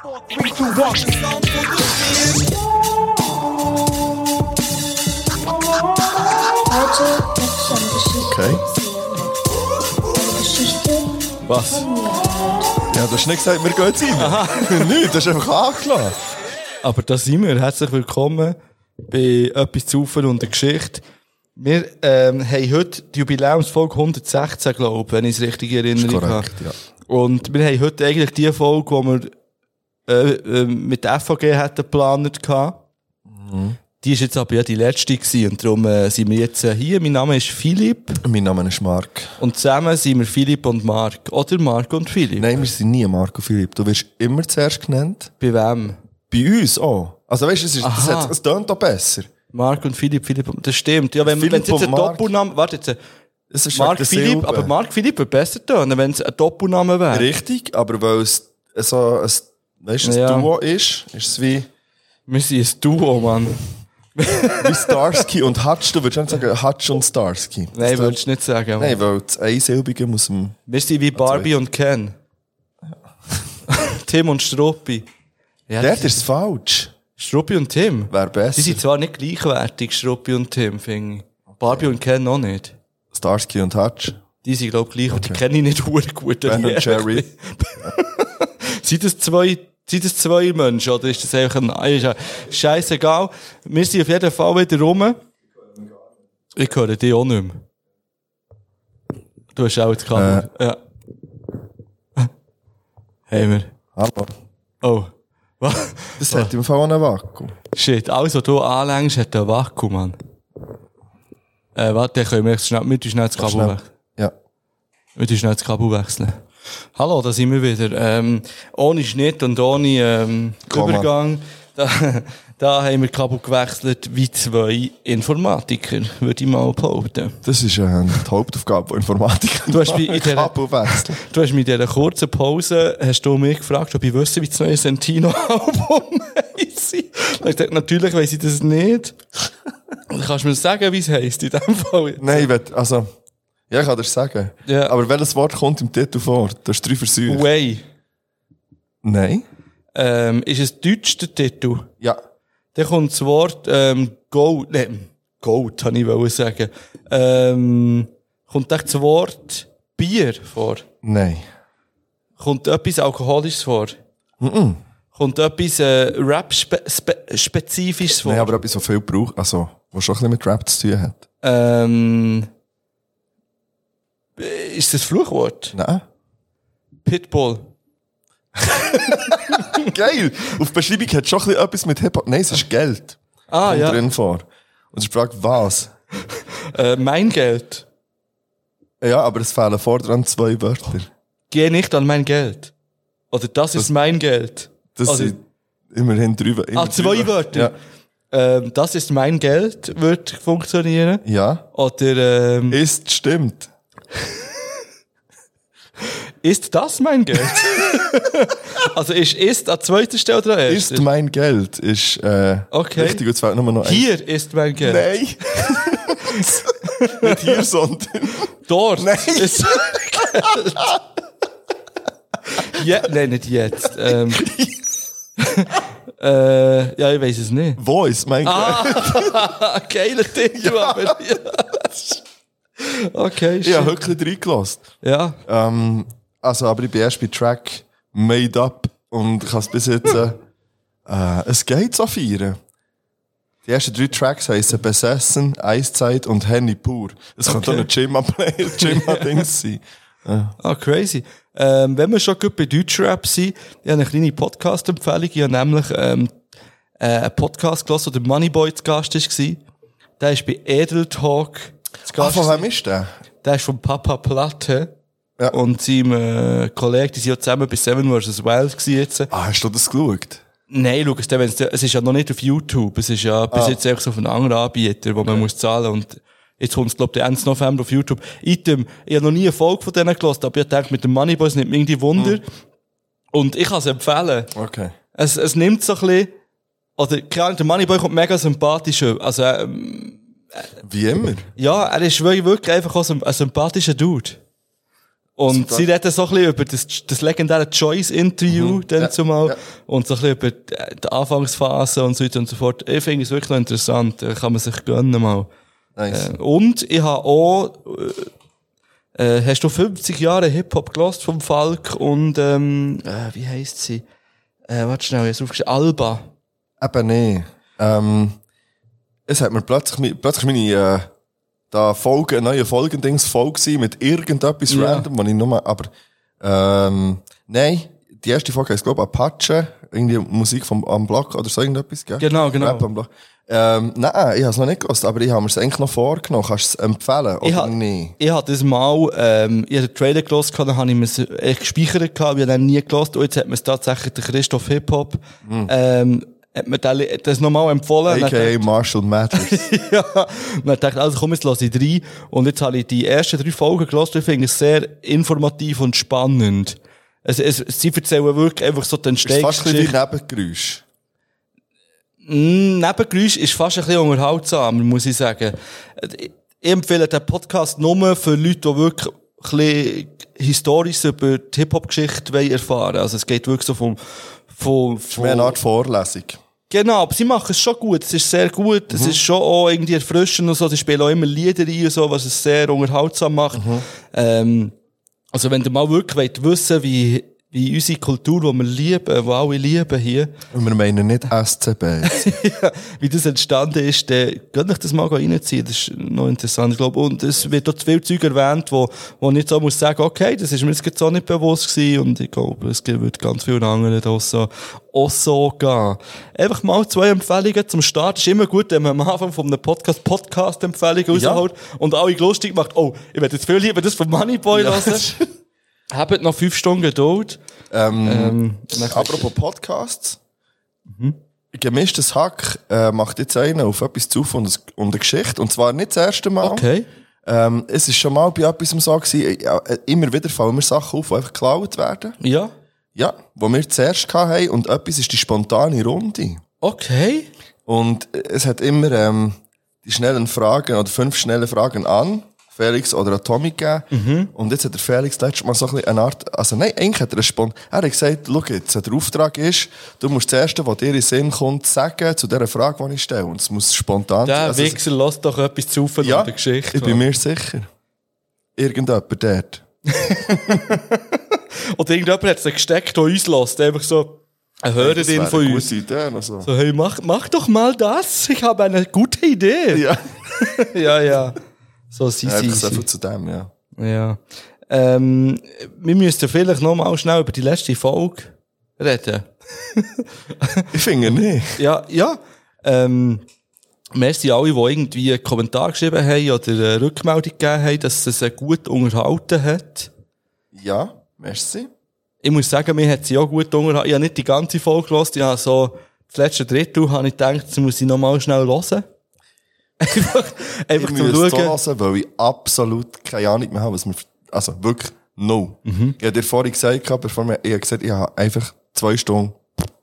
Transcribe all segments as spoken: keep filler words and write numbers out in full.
three, two, one. Okay. Was? Ja, du hast nicht gesagt, wir gehen jetzt rein. Aha. Nicht, du hast einfach angelassen. Aber da sind wir. Herzlich willkommen bei «Etwas zu Ufer und der Geschichte». Wir ähm, haben heute die Jubiläumsfolge hundertsechzehn, glaube ich, wenn ich es richtig erinnere. Korrekt, ja. Und wir haben heute eigentlich die Folge, die wir äh, äh, mit der F V G hätten geplant hatten. Mhm. Die ist jetzt aber ja die letzte gewesen und darum äh, sind wir jetzt äh, hier. Mein Name ist Philipp. Mein Name ist Marc. Und zusammen sind wir Philipp und Marc. Oder Marc und Philipp. Nein, wir sind nie Marc und Philipp. Du wirst immer zuerst genannt. Bei wem? Bei uns auch. Also weißt du, es, ist, es, hat, es tönt auch besser. Marc und Philipp, Philipp und... Das stimmt. Ja, wenn Philipp wenn es jetzt ein Marc. Doppelname... Warte jetzt. Es ist Marc wegen der Philipp, Silbe. aber Marc Philipp wird besser tönen, wenn es ein Doppelname wäre. Richtig, aber weil es so ein, weißt, ein Ja. Duo ist, ist es wie, Wir sind ein Duo, Mann. wie Starsky und Hutch. Du würdest nicht sagen Hutch und Starsky. Nein, Das würdest du nicht sagen. Mann. Nein, weil das Einsilbige muss dem... Wir sind wie Barbie und Ken. Tim und Struppi. Ja, Dort ist es falsch. Struppi und Tim. Wäre besser. Die sind zwar nicht gleichwertig, Struppi und Tim, finde ich. Barbie und Ken auch nicht. Starsky und Hutch. Die sind, glaube ich, gleich, aber die kenne ich nicht verdammt gut. Ben und Jerry. Sind das zwei, sind das zwei Menschen, oder ist das einfach ein, ist ja scheissegal. Wir sind auf jeden Fall wieder rum. Ich höre dich auch nicht mehr. Du hast auch die Kamera. Äh. Ja. Haben wir. Hallo. Oh. Was? Das hat im Fall auch einen Vakuum. Shit, alles, was du anlängst, hat ein Vakuum, Mann. Äh, warte, dann können wir schnell, wir tun schnell das Kabel Schnell. weg. Ja. Wir tun schnell das Kabel wechseln. Hallo, da sind wir wieder. Ähm, ohne Schnitt und ohne ähm, Komma. Übergang. Da, da haben wir Kabel gewechselt wie zwei Informatiker, würde ich mal behaupten. Das ist äh, die Hauptaufgabe von Informatik. Du hast mich in der- Kabelwechsel. Du hast mich in dieser kurzen Pause hast du mich gefragt, ob ich wüsste, wie das neue Sentino-Album heisst. Ich habe gesagt, natürlich weiss ich das nicht. Kannst du mir sagen, wie es heisst in diesem Fall? Nein, ich will, also, ja, ich kann dir sagen. Ja. Aber welches Wort kommt im Titel vor? Du hast drei Versuche. Way. Nein. Ähm, ist es Deutsch, der Titel? Ja. Dann kommt das Wort ähm, Gold, ne, Gold, habe ich wollen sagen. Ähm, kommt echt das Wort Bier vor? Nein. Kommt etwas Alkoholisches vor? Mhm. Kommt etwas äh, Rap-Spezifisches vor? Nein, aber etwas, was viel braucht, also, was schon ein bisschen mit Rap zu tun hat. Ähm, ist das ein Fluchwort? Nein. Pitbull. Geil! Auf die Beschreibung hat schon ein bisschen etwas mit Hip-Hop. Nein, es ist Geld. Ah, Kommt ja. drin vor. Und ich frage, was? Äh, mein Geld. Ja, aber es fehlen vor dran zwei Wörter. Geh nicht an mein Geld. Oder das, ist mein Geld. Das Also- sind immerhin drei Wörter. Ah, zwei Wörter. Ja. Ähm, das ist mein Geld, wird funktionieren. Ja. Oder ähm, Ist, stimmt. ist das mein Geld? Also ist ist an zweiter Stelle oder an erster? Ist mein Geld. Ist, äh, Okay. richtig, und zwar nur noch eins. Hier ist mein Geld. Nein. Nicht hier, sondern. Dort Nein. ist mein Geld. Ja, nein, nicht jetzt. Ähm, äh, ja, ich weiß es nicht. Wo ist mein Geld? Ah, geiler Titel, aber ja. Okay, Ich habe shit. wirklich reingelassen. Ja. Ähm, also, aber ich bin erst bei Track Made Up und ich kann es bis jetzt, äh, äh, es geht so feiern. Die ersten drei Tracks heissen Besessen, Eiszeit und Henny pur. Es Okay. könnte auch ein Jimma-Play, Jimma-Dings sein. Ah, crazy. Ähm, wenn wir schon gut bei Deutschrap sind, ich habe eine kleine Podcast-Empfehlung. Ich habe nämlich ähm, äh, einen Podcast gehört, wo der Moneyboy zu Gast war. Der ist bei Edel Talk zu Ah, Gast. von wem ist der? Der ist von Papa Platte. Ja. Und seinem äh, Kollegen, die sind ja zusammen bei Seven versus. Wild gewesen jetzt. Ah, hast du das geschaut? Nein, schau, es, wenn's- es ist ja noch nicht auf YouTube. Es ist ja bis Ah. jetzt einfach so auf einen anderen Anbieter, wo man muss zahlen. Und jetzt kommt es, glaube ich, Ende November auf YouTube. Item, ich habe noch nie eine Folge von denen gehört, aber ich dachte, mit dem Moneyboy es nimmt mir irgendwie Wunder. Mhm. Und ich kann es empfehlen. Okay. Es, es nimmt so ein bisschen, oder, keine Ahnung, der Moneyboy kommt mega sympathisch über. Also, ähm, Wie immer. ja, er ist wirklich, wirklich einfach auch so ein, ein sympathischer Dude. Und sie reden so ein bisschen über das, das legendäre Choice-Interview, Mhm. dann Ja. zumal. Ja. Und so ein bisschen über die die Anfangsphase und so weiter und so fort. Ich finde es wirklich noch interessant. Da kann man sich gönnen mal. Nice. Äh, und ich habe auch, äh, äh, hast du fünfzig Jahre Hip-Hop gelost vom Falk und, ähm, äh, wie heisst sie? Äh, warte schnell, jetzt aufgeschrieben. Alba. Eben nee. Ähm, es hat mir plötzlich, mi- plötzlich meine, äh, da Folge, neue Folgendings voll gewesen mit irgendetwas Ja. random, wo ich nur, aber, ähm, nein, die erste Folge heisst, glaube ich, Apache, irgendwie Musik vom, am Block oder so irgendetwas, gell? Genau, genau. Rap am Block. Ähm, nein, ich habe es noch nicht gehört, aber ich habe mir es eigentlich noch vorgenommen. Kannst du es empfehlen, oder Ich ha- nicht? Ich hatte das mal, ähm, ich hatte den Trailer gelost, dann habe ich mir es echt gespeichert gehabt, ich habe ihn nie gelost, und jetzt hat mir es tatsächlich der Christoph Hip-Hop, ähm, hat mir das, das nochmal empfohlen. A K A Marshall Mathers. Ja, und dann dachte ich, also komm, jetzt lasse ich rein. Und jetzt habe ich die ersten drei Folgen gehört, ich finde es sehr informativ und spannend. Es, es, sie erzählen wirklich einfach so den Das ist fast ein bisschen Entstehungsgeschichte. wie Nebengeräusch. Mm, Nebengeräusch ist fast ein bisschen unterhaltsamer, muss ich sagen. Ich empfehle den Podcast nur für Leute, die wirklich ein bisschen historisch über die Hip-Hop-Geschichte erfahren wollen. Also es geht wirklich so vom, vom, Das ist mehr eine Art Vorlesung. Genau, aber sie machen es schon gut. Es ist sehr gut. Es ist schon auch irgendwie erfrischend und so. Sie spielen auch immer Lieder rein und so, was es sehr unterhaltsam macht. Ähm, also wenn ihr mal wirklich wollt wissen, wie, wie unsere Kultur, die wir lieben, die alle lieben hier, Und wir meinen nicht S C B. ja, wie das entstanden ist, dann könnt euch das mal reinziehen. Das ist noch interessant, ich glaube. Und es wird dort viel Zeug erwähnt, wo, wo ich jetzt auch muss sagen, okay, das ist mir jetzt jetzt auch nicht bewusst gewesen. Und ich glaube, es wird ganz vielen anderen auch so, auch so gehen. Einfach mal zwei Empfehlungen zum Start. Ist immer gut, wenn man am Anfang von einem Podcast Podcast-Empfehlungen Ja. rausholt und alle lustig macht. Oh, ich werde jetzt viel lieber das von Moneyboy Ja. hören. Habt noch fünf Stunden Geduld. ähm, Ähm, dann- apropos Podcasts. Gemischtes Hack äh, macht jetzt einen auf etwas zu und, und eine Geschichte. Und zwar nicht das erste Mal. Okay. Ähm, es ist schon mal bei etwas so gewesen, ja, äh, immer wieder fallen mir Sachen auf, die einfach geklaut werden. Ja. Ja, wo wir zuerst hatten und etwas ist die spontane Runde. Okay. Und äh, es hat immer ähm, die schnellen Fragen oder fünf schnelle Fragen an Felix oder an Tommy gegeben. Mhm. Und jetzt hat der Felix letztes Mal so ein bisschen eine Art, also nein, eigentlich hat er einen Spont, er hat gesagt, schau jetzt, der Auftrag ist, du musst das Erste, was dir in den Sinn kommt, sagen zu dieser Frage, die ich stelle. Und es muss spontan Der Also, es- Wichser lässt doch etwas zu von ja, der Geschichte. ich bin mir sicher. Irgendjemand dort. Oder irgendjemand hat es gesteckt, der uns lässt. Einfach so eine Das Hörerin wäre von eine uns. gute Idee. Also. So, hey, mach, mach doch mal das. Ich habe eine gute Idee. Ja, ja. ja. So, sie, sie, einfach so viel sie. zu dem, ja. Ja. Ähm, wir müssten vielleicht noch mal schnell über die letzte Folge reden. Ich finde nicht. Ja, ja. Ähm, merci alle, die irgendwie einen Kommentar geschrieben haben oder eine Rückmeldung gegeben haben, dass es sich gut unterhalten hat. Ja, merci. Ich muss sagen, mir hat sie auch gut unterhalten. Ich habe nicht die ganze Folge gehört, ich habe so das letzte Drittel habe ich gedacht, das muss ich noch mal schnell hören. einfach einfach Ich zum müsste es Schauen. so hören, weil ich absolut keine Ahnung mehr habe, was wir, also wirklich, no. Mhm. Ich habe dir vorhin gesagt, gehabt, bevor wir, ich habe gesagt, ich habe einfach zwei Stunden,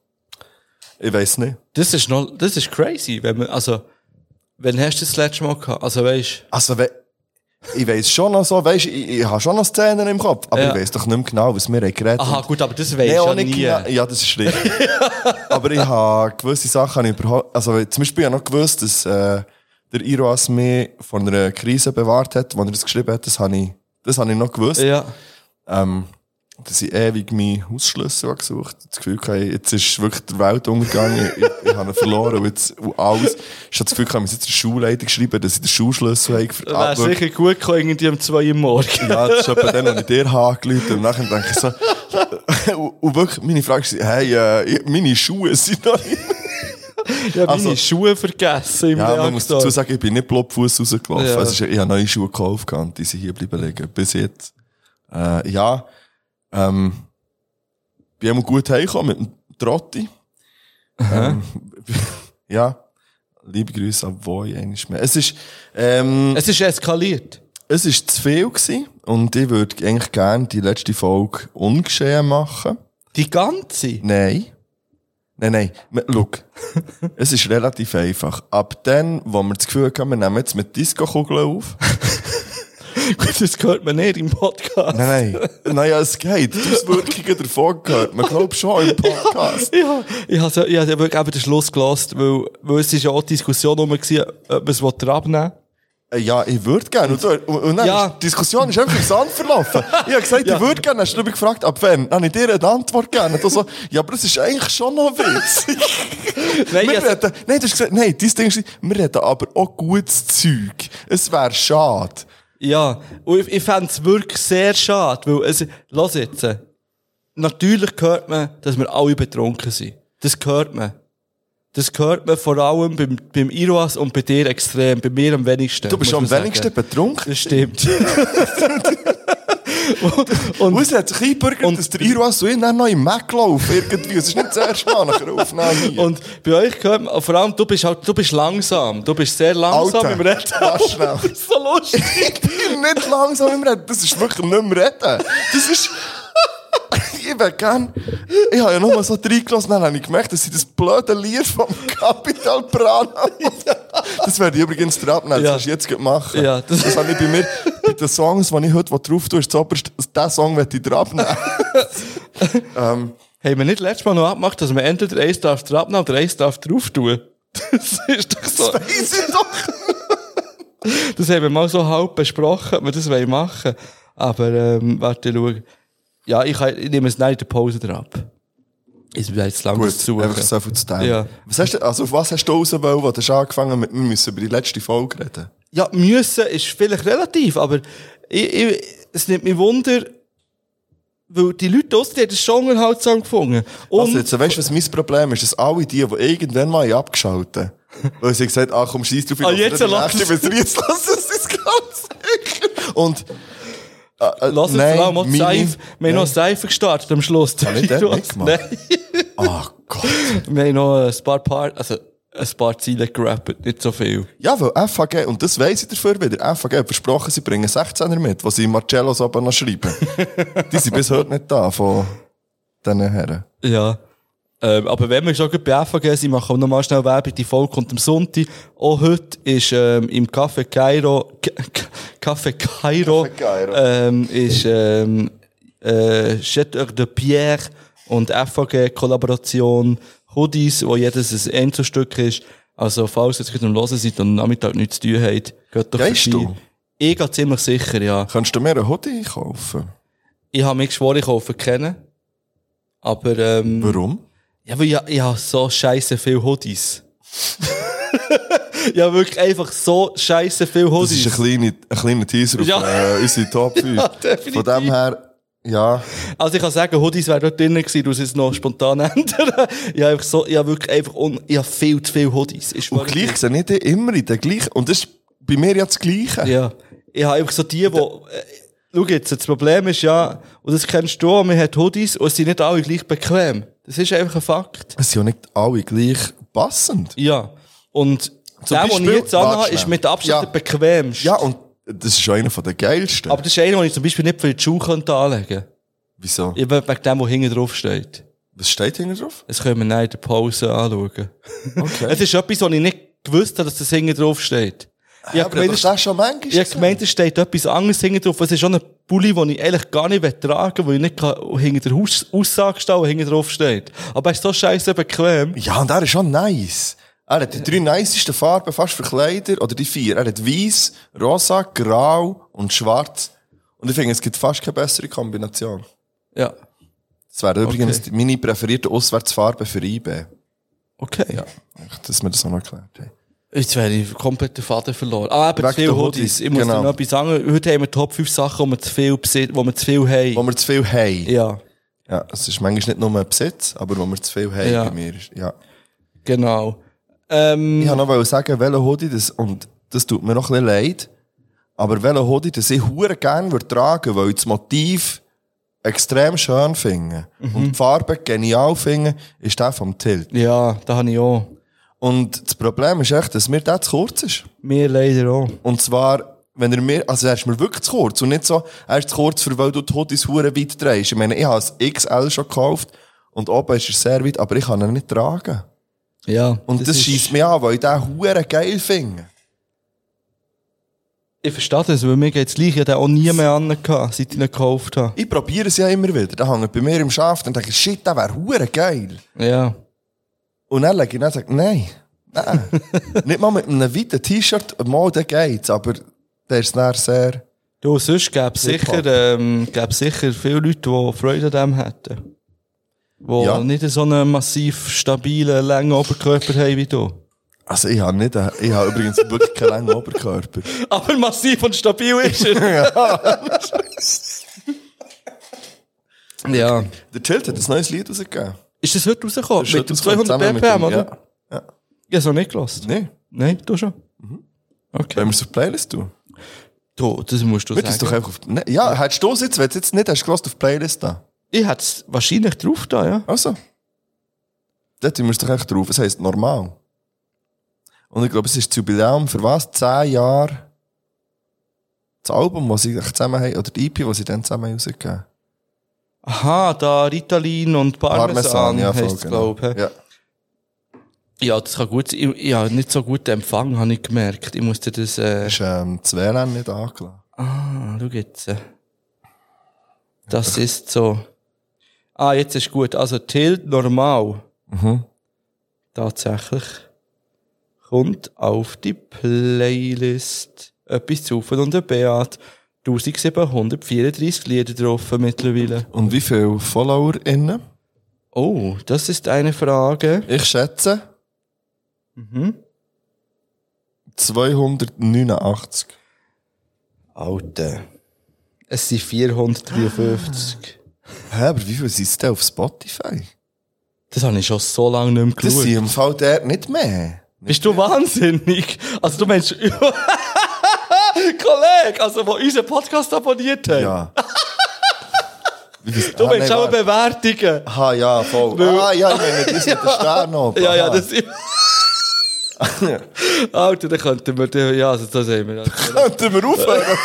ich weiss nicht. Das ist noch, das ist crazy, wenn man, also, wann hast du das letzte Mal gehabt? Also, weisst, Also, we, ich weiss schon noch so, weisst, ich, ich habe schon noch Szenen im Kopf, aber Ja. ich weiss doch nicht mehr genau, was wir haben geredet. aha, gut, aber das weisst Nee, du auch ja nicht nie. genau. Ja, das ist richtig. Aber ich habe gewisse Sachen habe ich überhaupt, also zum Beispiel habe ich noch gewusst, dass äh, der Iroas mich von einer Krise bewahrt hat, als er das geschrieben hat, das habe ich, das habe ich noch gewusst. Ja. Ähm, dass ich ewig meinen Hausschlüssel habe gesucht. Das Gefühl hatte, jetzt ist wirklich der Weltuntergang, ich, ich, ich habe ihn verloren und jetzt und alles. Ich habe das Gefühl, ich muss jetzt der Schulleitung geschrieben, dass ich den Schulschlüssel habe. Wäre Ah, wirklich. sicher gut gekommen, irgendwie um zwei Uhr morgens. Ja, das ist etwa dann, als ich dir habe angerufen und nachher denke ich so, und, und wirklich, meine Frage ist, hey, äh, meine Schuhe sind noch nicht. Ich habe Also- meine Schuhe vergessen im Ja, man muss Reaktor. dazu sagen, ich bin nicht blobfuß rausgelaufen. Ja. Also, ich habe neue Schuhe gekauft und die sind hier bleiben liegen. Bis jetzt. Äh, ja, ähm, bin immer gut heimgekommen mit dem Trotti. Ähm, ja, liebe Grüße an Voi, einmal mehr. Es ist, ähm, Es ist eskaliert. es ist zu viel gewesen und ich würde eigentlich gerne die letzte Folge ungeschehen machen. Die ganze? Nein. Nein, nein. M- Schau. Es ist relativ einfach. Ab dann, wo wir das Gefühl haben, wir nehmen jetzt mit Disco-Kugeln auf, Gut, das hört man nicht im Podcast. Nein, nein. Naja, es geht. Die Auswirkungen davon gehört man, glaube ich, schon im Podcast. Ja, ich habe ja, ich habe wirklich eben den Schluss gelassen, weil, weil es ist ja auch die Diskussion rum gewesen, ob man es abnehmen Äh, Ja, ich würde gerne. Und, so, und, und dann Ja. ist die Diskussion ist einfach im Sand verlaufen. Ich habe gesagt, Ja. ich würde gerne. Dann hast du mich gefragt, ab wann? Dann habe ich dir eine Antwort gegeben. Und du so, ja, aber es ist eigentlich schon noch witzig. Nein, wir also- reden, nein, du hast gesagt, nein, dein Ding ist, wir reden aber auch gutes Zeug. Es wäre schade. Ja, und ich, ich fände es wirklich sehr schade, weil, also, lass jetzt, äh, natürlich hört man, dass wir alle betrunken sind. Das hört man. Das hört man vor allem beim, beim Iroas und bei dir extrem, bei mir am wenigsten. Du bist muss am man sagen. wenigsten betrunken. Das stimmt. und, Und es hat sich eingebürgert, dass der Iroas so in noch im Mac laufen irgendwie. Es ist nicht das erste Mal nach der Aufnahme hier. und bei euch hört man, vor allem, du bist halt, du bist langsam. Du bist sehr langsam Alter, im Reden. warte schnell. Das ist so lustig. Ich bin nicht langsam im Reden. Das ist wirklich nicht mehr Reden. Das ist... Ich wäre gern... Ich habe ja nur mal so reingelassen, dann habe ich gemerkt, dass ich das blöde Lied vom Capital Bra Das werde ich übrigens dir abnehmen. Das Ja. kannst du jetzt gleich machen. Ja, das- das habe ich bei mir... Bei den Songs, die ich heute drauf tue, ist das oberste... Diesen Song werde ich dir abnehmen. ähm, Haben wir nicht letztes Mal noch abgemacht, dass man entweder eins darf drauf nehmen oder eins darf drauf tun? Das ist doch so. das weiss ich doch. Das haben wir mal so halb besprochen, ob wir das machen wollen. Aber, ähm, warte, schau. Ja, ich, kann, ich nehme es nicht in der Pause drauf. Ich bin jetzt langsam Gut, zu suchen. einfach so viel zu teilen. Ja. Was hast du, also auf was hast du raus wollen, wo du hast angefangen mit, wir müssen über die letzte Folge reden? Ja, müssen ist vielleicht relativ, aber ich, ich, es nimmt mich Wunder, weil die Leute aus, die haben das schon Unterhaltsam gefunden. Und, Also jetzt, weißt du, was mein Problem ist? Dass alle die, die irgendwann mal abgeschaltet haben, weil sie gesagt haben, ah komm, scheiss drauf, ich Ah, lasse jetzt den lass nächsten, wenn sie jetzt lassen, es ist ganz sicher. Und, äh, äh, lass es nein, vor allem auch meine- Seife. Wir haben noch Seife gestartet am Schluss. Habe ich das Du nicht hast- gemacht? Nein. Oh Gott. Wir haben noch ein paar Part, also ein paar Ziele gerappt, nicht so viel. Ja, weil F A G, und das weiss ich dafür wieder, F A G hat versprochen, sie bringen sechzehner mit, die sie Marcellos aber noch schreiben. Die sind bis heute nicht da, von diesen Herren. Ja. Ähm, aber wenn wir schon bei F A G sind, machen wir nochmal schnell Werbung. Die Folge kommt am Sonntag. Auch heute ist ähm, im Café Cairo, K- K- Café Cairo, Café Cairo. ähm, ist ähm, äh, Jeteur de Pierre und F A G-Kollaboration, Hoodies, wo jedes ein Einzelstück ist. Also falls ihr jetzt am Hören seid und am Nachmittag nichts zu tun habt, geht doch Gehst vorbei. du? Ich gehe ziemlich sicher, ja. Kannst du mir einen Hoodie kaufen? Ich habe mich geschworen, ich kaufe keinen. Aber, ähm, Warum? ja, weil ich, ich habe so scheisse viel Hoodies. Ja, wirklich einfach so scheisse viel Das Hoodies. ist ein kleiner, ein kleiner Teaser auf Ja. äh, unsere Top fünf. Ja, definitiv. Von dem her, ja. Also ich kann sagen, Hoodies wären dort drinnen gewesen, du es jetzt noch spontan ändern. Ich habe einfach so, ich habe wirklich einfach, un, ich habe viel zu viele Hoodies. Ich schwöre Und gleich dir. sind nicht immer in der gleichen. Und das ist bei mir ja das Gleiche. Ja. Ich habe einfach so die, wo, äh, schau jetzt, das Problem ist ja, und das kennst du auch, man hat Hoodies und es sind nicht alle gleich bequem. Das ist einfach ein Fakt. Es sind ja nicht alle gleich passend. Ja. Und Zum der, den ich Beispiel- jetzt anhabe, warte ist schnell. mit Abstand Ja. der bequemste. Ja, und das ist schon einer von den geilsten. Aber das ist einer, den ich zum Beispiel nicht für die Schuhe könnte anlegen könnte. Wieso? Eben wegen dem, was hinten drauf steht. Was steht hinten drauf? Das können wir dann in der Pause anschauen. Okay. Es ist etwas, was ich nicht gewusst habe, dass das hinten drauf steht. Ich habe Aber gemeint, das es- das schon manchmal ich habe gemeint, es steht etwas anderes hinten drauf. Es ist schon ein Pulli, den ich eigentlich gar nicht tragen will, weil ich nicht kann, hinter der Aus Aussage stehen, was hinten drauf steht. Aber er ist so scheiße bequem. Ja, und er ist schon nice. Er hat die drei nicesten Farben fast für Kleider, oder die vier. Er hat weiß, rosa, grau und schwarz. Und ich finde, es gibt fast keine bessere Kombination. Ja. Das wäre übrigens Okay. die- meine präferierte Auswärtsfarbe für I B. Okay. Ja, dass wir das auch noch erklärt haben. Jetzt wäre ich komplett den Faden verloren. Ah, aber Wegen zu viel der Hoodies. Hoodies, Ich muss genau. dir noch etwas sagen. Heute haben wir Top fünf Sachen, wo wir zu viel besitzen, wo wir zu viel haben. Wo wir zu viel haben. Ja, Ja, es ist manchmal nicht nur ein Besitz, aber wo wir zu viel haben Ja. bei mir. ist- Ja. genau. Ähm, Ich wollte noch sagen, welchen Hoodie das, und das tut mir noch ein bisschen leid, aber welchen Hoodie das ich hure gerne würde tragen, weil ich das Motiv extrem schön finde und die Farbe genial finde, ist der vom Tilt. ja, da habe ich auch. Und das Problem ist echt, dass mir der zu kurz ist. Mir leider auch. Und zwar, wenn er mir, also er ist mir wirklich zu kurz und nicht so, er ist zu kurz, für weil du die Hoodies hure weit drehst. Ich meine, ich habe ein X L schon gekauft und oben ist er sehr weit, aber ich kann ihn nicht tragen. Ja. Und das, ist- scheisst mich an, weil ich den hure geil finde. Ich verstehe das, weil mir geht's gleich. Ich hatte auch nie mehr an, seit ich ihn gekauft habe. Ich probiere es ja immer wieder. Da hängt bei mir im Schaft und denke, shit, das wäre hure geil. Ja. Und dann lege ich dann und sage, nein, nein. Nicht mal mit einem weiten T-Shirt, mal, dann geht's, aber der ist dann sehr... Du, sonst gäbe es sicher, ähm, gäbe sicher viele Leute, die Freude an dem hätten. Die Ja. nicht so einen massiv stabilen, langen Oberkörper haben wie du. Also ich habe nicht, einen- ich habe übrigens wirklich keinen langen Oberkörper. Aber massiv und stabil ist er. Ja. Der Tilt hat ein neues Lied rausgegeben. Ist das heute rausgekommen? Das ist Mit dem heute rausgekommen, zweihundert zusammen B P M, mit dem- oder? Ja. ja. Ich habe es noch nicht gehört. Nee, Nein, du schon? Okay. wenn wir es auf die Playlist tun. Du, das musst du Wird es doch sagen. einfach auf... Ne, ja, hättest du es jetzt, wenn du es jetzt nicht hast, gehört auf die Playlist da. Ich hätte es wahrscheinlich drauf da, ja. Also. Dort tun wir es doch echt drauf. Es heisst normal. Und ich glaube, es ist das Jubiläum für was? Zehn Jahre. Das Album, das sie echt zusammen haben, oder die E P, die sie dann zusammen rausgegeben haben. Aha, da Ritalin und Parmesan, ja, heisst voll, es, genau. glaube ich. Ja. Ja, das kann gut sein. Ich, ich habe nicht so guten Empfang, habe ich gemerkt. Ich musste das... Äh, Ist ähm, das W L A N nicht angelassen. ah, schau jetzt. Das ist so... Ah, jetzt ist gut. Also Tilt normal. Mhm. Tatsächlich kommt auf die Playlist etwas zu von und der Beat. eintausendsiebenhundertvierunddreißig Lieder drauf mittlerweile. Und wie viele FollowerInnen? Oh, das ist eine Frage. Ich schätze... Mhm. zweihundertneunundachtzig. Alter. Es sind vierhundertdreiundfünfzig. Hä, aber wie viele sind es denn auf Spotify? Das habe ich schon so lange nicht mehr Das geschaut. sind im Fall der nicht mehr. Bist du wahnsinnig? Also du meinst... Kollege, also der unseren Podcast abonniert hat. Ja. Du meinst auch Bewertungen. Ah, ja, voll. Ah, ja, ich meine, das mit den Sternen oben. Ja, ja, Aha. das ist... Alter, dann könnten wir... den- Ja, also das haben wir. Könnten wir aufhören?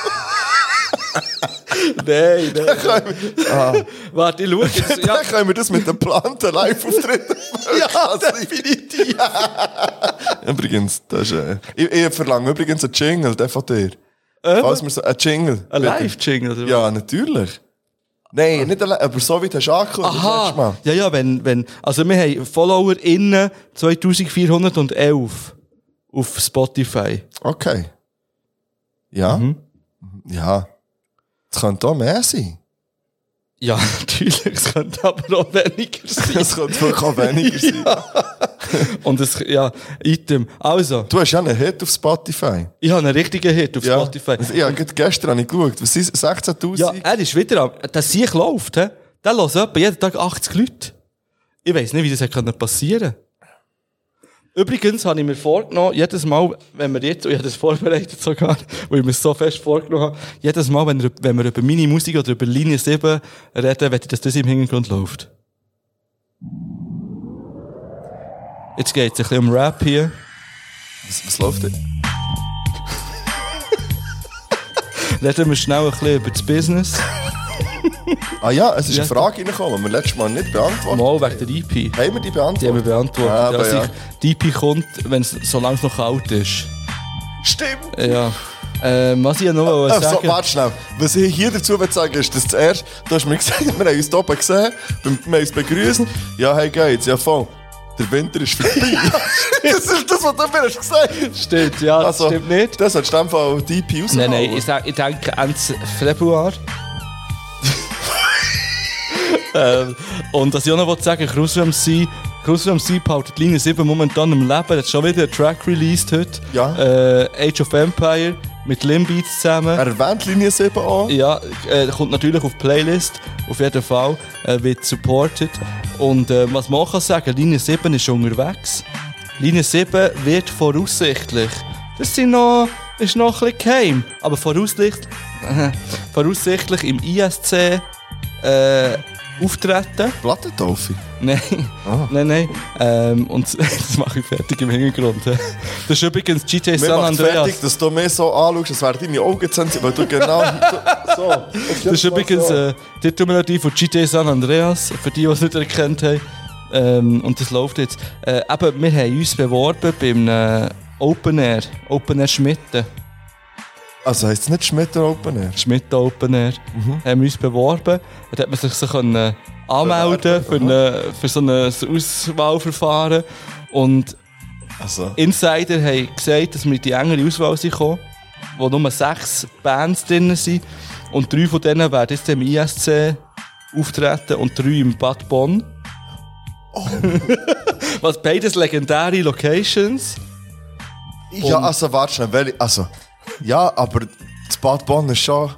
Nein, nein. Warte, ich schaue jetzt... Ja, Dann können wir das mit den Planten live auftreten. ja definitiv. Übrigens, das ist, äh, ich, ich verlange übrigens einen Jingle, der von dir. Falls wir so, ein Jingle. Ein bitte. Live-Jingle, oder was? Ja, natürlich. Nein, nicht allein, aber so wie du hast angekündigt letztes Mal. Aha, ja, ja, wenn, wenn, also wir haben FollowerInnen zweitausendvierhundertelf auf Spotify. Okay. Ja. Mhm. Ja. Es könnte auch mehr sein. Ja, natürlich, es könnte aber auch weniger sein. Es könnte wirklich auch weniger sein. Und es, ja, Item. Also, Du hast ja einen Hit auf Spotify. ich habe einen richtigen Hit auf Ja. Spotify. Also, ja, gerade gestern habe ich geschaut. Was sind sechzehntausend? Ja, er ist wieder am, der Sieg läuft, hä? Der hört etwa jeden Tag achtzig Leute. Ich weiss nicht, wie das hätte passieren können. Übrigens habe ich mir vorgenommen, jedes Mal, wenn wir jetzt, und ich habe das vorbereitet sogar, weil ich mir so fest vorgenommen habe, jedes Mal, wenn wir, wenn wir über meine Musik oder über Linie sieben reden, möchte ich, dass das im Hintergrund läuft. Jetzt geht es ein bisschen um Rap hier. Was, was läuft denn? Reden wir schnell ein bisschen über das Business. Ah ja, es ist Ja. eine Frage reingekommen, die wir letztes Mal nicht beantwortet Mal wegen der E P. haben. wir die beantwortet? Die haben wir beantwortet. Ah, aber also ja. ich, die E P kommt, wenn es, solange es noch kalt ist. Stimmt! Ja. Ähm, was ich ja noch wollte Also, sagen... warte schnell. Was ich hier dazu will sagen ist, dass zuerst, du hast mir gesagt, wir haben uns hier oben gesehen, wir haben uns begrüßt. Ja, hey, geht's? Ja, voll. Der Winter ist vorbei. Das ist das, was du mir hast gesagt hast. Stimmt, ja, das Also, stimmt nicht. Das hat in dem Fall die E P rausgehauen. Nein, nein, ich, sag, ich denke Ende Februar. ähm, und was ich auch noch wollte sagen, Cruise M C, Cruise M C behaltet Linie sieben momentan am Leben. Er hat schon wieder einen Track released heute. Ja. Äh, Age of Empire mit Limbeats zusammen. Er erwähnt Linie sieben auch. Ja, äh, kommt natürlich auf die Playlist, auf jeden Fall, äh, wird supported. Und äh, was man auch kann sagen, Linie sieben ist unterwegs. Linie sieben wird voraussichtlich, das sind noch, ist noch ein bisschen geheim, aber voraussichtlich, äh, voraussichtlich im I S C äh, auftreten. Plattentaufe. Nein, Ah. nein, nein. Ähm, und das mache ich fertig im Hintergrund. Das ist übrigens G J Mir San macht fertig, Andreas. dass du mich so anschaust, als wären deine Augen zensiert, weil du genau so. Das ist übrigens äh, die Titelmelodie von G J San Andreas, für die, die es nicht erkannt haben. Ähm, und das läuft jetzt. Äh, eben, wir haben uns beworben beim äh, Open Air, Open Air Schmitten. Also heisst es nicht Schmidt Open Air? Schmidt Open Air. Mhm. Haben wir uns beworben. Da hat man sich so können anmelden für, eine, für so ein Auswahlverfahren. Und also. Insider haben gesagt, dass wir in die engere Auswahl sind gekommen, wo nur sechs Bands drin sind. Und drei von denen werden jetzt im I S C auftreten und drei im Bad Bonn. Oh. Was beides legendäre Locations. Ja, also warte schnell, welche, also, ja, aber das Bad Bonn ist schon,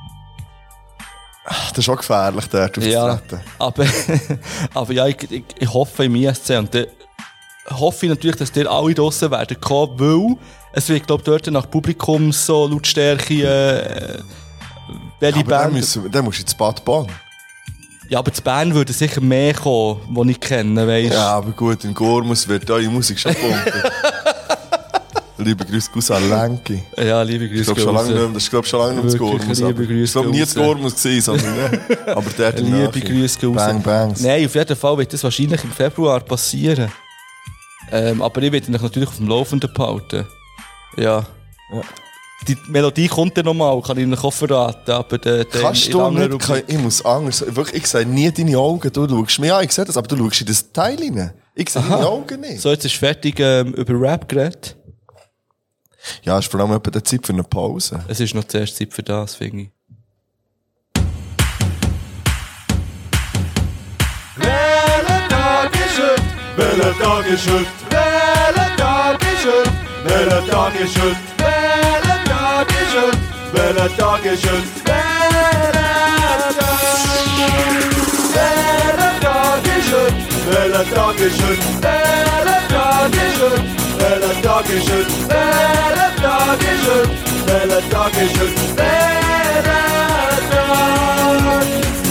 das ist schon gefährlich, dort aufzutreten. Ja, aber, aber ja, ich, ich, ich hoffe im I S C und dann hoffe ich natürlich, dass die alle draussen werden kommen, weil es wird, glaube ich, dort nach Publikums so Lautstärke, äh, welche ja, aber Band... Dann, müssen, dann musst du ins Bad Bonn. Ja, aber zu Bern würden sicher mehr kommen, die ich kenne, weisst. Ja, aber gut, in Gormus wird eure Musik schon pumpen. Liebe Grüße aus Lenki. Ja, liebe Grüße. Ich glaube schon lange nicht mehr, das ist glaub, schon lange nicht mehr das Gormus. Liebe Grüße. Ich glaube nie das Gormus gewesen, sondern ne. Aber der liebe Grüße. Bang Bangs. Nein, auf jeden Fall wird das wahrscheinlich im Februar passieren. Ähm, aber ich werde dich natürlich auf dem Laufenden behalten. Ja. ja. Die Melodie kommt dann nochmal, kann ich Ihnen auch verraten. Aber der, der Kannst in, du in nicht, kann, ich muss anders, wirklich, ich sehe nie deine Augen, du schaust mich an, ich sehe das, aber du schaust in das Teil rein. Ich sehe deine Augen nicht. So, jetzt ist fertig ähm, über Rap geredet. Ja, es ist vor allem etwa die Zeit für eine Pause. Es ist noch zuerst Zeit für das, finde ich. Welcher Tag ist heute? Welcher Tag ist heute? Welcher Tag ist heute? Welcher Tag ist heute? Welcher Tag ist heute? Welcher Tag ist heute? Welcher Tag ist heute? Welcher Tag ist heute? Welcher Tag ist heute? Welcher Tag ist heute? Welcher Tag ist heute? Welcher Tag ist heute? Welcher Tag?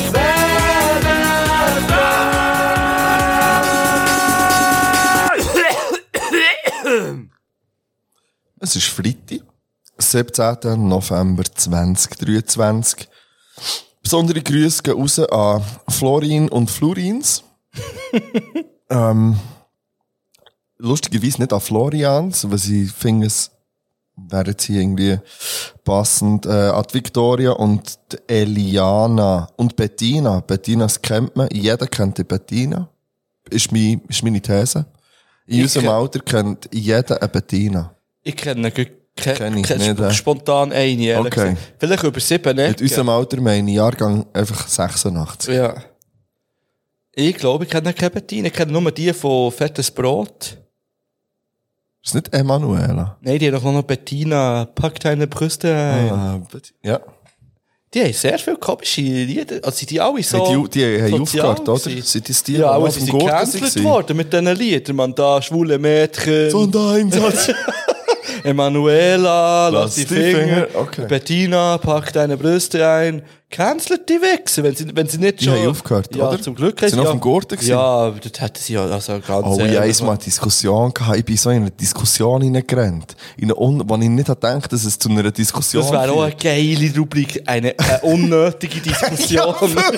Es ist Freitag, siebzehnten November zweitausenddreiundzwanzig. Besondere Grüße gehen raus an Florin und Florins. ähm, lustigerweise nicht an Florians, weil sie finden, es wäre jetzt hier irgendwie passend. Äh, an die Victoria und die Eliana und Bettina. Bettinas kennt man, jeder kennt die Bettina. Ist, mein, ist meine These. In ich unserem Alter kennt jeder eine Bettina. Ich kenne ke kenn ich ke nicht, sp spontan eine, ehrlich okay. gesagt. Vielleicht über sieben nicht. In unserem Alter meine ich Jahrgang einfach sechsundachtzig. Ja. Ich glaube, ich kenne keine Bettina. Ich kenne nur die von Fettes Brot. Ist nicht Emanuela? Nein, die haben doch noch Bettina, pack deine Brüste ein. Ah, ja. Die haben sehr viele komische Lieder. Also sind die alle so Die, die haben aufgehört, oder? Gewesen. Sind das die, Ja, die aber auf sie dem sind Gurten gecancelt waren? worden mit diesen Liedern. Man da, schwule Mädchen. Sondereinsatz. Emanuela, lass, lass die, die Finger. Finger. Okay. Bettina, pack deine Brüste ein. Cancelt die Wichse, wenn sie, wenn sie nicht die schon... haben aufgehört, ja, oder? zum Glück. Sind ja, auf dem Gurten gewesen? Ja, das hätten sie ja also ganz Oh, ich habe mal eine Diskussion gehabt. Ich bin so in eine Diskussion hineingerannt. In eine Un wo ich nicht gedacht, dass es zu einer Diskussion Das wäre auch eine geile Rubrik. Eine, eine unnötige Diskussion.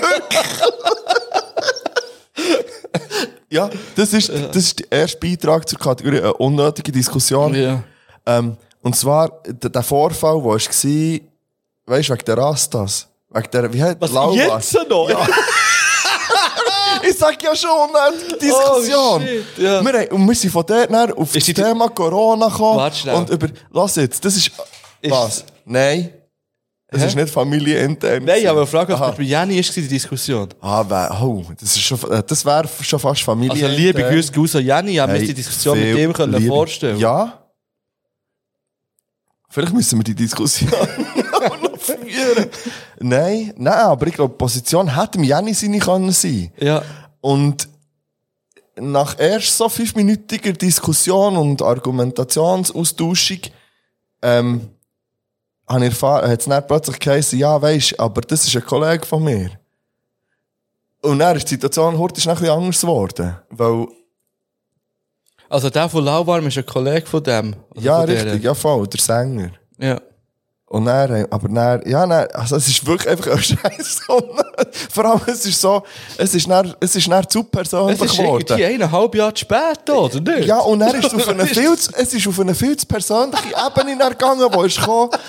Ja, das ist, das ist der erste Beitrag zur Kategorie eine unnötige Diskussion. Ja. Ähm, und zwar, der, der Vorfall, der war, weißt du, wegen der Rastas. Wegen der, wie heißt Was, Laura. jetzt noch? Ja. Ich sag ja schon, unnötige Diskussion. Oh, shit, ja. wir, haben, und wir sind von dort her auf Ist das die- Thema Corona gekommen. Warte schnell. Und über, lass jetzt, das ist, Ist- was? Nein. Das Hä? ist nicht familienintern. Nein, aber frage, Aha. was bei Jenny ist, die Diskussion. Ah, wär, oh, das ist schon, das wäre schon fast Familie. Also, liebe Grüße raus an Jenny, haben wir uns die Diskussion mit dem können Liebe. vorstellen. Ja. Vielleicht müssen wir die Diskussion noch führen. Nein, nein, aber ich glaube, die Position hätte im Jenny seine können sein. Ja. Und nach erst so fünfminütiger Diskussion und Argumentationsaustauschung, ähm, habe ich erfahren, hat es dann plötzlich geheißen, ja, weisst, aber das ist ein Kollege von mir. Und dann ist die Situation heute ist noch ein bisschen anders geworden. Weil, Also, der von Lauwarm ist ein Kollege von dem. Oder ja, von der? richtig, ja voll, der Sänger. Ja. Und dann, aber dann, ja, dann, also es ist wirklich einfach ein Scheiß. Vor allem, es ist so, es ist dann, es ist dann zu persönlich Es ist geworden. irgendwie eineinhalb Jahre später, oder nicht? Ja, und dann ist es auf eine viel zu, es ist auf eine viel zu persönliche Ebene dann gegangen, wo ist gekommen,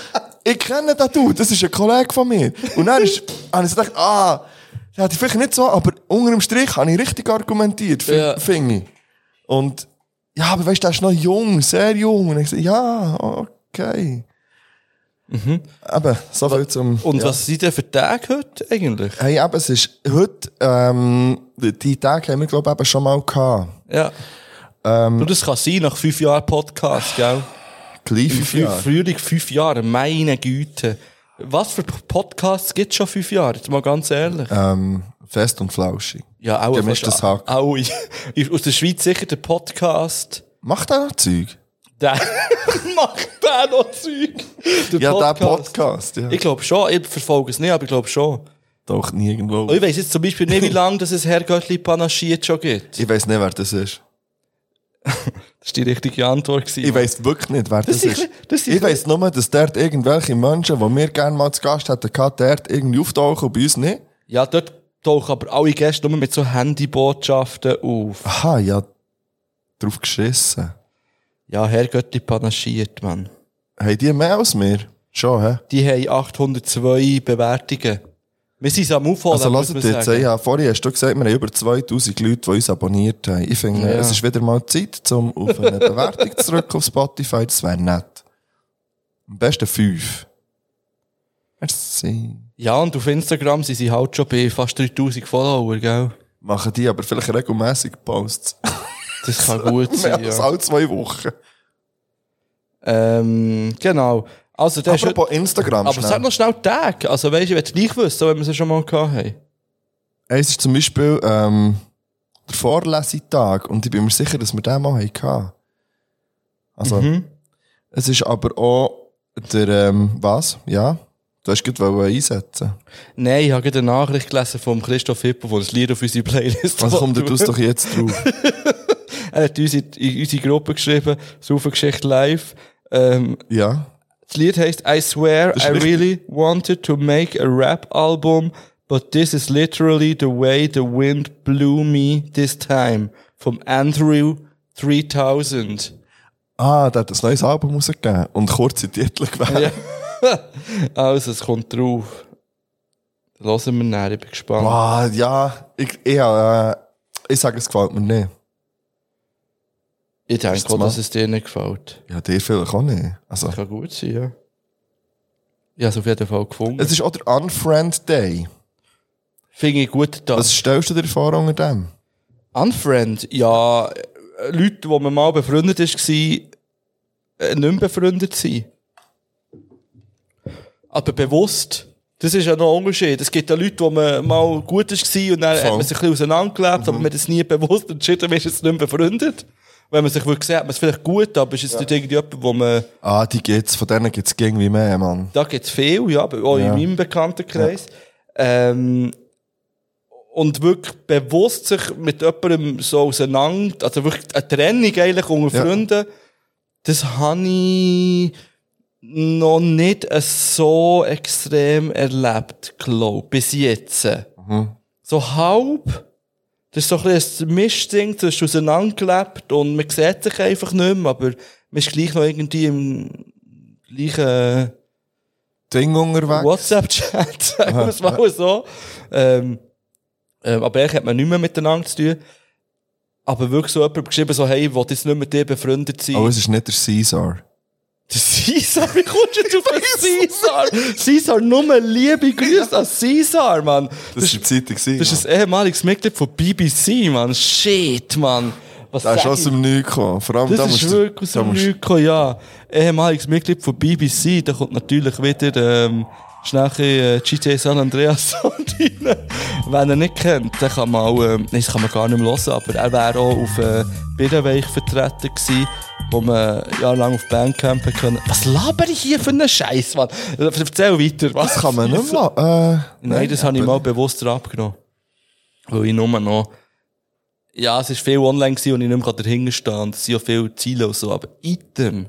ich kenne den Dude, das ist ein Kollege von mir. Und dann ist, habe ich so gedacht, ah, der hat ich vielleicht nicht so, aber unter dem Strich habe ich richtig argumentiert, Ja. finde ich. Und, ja, aber weißt du, der ist noch jung, sehr jung. Und ich so, ja, okay. Mhm. Eben, so viel zum... Und ja. was sind denn für Tage heute eigentlich? Hey, eben, es ist heute, ähm, die Tage haben wir, glaube ich, eben schon mal gehabt. Ja. Ähm, Du, das kann sein, nach fünf Jahren Podcast, gell? Gleich Im fünf Früh- Jahre. Frühling fünf Jahre, meine Güte. Was für Podcasts gibt es schon fünf Jahre? Jetzt mal ganz ehrlich. Ähm, fest und flauschig. Ja, auch Gemischtes Hack. Auch aus der Schweiz sicher der Podcast. Macht er noch Zeug? Der macht der noch Zeug. Der Ja, der Podcast, ja. Ich glaube schon, ich verfolge es nicht, aber ich glaube schon. Taucht nie irgendwo. Und ich weiss jetzt zum Beispiel nicht, wie lange das es Herr Göttli panaschiert schon gibt. Ich weiss nicht, wer das ist. Das war die richtige Antwort gewesen. Ich weiss wirklich nicht, wer das, Das ist. ist- das ist- ich weiss nur, dass dort irgendwelche Menschen, die wir gerne mal zu Gast hätten, gehabt, dort irgendwie auftauchen und bei uns nicht. Ja, dort tauchen aber alle Gäste nur mit so Handybotschaften auf. Aha, ja, drauf geschissen. Ja, Herr Göttli panaschiert, Mann. Haben die mehr als wir? Schon, hä? Die haben achthundertzwei Bewertungen. Wir sind am Aufholen, Also, muss lasst man jetzt, sagen. ja, vorhin hast du gesagt, wir haben über zweitausend Leute, die uns abonniert haben. Ich finde, Ja. es ist wieder mal Zeit, um auf eine Bewertung zu drücken auf Spotify. Das wäre nett. Am besten fünf. Merci. Ja, und auf Instagram sind sie halt schon bei fast dreitausend Follower, gell? Machen die aber vielleicht regelmäßig Posts. Das kann gut Mehr sein, als ja. alle zwei Wochen. Ähm, genau. Also, der ist Apropos Instagram, aber schnell. sag noch schnell Tag. Also, weisst du, ich will gleich wissen, so, wenn wir sie schon mal gehabt haben. Eins ist zum Beispiel ähm, der Vorlesetag und ich bin mir sicher, dass wir den mal hatten. Also, Mhm. es ist aber auch der, ähm, was? Ja? Du hast gerade einsetzen. Nein, ich habe gerade eine Nachricht gelesen von Christoph Hippo, der ein Lied auf unsere Playlist Also komm, du tut. tust doch jetzt drauf. Er hat uns in, in unsere Gruppe geschrieben, Saufengeschichte live. Ähm, Ja. das Lied heisst I swear Das I ist richtig. really wanted to make a rap album, but this is literally the way the wind blew me this time. Vom Andrew dreitausend. Ah, der hat ein neues Album rausgegeben und kurze Titel gewählt. Ja. Also, es kommt drauf. Hören wir nachher, ich bin gespannt. Boah, ja, ich, ich, äh, ich sage, es gefällt mir nicht. Ich denke Ist auch, mal- dass es dir nicht gefällt. Ja, dir vielleicht auch nicht. Also, Das kann gut sein, ja. Ich habe es auf jeden Fall gefunden. es ist auch der Unfriend Day. Finde ich gut da. Was stellst du dir vor unter dem? Unfriend, ja, äh, Leute, die man mal befreundet war, äh, nicht mehr befreundet sind. Aber bewusst. Das ist ja noch ein Unterschied. Es gibt ja Leute, die man mal gut war und dann Voll. hat man sich ein bisschen auseinandergelebt, aber man hat es nie bewusst entschieden, man ist jetzt nicht mehr befreundet. Wenn man sich wirklich sieht, hat man es vielleicht gut, aber ist es nicht irgendwie jemand, wo man, Ah, die gibt's, von denen gibt's irgendwie mehr, Mann. da gibt es viel, ja, aber auch Ja. in meinem Bekanntenkreis. Ähm, und wirklich bewusst sich mit jemandem so auseinander, also wirklich eine Trennung eigentlich unter Ja. Freunden, das habe ich noch nicht so extrem erlebt, glaube ich, bis jetzt. Mhm. So halb. Das ist so ein bisschen ein Mischding, du hast auseinandergelebt und man sieht sich einfach nicht mehr, aber man ist gleich noch irgendwie im gleichen Ding unterwegs. WhatsApp-Chat, sagen wir es mal so. Ähm, ähm, aber eigentlich hat man nicht mehr miteinander zu tun. Aber wirklich so jemand geschrieben, so, hey, ich will jetzt nicht mit dir befreundet sein. Oh, es ist nicht der Caesar. Der Caesar, wie kommst du jetzt auf den Caesar? Caesar, nur liebe Grüße an Caesar, Mann. Das war die Zeit. gewesen, Das ist ein ehemaliges Mitglied von B B C, Mann. Shit, Mann. Was Der ist sag aus ich? dem Nichts gekommen. Vor allem, da Das musst ist du- wirklich aus da dem musst- Nichts gekommen, ja. Ehemaliges Mitglied von B B C, da kommt natürlich wieder, ähm, schnell äh, G T A San Andreas rein. Wenn er nicht kennt, dann kann man auch, ähm, nein, das kann man gar nicht mehr hören, aber er wäre auch auf, äh, Birrenweich vertreten gewesen, wo man jahrelang auf Bandcamp können. Was laber ich hier für einen Scheiß, Mann? Erzähl weiter, was? Das kann man nicht mehr. Äh, Nein, das habe ich aber- mal bewusst abgenommen. Weil ich nur noch, ja, es war viel online gewesen und ich nicht mehr dahinter stehen und es sind ja viele Ziele und so, aber Item.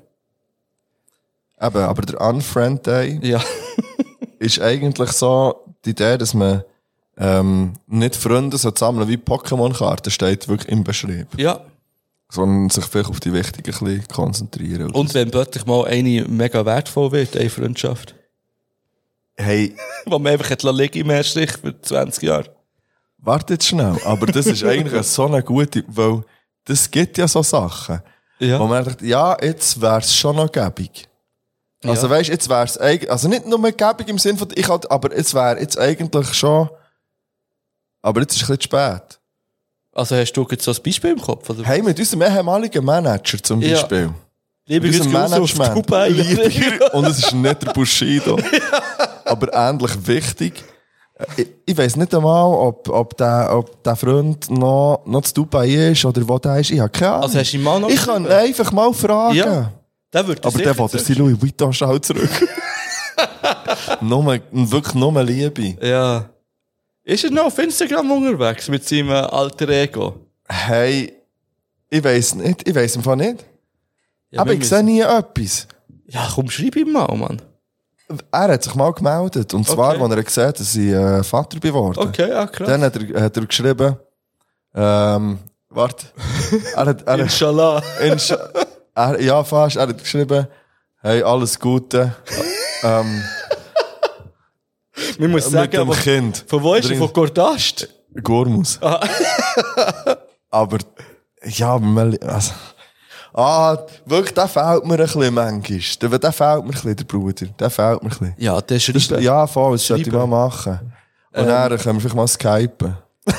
Eben, aber der Unfriend Day Ja. ist eigentlich so die Idee, dass man ähm, nicht Freunde so sammeln wie Pokémon-Karten, steht wirklich im Beschrieb. Ja. Sondern sich vielleicht auf die wichtigen ein bisschen konzentrieren. Und wenn plötzlich mal eine mega wertvoll wird, eine Freundschaft. Hey, Wo man einfach liegen lassen im Erstich für zwanzig Jahre. warte jetzt schnell. Aber das ist eigentlich so eine gute, weil das gibt ja so Sachen, Ja. wo man denkt, ja, jetzt wär's schon noch gäbig. Also Ja. weisst, jetzt wär's eigentlich, also nicht nur gäbig im Sinn von, ich halt, aber es wäre jetzt eigentlich schon, aber jetzt ist es ein bisschen spät. Also hast du jetzt so ein Beispiel im Kopf? Oder? Hey, mit unserem ehemaligen Manager zum Ja. Beispiel. Liebe Unser Grüße auf Management. Dubai. Liebe- Und es ist nicht der Bushido. Aber ähnlich wichtig. Ich, ich weiss nicht einmal, ob, ob, der, ob der Freund noch, noch zu Dubai ist oder wo der ist. Ich habe keine Ahnung. Also hast du ihn mal noch ich kann geschrieben? einfach mal fragen. Ja. Der wird Aber der will er sein Louis Vuitton-Schau zurück. nur, wirklich nur Liebe. Ja. Ist er noch auf Instagram unterwegs mit seinem alter Ego? Hey, ich weiss nicht. Ich weiss im Fall nicht. Ja, Aber wir ich sehe müssen- nie etwas. Ja, komm, schreib ihm mal, Mann. Er hat sich mal gemeldet. Und zwar, Okay. als er gesehen hat, dass ich äh, Vater geworden bin. Okay, ja, krass. Dann hat er, hat er geschrieben, ähm, warte. Er hat, er hat, Inshallah. Inscha- er, ja, fast. Er hat geschrieben, hey, alles Gute. ähm, Man muss mit sagen, dem aber Kind. von wo ist er? Drin- Von Gordast? Gormus. Ah. Aber, ja, man, also, ah, wirklich, der fehlt mir ein bisschen manchmal. Der, der fehlt mir ein bisschen, der Bruder. Der fehlt mir ein bisschen. Ja, der Das, schreibt. ja, voll, das sollte ich mal Schreiben. machen. Und dann können wir vielleicht mal skypen.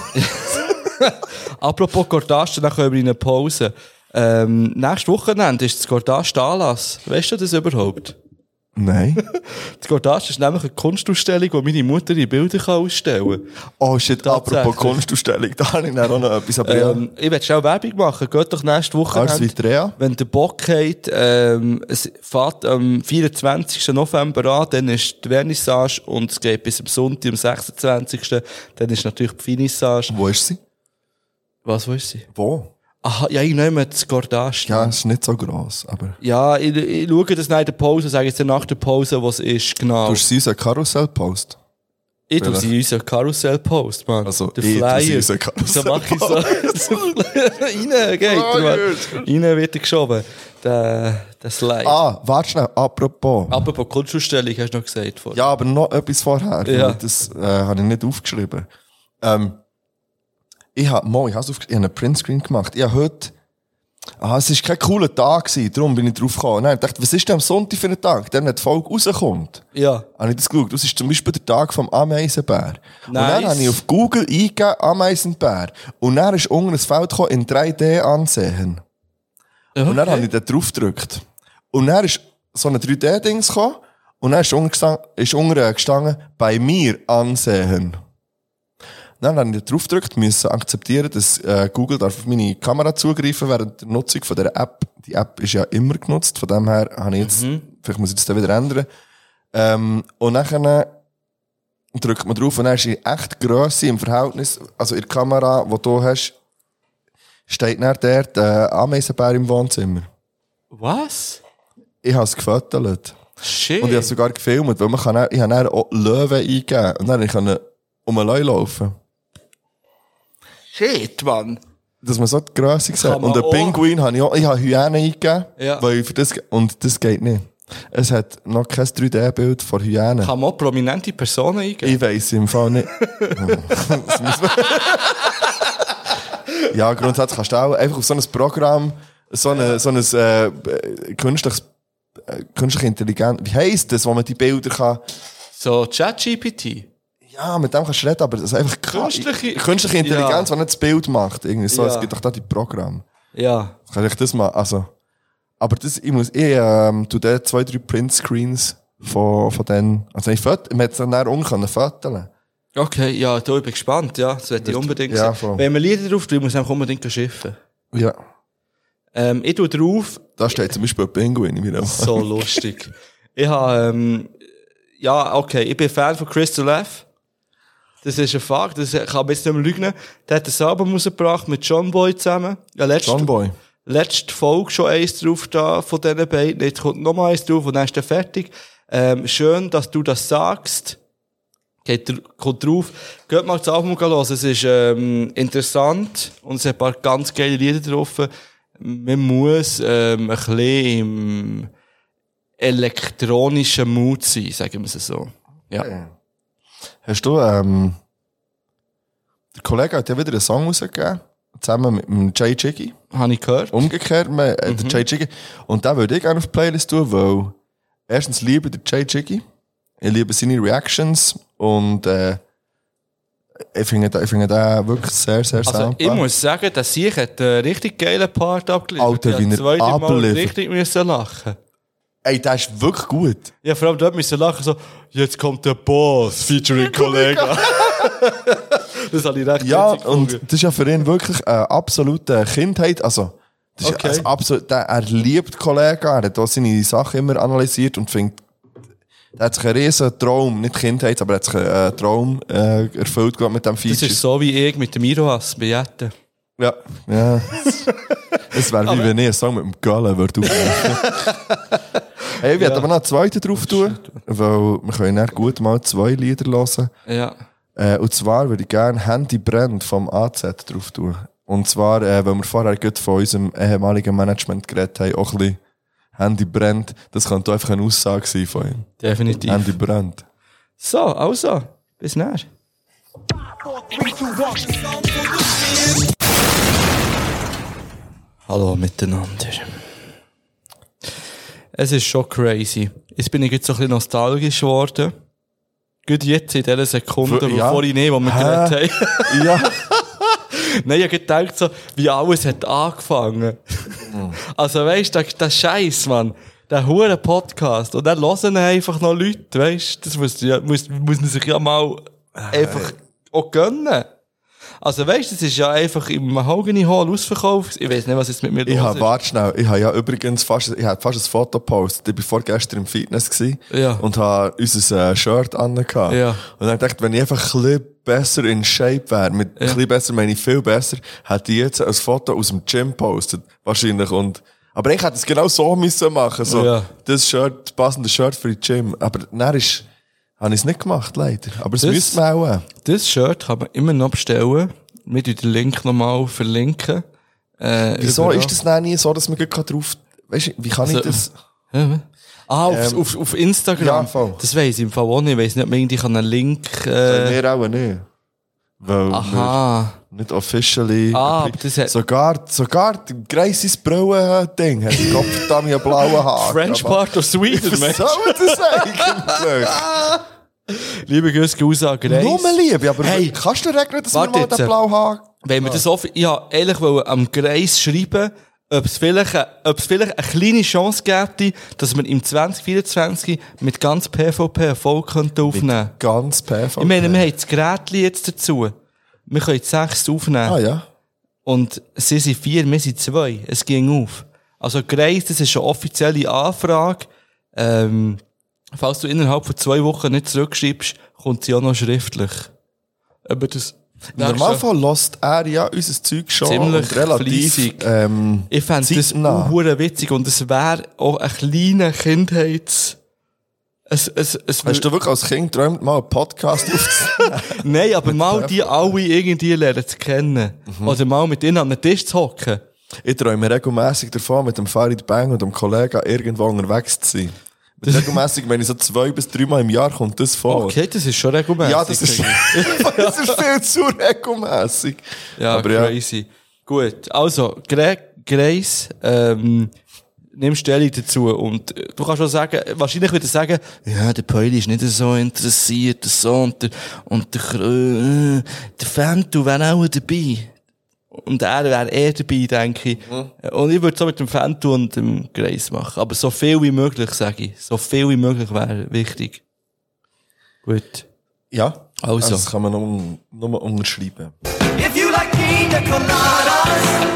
Apropos Gordast, dann können wir in eine Pause. Ähm, nächstes Wochenende ist das Gordast Anlass. Weißt du das überhaupt? Nein. Das Gordast ist nämlich eine Kunstausstellung, wo meine Mutter ihre Bilder kann ausstellen kann. Oh shit, Tatsächlich. apropos Kunstausstellung, da habe ich dann auch noch etwas. Aber ja, Ähm, ich will schnell Werbung machen. Geht doch nächste Woche. Ars Vitrea. Wenn der Bock hat, ähm, es fährt am vierundzwanzigsten November an, dann ist die Vernissage und es geht bis am Sonntag, am sechsundzwanzigsten Dann ist natürlich die Finissage. Wo ist sie? Was, wo ist sie? Wo? Aha, ja, ich nehme das Gordast. Ja, es ist nicht so gross, aber... Ja, ich, ich schaue das nach der Pause, sage jetzt nach der Pause, was ist, genau. Du hast sie unseren Karussell-Post. Ich tue vielleicht. sie in unseren Karussell-Post, Mann. Also, der ich tue Flyer. sie in unseren So mache ich so. Rein, geht Oh, er, Mann. Rein wird er geschoben. Der, der Slide. Ah, warte schnell, apropos. Apropos Kunstausstellung, hast du noch gesagt vorhin. Ja, aber noch etwas vorher. Ja. Das äh, habe ich nicht aufgeschrieben. Ähm, ich habe mal, ich habe aufgeschrieben, ich habe einen Printscreen gemacht. Ich habe heute... Ah, es war kein cooler Tag gewesen, darum bin ich drauf gekommen. Dann habe ich gedacht, was ist denn am Sonntag für ein Tag, der nicht die Folge rauskommt? Ja. Habe ich das geschaut. Das ist zum Beispiel der Tag vom Ameisenbär. Und dann Nice. habe ich auf Google eingegeben, Ameisenbär. Und dann ist unten ein Feld gekommen, in drei D ansehen. Okay. Und dann habe ich da drauf gedrückt. Und dann ist so ein drei D-Dings gekommen. Und dann ist unten gestanden, ist unten gestanden, bei mir ansehen. Dann habe ich da drauf gedrückt, musste akzeptieren, dass äh, Google darf auf meine Kamera zugreifen während der Nutzung von dieser App. Die App ist ja immer genutzt, von dem her habe ich jetzt, vielleicht muss ich das dann wieder ändern. Ähm, und dann drückt man drauf und dann ist die echte Grösse im Verhältnis, also in der Kamera, die du hast, steht dann dort der Ameisenbär im Wohnzimmer. Was? Ich habe es gefotolt. Shit. Und ich habe es sogar gefilmt, weil man kann auch, ich habe dann auch Löwen eingegeben und dann kann ich um einen Löwe laufen. Shit, Mann. Dass man so die Grösse sieht. Kann man Und einen auch- Pinguin habe ich auch, ich habe Hyäne eingegeben, Ja. weil ich für das, und das geht nicht. Es hat noch kein drei D-Bild von Hyänen. Kann man auch prominente Personen eingeben? Ich weiss im Fall nicht. Das muss man- ja, grundsätzlich kannst du auch einfach auf so ein Programm, so ein, so ein äh, künstliches, äh, künstliche Intelligenz, wie heisst das, wo man die Bilder kann, So ChatGPT. ja, mit dem kannst du reden, aber das ist einfach Künstliche- künstliche Intelligenz, Ja. die nicht das Bild macht. Irgendwie so, Ja. es gibt doch da die Programme. Ja. Kann ich das mal, also, aber das, ich muss, ich, ähm, tu da zwei, drei Printscreens von, von denen, also ich foto, man hätte es dann auch unten können fotolen. Okay, ja, da bin ich gespannt, ja. Das werde ich unbedingt Ja, sehen. voll. Wenn man Lieder drauf tut, muss man unbedingt schiffen. Ja. Ähm, ich tue drauf, Da steht zum Beispiel ein Pinguin in mir. so lustig. Ich habe, ähm, ja, okay, ich bin Fan von Crystal F. Das ist ein Fakt, das kann man jetzt nicht mehr lügen. Der hat ein Album rausgebracht mit John Boy zusammen. Ja, letzte, John Boy. letzte Folge schon eins drauf da von diesen beiden. Jetzt kommt noch mal eins drauf und dann ist der fertig. Ähm, schön, dass du das sagst. Geht, dr- kommt drauf. Geht mal das Album hören. Es ist ähm, interessant und es hat ein paar ganz geile Lieder drauf. Man muss ähm, ein bisschen im elektronischen Mut sein, sagen wir es so. Ja. Okay. Hast du, ähm, der Kollege hat ja wieder einen Song rausgegeben, zusammen mit dem Jay Jiggy. Habe ich gehört. Umgekehrt, man, äh, Mhm. der Jay Jiggy. Und den würde ich gerne auf die Playlist tun, weil erstens liebe ich den Jay Jiggy. Ich liebe seine Reactions und äh, ich finde den, ich finde den wirklich sehr, sehr Also, soundbar. ich muss sagen, der Sieg hat einen richtig geilen Part abgeliefert. Alter, Ich wie hab er zweite Mal abliefert. richtig müssen lachen. Ey, der ist wirklich gut. Ja, vor allem dort müssen lachen, so, jetzt kommt der Boss, featuring Kollege. Das habe ich recht Ja, witzig und gefunden. das ist ja für ihn wirklich eine absolute Kindheit. Also, das Okay. ist ein absolut, der, er liebt Kollegen, er hat auch seine Sachen immer analysiert und findet, er hat sich einen riesen Traum, nicht Kindheit, aber er hat sich einen Traum äh, erfüllt glaub, mit dem Feature. Das ist so wie ich mit dem Iroas bei Jette. Ja. Ja. Es wäre wie wenn ich einen Song mit dem Gallen würde aufnehmen. Hey, wir Ja. hätten aber noch einen zweiten drauf tun, weil wir können dann gut mal zwei Lieder hören. Ja. Äh, und zwar würde ich gerne Handy brennt vom A Z drauf tun. Und zwar, äh, weil wir vorher gut von unserem ehemaligen Management geredet haben, auch ein bisschen Handy brennt. Das könnte einfach eine Aussage sein von ihm. Definitiv. Handy brennt. So, also, bis näher. Hallo miteinander. Es ist schon crazy. Jetzt bin ich jetzt so ein bisschen nostalgisch geworden. Gut jetzt in dieser Sekunde, Für- wo ja. vorhin nicht, wo wir Hä? geredet haben. Ja. Nein, ich habe gedacht, so, wie alles hat angefangen. Also weißt du, der, der Scheiß, Mann. Der hure Podcast. Und dann hören ihn einfach noch Leute, weißt du. Das muss, ja, muss, muss man sich ja mal einfach auch gönnen. Also weißt du, das ist ja einfach im Mahogany Hall ausverkauft. Ich weiß nicht, was jetzt mit mir Ich los habe, ist. warte schnell, ich habe ja übrigens fast, ich habe fast ein Foto gepostet. Ich war vorgestern im Fitness gewesen Ja. und habe unser äh, Shirt angehabt. Ja. Und dann dachte ich, wenn ich einfach ein bisschen besser in Shape wäre, mit ein bisschen besser meine ich viel besser, hätte ich jetzt ein Foto aus dem Gym gepostet. Wahrscheinlich. Und, aber ich hätte es genau so müssen machen. So, Ja. das Shirt, das passende Shirt für die Gym. Aber dann ist, habe ich es nicht gemacht, leider. Aber es Das- müsste man auch. Das Shirt kann man immer noch bestellen. Wir tun den Link nochmal verlinken. Äh, Wieso überall. ist das dann nie so, dass man gleich drauf, weißt du, wie kann ich Also, das? Ja, Ah, auf, Ähm, auf, auf Instagram. ja, voll. Das weiss ich im Fall auch nicht. Ich weiss nicht, ob man irgendwie einen Link, äh, Wir auch nicht. Weil aha. wir nicht officially. Ah, aber das hat- sogar, sogar Gracies Brauen-Ding hat Gottverdammt einen blauen Haar. French Aber- Part of Sweden, Was Mensch. soll das eigentlich? Liebe Grüße, Aussage Reis. Nur Liebe, aber Hey, kannst du regeln, dass wir warte mal jetzt. den blauen Haar... Wenn wir das offen, ich wollte ehrlich wollen am Greis schreiben, ob es vielleicht, eine- ob es vielleicht eine kleine Chance gäbe, dass wir im zwanzig vierundzwanzig mit ganz P V P Erfolg könnten aufnehmen. Ganz perfekt. Ich meine, wir haben das Gerät jetzt dazu. Wir können sechs aufnehmen. Ah ja. Und sie sind vier, wir sind zwei. Es ging auf. Also Greis, das ist eine offizielle Anfrage. Ähm, falls du innerhalb von zwei Wochen nicht zurückschreibst, kommt sie auch noch schriftlich. Aber das... Im Normalfall lässt er ja unser Zeug schon Ziemlich und relativ fleissig. ähm, Ich fände das zeitnah. auch hure witzig und es wäre auch ein kleiner Kindheits... Es, es, es Hast du wirklich als Kind geträumt, mal einen Podcast aufzunehmen? Nein, aber mal die alle irgendwie lernen zu kennen. Mhm. Oder mal mit ihnen an den Tisch zu hocken. Ich träume regelmässig davon, mit dem Farid Bang und dem Kollegen irgendwo unterwegs zu sein. Mit regelmässig, wenn ich so zwei bis dreimal im Jahr kommt das vor. Okay, das ist schon regelmäßig. Ja, das ist, das ist viel zu regelmässig. Ja, Aber ja. crazy. Gut, also, Gre Grace, ähm, nimm Stellung dazu und äh, du kannst schon sagen, wahrscheinlich würde er sagen, ja, der Peuli ist nicht so interessiert, und so, und der, und der, äh, der Fantu wäre auch dabei. Und er wäre eher dabei, denke ich. Mhm. Und ich würde es so mit dem Fantu und dem Grace machen. Aber so viel wie möglich, sage ich. So viel wie möglich wäre wichtig. Gut. Ja, Also. das kann man nur, nur unterschreiben. If you like pina coladas,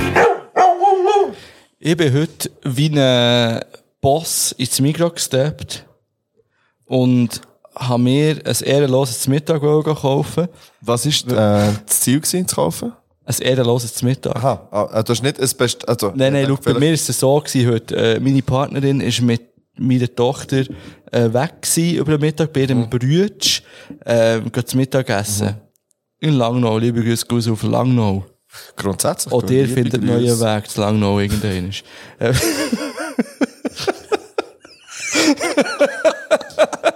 Ich bin heute wie ein Boss ins Migros gesteppt und habe mir ein ehrenloses Mittag kaufen. Was war äh, das Ziel gewesen, zu kaufen? Ein ehrenloses Mittag. Aha, ah, du hast nicht ein Best... Also, Nein, nein, ich schau, dachte, bei vielleicht- mir ist es so gewesen heute. Äh, meine Partnerin ist mit meiner Tochter äh, weg gewesen über den Mittag bei ihrem Brütsch, äh, geht zum Mittagessen. In Langnau, liebe Grüße Grüße auf Langnau. Grundsätzlich. Auch ihr liebe findet einen Grüße. neuen Weg zu Langnau irgendwann. Äh,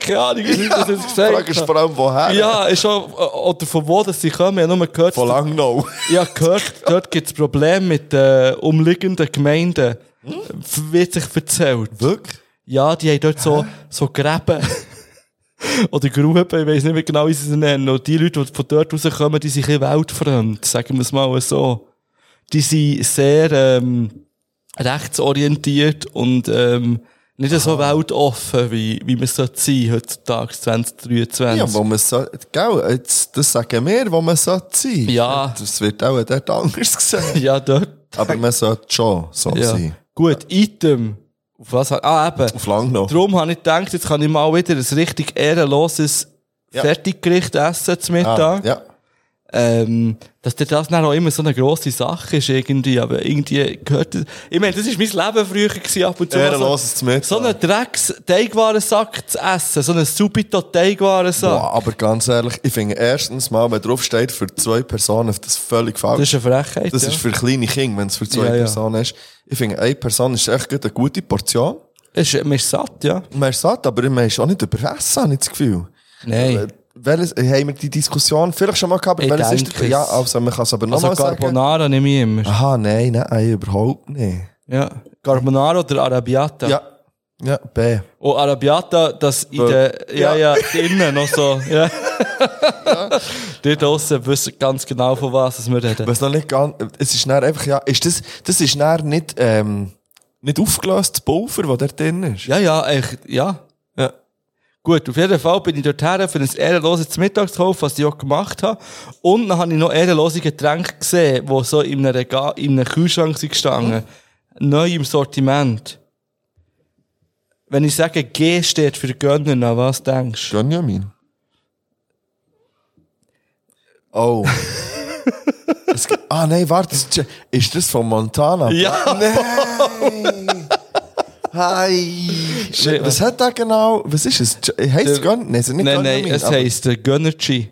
keine Ahnung, wie das jetzt Die gesagt Frage ist habe. vor allem, woher? Ja, ist schon, oder von wo dass sie kommen. Ich habe nur gehört, Von Langnau. ich habe gehört, dort gibt es Probleme mit den umliegenden Gemeinden. Hm? Wird sich erzählt. Wirklich? Ja, die haben dort so, so Gräben. Oder Gruben, ich weiss nicht mehr genau, wie sie sie nennen. Und die Leute, die von dort rauskommen, die sind ein bisschen weltfremd, sagen wir es mal so. Die sind sehr, ähm, rechtsorientiert und, ähm, nicht Aha. so weltoffen, wie, wie man es sein sollte heutzutage, zwanzig dreiundzwanzig. Ja, wo man so, gell, jetzt, das sagen wir, wo man so sein. Ja. Das wird auch dort anders gesehen. Ja, dort. Aber man sollte schon so ja. sein. Gut, Item. Auf was? Ah, eben. Auf Langnau. Darum habe ich gedacht, jetzt kann ich mal wieder ein richtig ehrenloses ja. Fertiggericht essen zum Mittag. Ah, ja. Ähm, dass dir das dann auch immer so eine grosse Sache ist, irgendwie, aber irgendwie gehört das, ich meine, das war mein Leben früher gewesen, ab und zu. Ehrenloses zum Mittag. So einen Drecks-Teigwarensack zu essen, so einen Subito-Teigwarensack. Boah, aber ganz ehrlich, ich finde erstens mal, wenn drauf steht, für zwei Personen, das völlig falsch. Das ist eine Frechheit, Das ja. ist für kleine Kinder, wenn es für zwei ja, ja. Personen ist. Ich finde, eine Person ist echt eine gute Portion. Ist, man ist satt, ja. Man ist satt, aber man ist auch nicht überessen, habe ich das Gefühl. Nein. Welches, haben wir die Diskussion vielleicht schon mal gehabt? Ich welches denke ist der, ja, also man kann es aber nochmal also sagen. Carbonara nehme ich immer. Aha, nein, nein, überhaupt nicht. Ja. Carbonara oder Arrabbiata? Ja. Ja, B. Oh, Arrabbiata, das in der, ja, ja, innen noch so, ja. ja. Die draussen wissen ganz genau, von was wir reden. Was noch nicht ganz, es ist dann einfach, ja, ist das, das ist dann nicht, ähm, nicht aufgelöstes Pulver, das dort drin ist? Ja, ja, echt, ja. Ja. Gut, auf jeden Fall bin ich dorthin für ein ehrenloses Mittagskauf, was ich auch gemacht habe. Und dann habe ich noch ehrenlose Getränke gesehen, die so in einem Regal, in einem Kühlschrank sind gestanden. Mhm. Neu im Sortiment. Wenn ich sage, G steht für Gönnen, an was denkst du? Gönjamin. Oh. es, ah, nein, warte, ist das von Montana? Ja! Nein! Hi! Shit. Was hat der genau? Was ist es? Heißt es Gönn? Nein, es ist nicht Nein, Gönjamin. nein, es heisst äh, Gönnergy.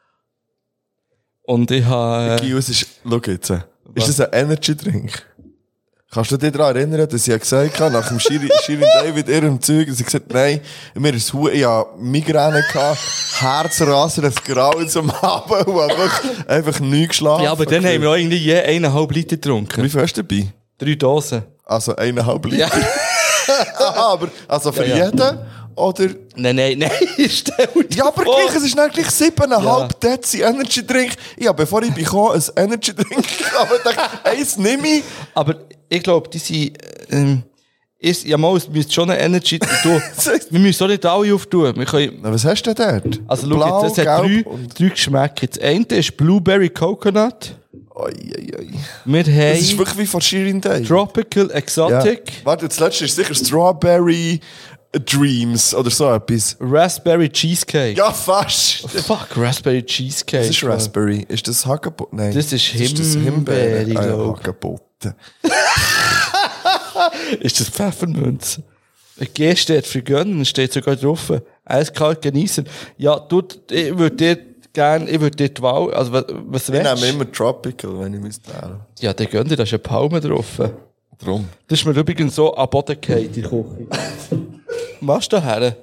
Und ich habe... Äh, Gio, es ist, schau jetzt. Ist das ein Energy-Drink? Kannst du dich daran erinnern, dass ich gesagt habe, nach dem Shirin, Shirin David ihrem Zeug, dass ich gesagt habe, nein, mir ist Hu, ich hatte Migräne gehabt, Herzrasen, ein Grauen zum Abend und einfach, einfach nie geschlafen. ja, aber dann haben wir auch irgendwie je eineinhalb Liter getrunken. Wie viel hast du dabei? Drei Dosen. Also eineinhalb Liter. Ja. Aha, aber, also für Ja, ja. jeden, oder? Nein, nein, nein, stell dir Ja, aber vor. gleich, es ist dann gleich siebeneinhalb Ja. Dezi Energy Drink. Ja, bevor ich bekomme, ein Energy Drink, aber ich dachte, eins nehme ich. Aber ich glaube, die sind, ähm, ist, ja mal, es müsste schon eine Energy, du, wir müssen auch nicht alle auftun. Wir können, Na, was hast du denn dort? also Blau, schau jetzt, es hat drei, gelb und... drei Geschmäcke. Das eine ist Blueberry Coconut. Oi, oi, oi. Wir Das ist haben wirklich wie von Shirin David. Tropical Exotic, Ja. Warte, das letzte ist sicher Strawberry Dreams oder so etwas. Raspberry Cheesecake. Ja, fast. Fuck, Raspberry Cheesecake. Das ist Raspberry. Ist das Hagebutten? Nein. Das ist das Himbeere, Ah, ja, glaub. Hagebutten. Ist das Pfeffermünze? G steht für gönnen, steht sogar drauf. Eiskalt genießen. Ja, du, ich würde dir gerne, ich würde dir die Wahl, also was, was Ich nehme willst du? immer Tropical, wenn ich müsste wählen. Ja, der gönnt dir, da ist eine Palme drauf. Drum. Das ist mir übrigens so am Boden gefallen, die Küche. Was da her?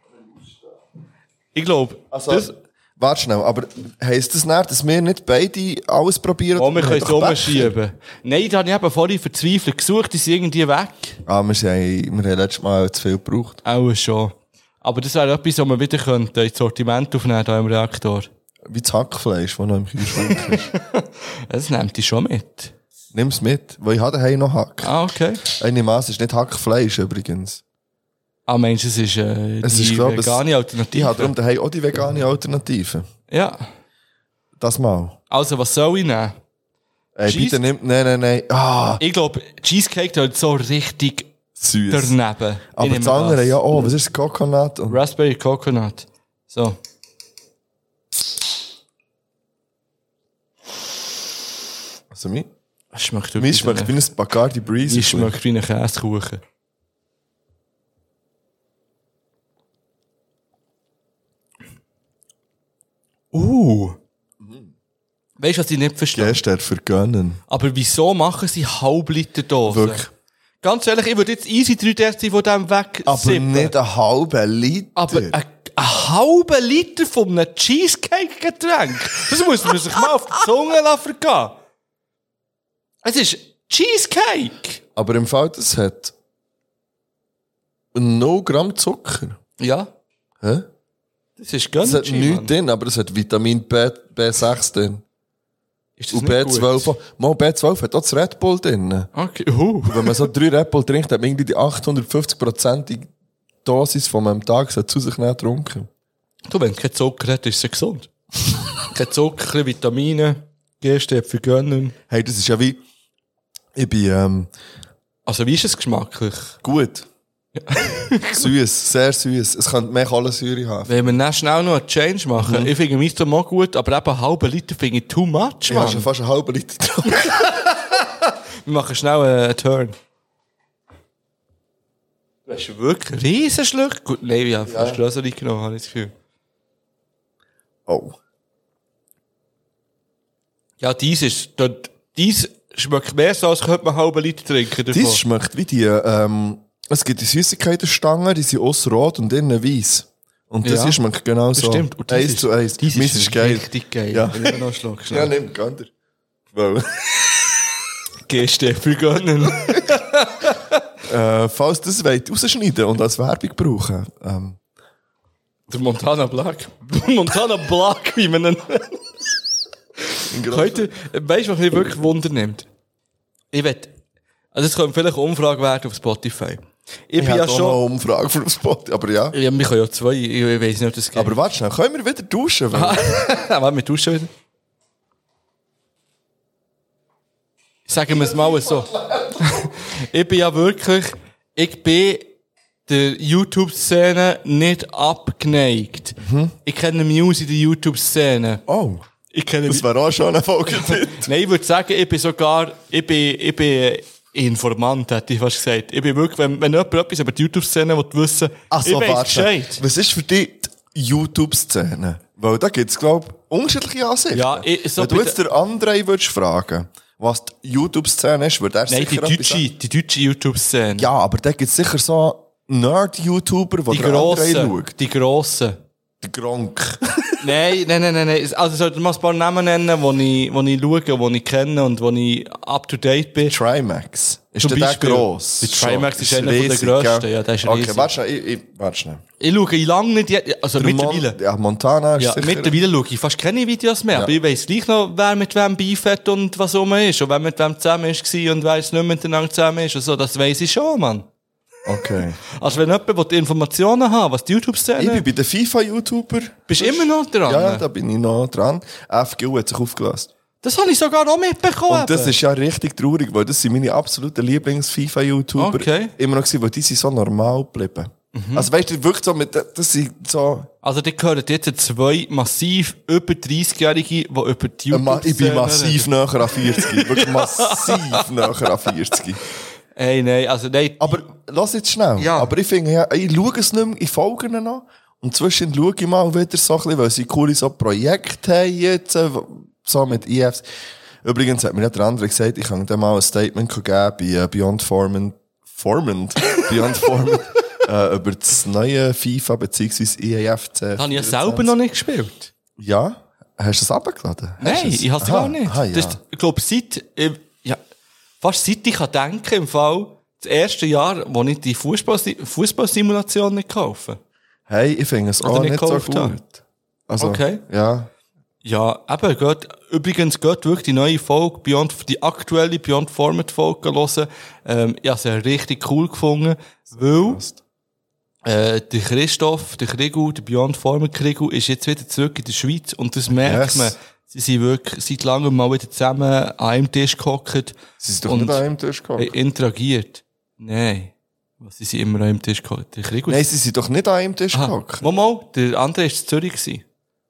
Ich glaube, Also, das, warte schnell, aber heisst das nicht, dass wir nicht beide alles probieren? oh, wir können es haben doch Becher. umschieben. Nein, da habe ich eben vorhin verzweifelt gesucht, die sind irgendwie weg. Ah, wir, sind, wir haben letztes Mal zu viel gebraucht. Auch schon. Aber das wäre etwas, was wir wieder könnten, ins Sortiment aufnehmen, hier im Reaktor. Wie das Hackfleisch, das noch im Kühlschrank ist. Das nimmt die schon mit. Nimm's mit, weil ich habe daheim noch Hack. Ah, okay. Eine Masse ist nicht Hackfleisch übrigens. Ah, meinst du, es ist äh, Es die ist, glaub, vegane es, Alternative? Ich habe darum daheim auch die vegane Alternative. Ja. Das mal. Also, was soll ich nehmen? Ey, Cheese- bitte nimm, nein, nein, nein. Ah, Ich glaube, Cheesecake tut so richtig süß. daneben. Ich Aber nehme das andere, das. ja, oh, was ist das? Coconut? Und Raspberry Coconut. So. also, mein, Es schmeckt mein wirklich schmeckt wie ein Bacardi Breeze. Es schmeckt wie ein Käsekuchen. Uh. Weißt du, was ich nicht verstehe? Gestern für gönnen. Aber wieso machen sie Halbliter Dosen? Wirklich. Ganz ehrlich, ich würde jetzt easy drei Dezi von dem weg Aber nicht einen halben Liter. Aber ein, ein halber Liter von einem Cheesecake-Getränk. Das muss man sich mal auf die Zunge vergehen. Es ist Cheesecake. Aber im Fall, das hat null Gramm Zucker. Ja. Hä? Das ist Es ganz hat nichts drin, aber es hat Vitamin B, B sechs drin. Ist das Und nicht B zwölf. gut? Mal B zwölf hat auch das Red Bull drin. Okay. Uh. Und wenn man so drei Red Bull trinkt, hat man irgendwie die achthundertfünfzig-prozentige Dosis von einem Tag zu sich nicht getrunken. Du, wenn kein Zucker hat, ist es ja gesund. Kein Zucker, ein Vitamine, gehst du für gönnen. Hey, das ist ja wie, ich bin, ähm, Also, wie ist es geschmacklich? gut. Süß, sehr süß. Es könnte mehr Kohlensäure haben. Wenn wir dann schnell noch einen Change machen, Mhm. ich finde meins mal gut, aber eben einen halben Liter finde ich too much, Ich habe schon Mann. fast einen halben Liter getrunken. Wir machen schnell einen Turn. Du hast wirklich einen riesen Schluck. Gut, nein, ich habe fast größer genommen, habe ich das Gefühl. Oh. Ja, dies ist, dort, dies schmeckt mehr so, als könnte man einen halben Liter trinken davon. Dies schmeckt wie die, ähm, es gibt die Süßigkeitenstangen, die sind aussen rot und innen weiss. Und das Ja. hier schmeckt genau so. Stimmt. Und dies Eins ist- zu eins. dies Meins ist ist geil. richtig geil. Ja. Ich will noch einen Schluck Ja, schnell. nimm, kann der. Well. Gehst du für gönnen. äh, falls das wollt, rausschneiden und als Werbung brauchen, ähm, Der Montana Black. Montana Black, wie man ihn Heute, weißt du, was mich wirklich Wunder nimmt? Ich will, also es könnte vielleicht eine Umfrage werden auf Spotify. Ich, ich bin ja habe auch noch schon, eine Umfrage für den Spot, aber ja. ja, wir können ja zwei, ich, ich weiss nicht, ob das geht. Aber warte schnell, können wir wieder duschen? Weil Aber wir duschen wieder. Sagen wir es mal so. Ich bin ja wirklich, ich bin der YouTube-Szene nicht abgeneigt. Mhm. Ich kenne Muse in der YouTube-Szene. oh, Ich kenne das wäre auch schon eine Folge. Nein, ich würde sagen, ich bin sogar, ich bin, ich bin Informant, hätte ich fast gesagt. Ich bin wirklich, wenn, wenn jemand etwas über die YouTube-Szene wissen will, Ach so, ich weiss warte. Bescheid. Was ist für dich die YouTube-Szene? Weil da gibt es, glaube ich, unterschiedliche Ansichten. Ja, ich- so wenn du bei jetzt der André würdest fragen, was die YouTube-Szene ist, würde er Nein, die sicher etwas sagen. deutsche, die deutsche YouTube-Szene. Ja, aber da gibt es sicher so Nerd-YouTuber, die die der André grossen. schaut. Die grossen. Der Gronk. Nein, nein, nein, nein, nein. Also, soll ich mal ein paar Namen nennen, die ich, die ich schaue, die ich kenne und wo ich up to date bin? Trimax. Ist Zum der, der Beispiel. gross? Der Trimax Schon. ist einer von der riesig, grössten, gell? ja, der ist Okay, riesig. warte schnell, ich, ich, warte schnell. Ich schaue in lange nicht, je- also Der mittlerweile. Mon- ja, Montana ist Ja, sicher... mittlerweile schaue ich fast keine Videos mehr, Ja. aber ich weiss gleich noch, wer mit wem Beef hat und was rum ist und wer mit wem zusammen ist gewesen und wer jetzt nicht miteinander zusammen ist und so, das weiss ich schon, Mann. Okay. Also wenn jemand will die Informationen haben, was die Ich YouTube-Szene bin bei den FIFA-YouTuber. bist du immer noch dran? Ja, da bin ich noch dran. F G U hat sich aufgelöst. Das habe ich sogar auch mitbekommen. Und das ist ja richtig traurig, weil das sind meine absoluten Lieblings-FIFA-YouTuber. Okay. Immer noch gewesen, weil die sind so normal geblieben. Also weißt du, wirklich so mit, das sind so, Also die gehören jetzt zwei massiv über dreißigjährige, die über die äh, ma- YouTube-Szene ich bin massiv reden. näher an vierzig. Wirklich massiv näher an vierzig. Ey, nein, also nein. Aber lass jetzt schnell. Ja. Aber ich finde, ja, ich schaue es nicht mehr, ich folge ihnen noch. Und zwischen schaue ich mal wieder so ein bisschen, weil sie coole so Projekte haben jetzt, äh, so mit I Fs. Übrigens hat mir ja der andere gesagt, ich kann dem mal ein Statement geben bei äh, Beyond Formant, Formant, Beyond Formant, äh, über das neue FIFA bzw. I A F C. Das habe ich ja selber noch nicht gespielt. Ja? Hast du es abgeladen? Nein, Hast du es? ich habe es Aha, gar nicht. aha, ja. Das ist, ich glaube, seit, äh, ja, fast seit ich kann denken, im Fall, das erste Jahr, wo ich die Fußball- Fußballsimulation nicht kaufe. Hey, ich finde es Oder auch nicht nicht so gekauft gut. habe. Also, Okay. Ja. Ja, eben, geht, übrigens geht wirklich die neue Folge, Beyond, die aktuelle Beyond Format Folge hören. Ähm, ich habe sie richtig cool gefunden, weil, äh, der Christoph, der Krigu, der Beyond Format Krigu, ist jetzt wieder zurück in der Schweiz und das merkt Yes. man. Sie sind wirklich seit langem mal wieder zusammen an einem Tisch gehockt. Sie sind doch und nicht an einem Tisch gekommen. haben interagiert. Nein. Was, sie sind immer an einem Tisch gehockt. Der Krigu Nein, sie sind doch nicht an einem Tisch Aha. gehockt. Mal, mal, der andere war in Zürich gewesen.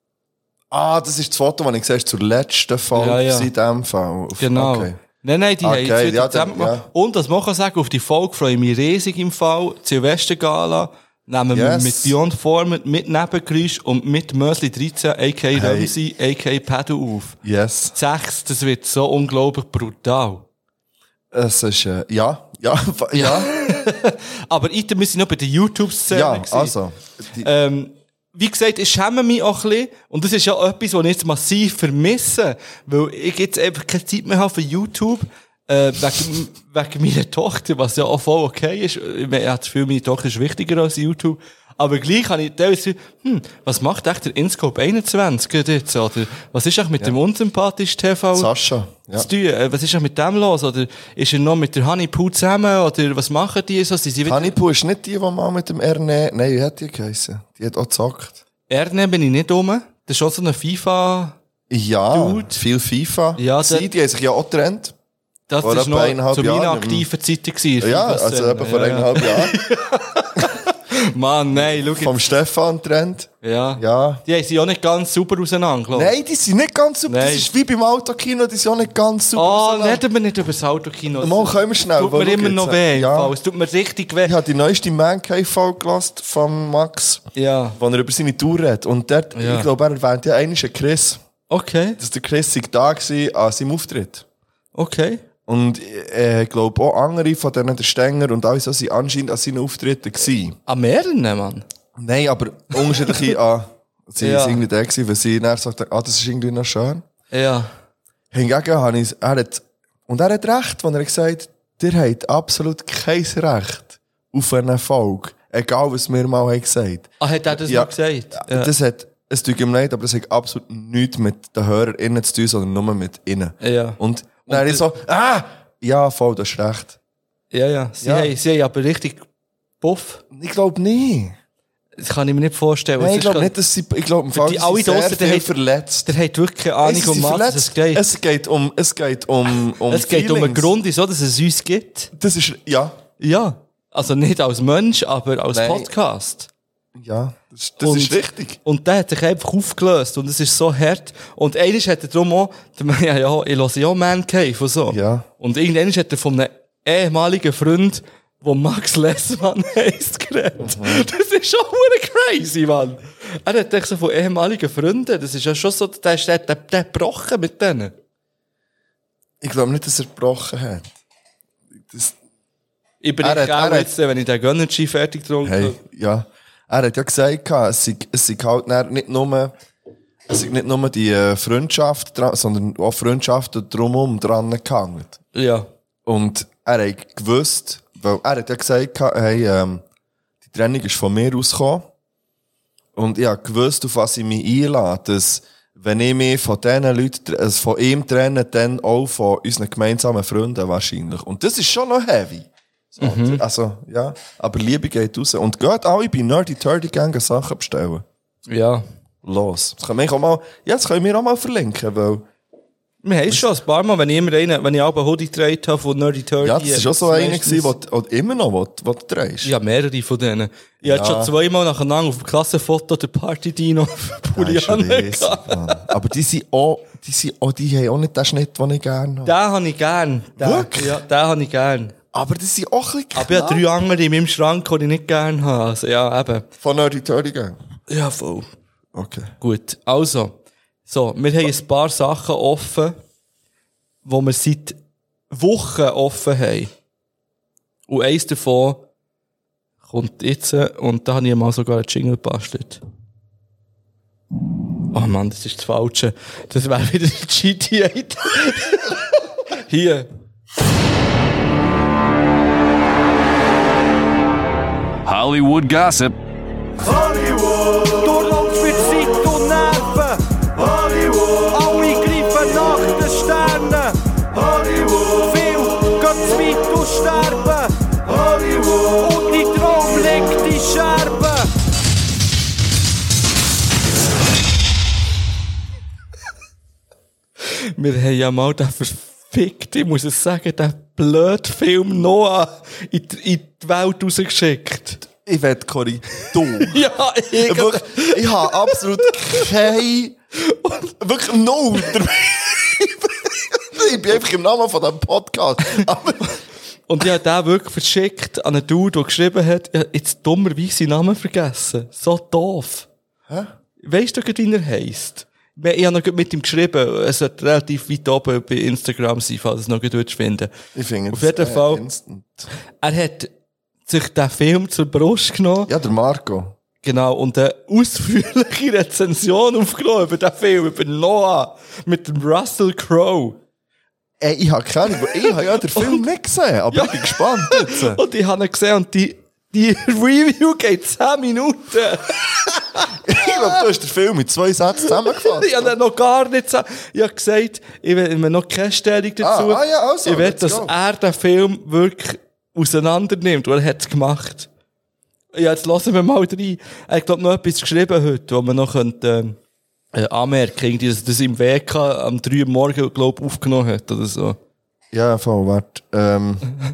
Ah, das ist das Foto, das ich gesehen habe, zur letzten Folge Ja, ja. in diesem Fall. Auf- Genau. Okay. Nein, nein, die Ah, haben jetzt geil, wieder ja, dann- zusammen gemacht. ja. Und, das muss ich sagen, auf die Folge freue ich mich riesig im Fall. Silvestergala nehmen wir Yes. mit Beyond Format, mit Nebengeräusch und mit Mösli dreizehn, a k a. Hey. Ramsey, a k a. Pedal auf. Yes. Sechs, das wird so unglaublich brutal. Es ist, äh, ja, ja, ja. Aber ich, wir sind noch bei der YouTube-Szene. Ja, gewesen. also. Die, Ähm, wie gesagt, ich schäme mich auch ein bisschen. Und das ist ja etwas, was ich jetzt massiv vermisse. Weil ich jetzt einfach keine Zeit mehr habe für YouTube. Äh, wegen, wegen meiner Tochter, was ja auch voll okay ist. Ich habe das Gefühl, meine Tochter ist wichtiger als YouTube. Aber gleich habe ich teilweise, hm, was macht echt der InScope einundzwanzig jetzt? Oder was ist eigentlich mit ja. dem unsympathischen T V Sascha, ja. zu tun? Was ist eigentlich mit dem los? Oder ist er noch mit der Honeypoo zusammen? Oder was machen die so? Sie sie Honeypoo ist nicht die, die mal mit dem Erne, nein, wie hat die geheissen? Die hat auch gezockt. Erne bin ich nicht rum. Das ist schon so eine FIFA. Ja, Dude. viel FIFA. Ja, Sie, die haben sich ja auch getrennt. Das Vor ist noch eineinhalb zu meiner Jahren. aktiven Zeit gewesen. Ja, also eben vor ja, eineinhalb Jahren. Mann, nein, schau Vom jetzt. Stefan getrennt. Ja. Ja. Die haben sich auch nicht ganz sauber auseinander, glaube ich. Nein, die sind nicht ganz super. Nein. Das ist wie beim Autokino, die sind auch nicht ganz super. Oh, auseinander. reden wir nicht über das Autokino. Mal können wir schnell. Tut weil mir schau immer jetzt, noch weh. Ja. Ja. Es tut mir richtig weh. Ich habe die neueste Man Cave Folge gelassen von Max, Ja. wo er über seine Tour redet. Und dort, Ja. ich glaube, er erwähnt ja einmal einen Chris. Okay, Dass der Chris sei da war an seinem Auftritt. okay. Und äh, ich glaube auch andere von denen, der Stenger und alles, so, sind anscheinend an seinen Auftritten gewesen. An mehreren, Mann. Nein, aber unterschiedliche an. Sie Ja. ja. irgendwie da gewesen, weil sie dann sagten, ah, das ist irgendwie noch schön. Ja. Hingegen habe ich, er hat, und er hat recht, wenn er gesagt hat, ihr habt absolut kein Recht auf einen Erfolg. Egal, was wir mal haben gesagt. Ah, hat er das Ja. noch gesagt? Ja. Das hat, es tut ihm leid, aber das hat absolut nichts mit den HörerInnen zu tun, sondern nur mit ihnen. Ja. Und dann ist so, ah, ja, voll, das ist recht. Ja, ja. Sie, Ja. Haben, sie haben aber richtig Puff. Ich glaube nicht. Das kann ich mir nicht vorstellen. Nein, Es ich ist glaube grad- nicht, dass sie, ich glaube, im Für Fall, die die alle alle sehr draussen, die viel haben- verletzt. Der hat wirklich keine Ahnung, Es um sind was verletzt. es geht. Es geht um, es geht um, um Es geht um einen Feelings. Grund, wieso dass es uns gibt. Das ist, ja, Ja. Also nicht als Mensch, aber als Nein. Podcast. ja, das, das Und- ist richtig. Und der hat sich einfach aufgelöst und es ist so hart. Und eines hat er darum auch, ja, ja, ich höre ja auch Man Cave und so. Ja. Und irgendwann hat er von einem ehemaligen Freund, der Max Lessmann heisst, geredet. Mhm. Das ist schon verdammt crazy, Mann. Er hat echt so von ehemaligen Freunden, das ist ja schon so, der ist der, der, der gebrochen mit denen. Ich glaube nicht, dass er gebrochen hat. Das, Ich bin Er hat- auch er hat- jetzt, wenn ich den Gönnergy fertig getrunken hey, habe. ja. Er hat ja gesagt, es sei, es sei halt dann nicht nur, es sei nicht nur die äh, Freundschaft dran, sondern auch Freundschaften drumherum dran gehangen. Ja. Und er hat gewusst, weil er hat ja gesagt, hey, ähm, die Trennung ist von mir ausgekommen. Und ich habe gewusst, auf was ich mich einlade, dass, wenn ich mich von diesen Leuten, also von ihm trenne, dann auch von unseren gemeinsamen Freunden wahrscheinlich. Und das ist schon noch heavy. So, Mhm. Also, ja. Aber Liebe geht raus. Und geht alle bei Nerdy Turdy Gang Sachen bestellen. Ja. Los. Das können wir auch mal, ja, das können wir auch mal verlinken, weil, Wir haben es schon ein paar Mal, wenn ich immer einen, wenn ich auch einen Hoodie getragen habe von Nerdy Turdy. ja, das ist schon so das einer meistens- gewesen, wo, wo immer noch, wo, wo du drehst. Ja, mehrere von denen. Ich Ja. hatte schon zweimal nacheinander auf dem Klassenfoto der Party-Dino Ja, ist schon Juliane riesig, gehabt. Mann. Aber die sind auch, die sind auch, die haben auch nicht den Schnitt, den ich gerne habe. Den habe ich gern. Den, Wirklich? Ja, den habe ich gern. Aber die sind auch ein bisschen Aber ich habe drei andere in meinem Schrank, die ich nicht gern habe. Also, ja, eben. Von Nerdy Turdy Gang. Ja, voll. Okay. Gut. Also. So, wir haben ein paar Sachen offen, die wir seit Wochen offen haben. Und eins davon kommt jetzt, und da habe ich mal sogar einen Jingle gebastelt. Oh Mann, das ist das Falsche. Das wäre wieder der G T acht. Hier. Hollywood gossip. Hollywood, Durchlauf mit Zeit und Nerven. Hollywood, Alle greifen nach den Sternen. Hollywood, Viel gehen zu weit und sterben. Hollywood, Und die Traum legt die Scherben. Wir haben ja mal den verfickt, ich muss es sagen, den blöden Film Noah in die, in die Welt rausgeschickt. Ich werde Cory, du. Ja, ich. Wirklich, ich habe absolut kein, wirklich null. Ich bin einfach im Namen von diesem Podcast. Aber, Und ich habe den wirklich verschickt an einen Dude, der geschrieben hat, ich habe jetzt dummerweise seinen Namen vergessen. So doof. hä? Weißt du, wie er heisst? Ich habe noch mit ihm geschrieben, es sollte relativ weit oben bei Instagram sein, falls es noch gut finden. Ich finde Auf jeden Fall, instant. Er hat sich den Film zur Brust genommen. Ja, der Marco. Genau, und eine ausführliche Rezension aufgenommen über den Film, über Noah, mit dem Russell Crowe. Ey, ich habe keine Ahnung, ich habe ja den Film nicht gesehen, aber Ja. ich bin gespannt jetzt. Und ich habe ihn gesehen und die, die Review geht zehn Minuten. Ich glaube, du hast den Film mit zwei Sätzen zusammengefasst. Ich habe ihn noch gar nicht gesagt. Ich habe gesagt, ich will mir noch keine Stellung dazu. Ah, ah ja, also, ich will, let's dass go. er den Film wirklich auseinander nimmt, weil er hat es gemacht. Ja, jetzt lassen wir mal rein. Er hat, glaube noch etwas geschrieben heute, wo man noch könnte, äh, anmerken, irgendwie, dass er das im Weg am drei Uhr morgen, glaube ich, aufgenommen hat, oder so. Ja, voll, warte. Ähm,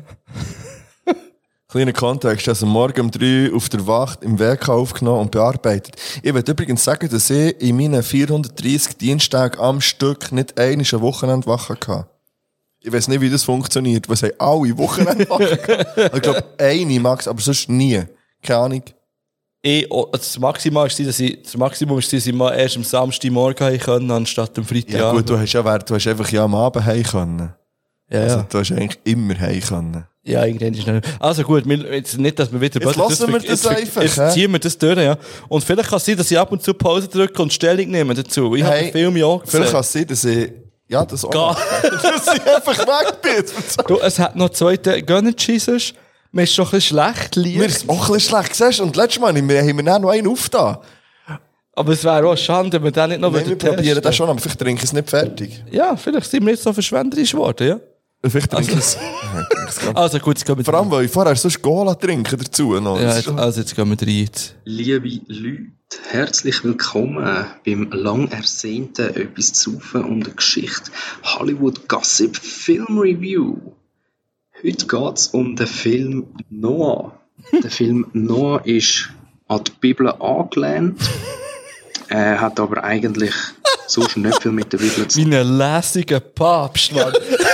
kleiner Kontext, also morgen um drei auf der Wacht im W K aufgenommen und bearbeitet. Ich will übrigens sagen, dass ich in meinen vierhundertdreissig Dienstagen am Stück nicht einmal eine Wochenendwache hatte. Ich weiss nicht, wie das funktioniert, was haben alle Wochenendwache gehabt. Ich glaube, eine Max, aber sonst nie. Keine Ahnung. Ich, oh, das Maximum ist, dass ich, das Maximum ist, dass ich mal erst am Samstagmorgen heim können, anstatt am Freitag. Ja gut, du hast ja während, du hast einfach ja am Abend heim können. ja, Also, ja. du hast eigentlich immer heim können. Ja, irgendwann ist nicht. Also gut, wir, jetzt nicht, dass wir wieder... Jetzt lassen wir das jetzt, einfach, Jetzt hä? ziehen wir das durch, ja. Und vielleicht kann es sein, dass ich ab und zu Pause drücke und Stellung nehme dazu. Ich habe Hey, den Film ja auch gesehen. Vielleicht kann es sein, dass ich, ja, das auch. Gar- dass ich einfach weg bin. Du, es hat noch zweite Gönnercheesers. Mir ist schon ein bisschen schlecht, lieb. Mir ist auch ein bisschen schlecht, siehst du? Und letztes Mal haben wir, haben wir dann noch einen aufgetan. Aber es wäre auch eine Schande, wenn wir den nicht noch Nein, wir wieder probieren testen. das schon, aber vielleicht trinke ich es nicht fertig. Ja, vielleicht sind wir jetzt so verschwenderisch geworden, ja. Vielleicht trinke ich es. Ja, ich trinke es gar- Also gut, jetzt gehen wir Vor allem, weil ich vorher sonst Cola trinken dazu noch. Ja, Das ist jetzt, schon- also jetzt gehen wir rein. Jetzt. Liebe Leute, herzlich willkommen beim lang ersehnten «Etwas zu saufen» und der Geschichte Hollywood Gossip Film Review. Heute geht es um den Film Noah. Der Film Noah ist an die Bibel angelehnt, er hat aber eigentlich sonst nicht viel mit der Bibel zu tun. Wie ein lässiger Papst, Mann.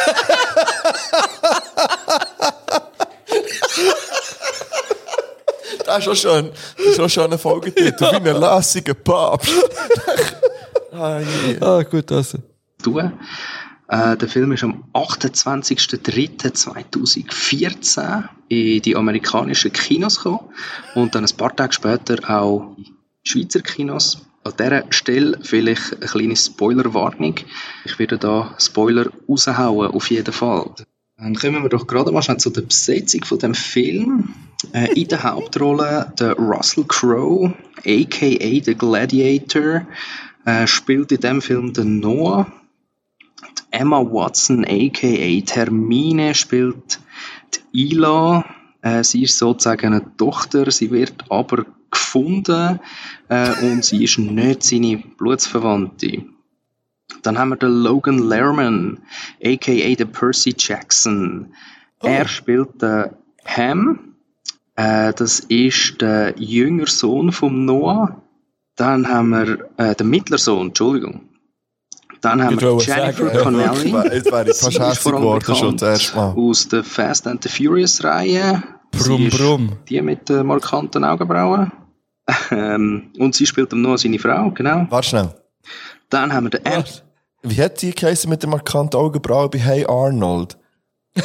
Das ist auch schon, das ist auch schon eine Folgetitel. Wie ein lässiger Papst. Ah, yeah. Ah, gut, also. tun. Äh, der Film ist am achtundzwanzigster dritter zweitausendvierzehn in die amerikanischen Kinos gekommen und dann ein paar Tage später auch in Schweizer Kinos. An dieser Stelle vielleicht eine kleine Spoilerwarnung. Ich werde da Spoiler raushauen, auf jeden Fall. Dann kommen wir doch gerade mal schnell zu der Besetzung von dem Film. Äh, in der Hauptrolle der Russell Crowe, aka The Gladiator, äh, spielt in dem Film den Noah. Die Emma Watson, aka Termine, spielt die Ila. Äh, sie ist sozusagen eine Tochter, sie wird aber gefunden äh, und sie ist nicht seine Blutsverwandte. Dann haben wir den Logan Lerman, aka den Percy Jackson. Oh. Er spielt den Ham. Äh, das ist der jüngere Sohn vom Noah. Dann haben wir äh, den mittleren Sohn, Entschuldigung. Dann haben Ich wir wollte Jennifer sagen, Connelly. Jetzt wäre ich fast Sie ist hässlich vor allem geworden, schon bekannt das erste Mal. aus der Fast and the Furious Reihe. Brumm, Sie ist brumm. Die mit den markanten Augenbrauen. Ähm, und sie spielt dann noch seine Frau, genau. Warte schnell. Dann haben wir den Am- Was? Wie hat die geheißen mit der markanten Augenbrauen bei Hey Arnold? Du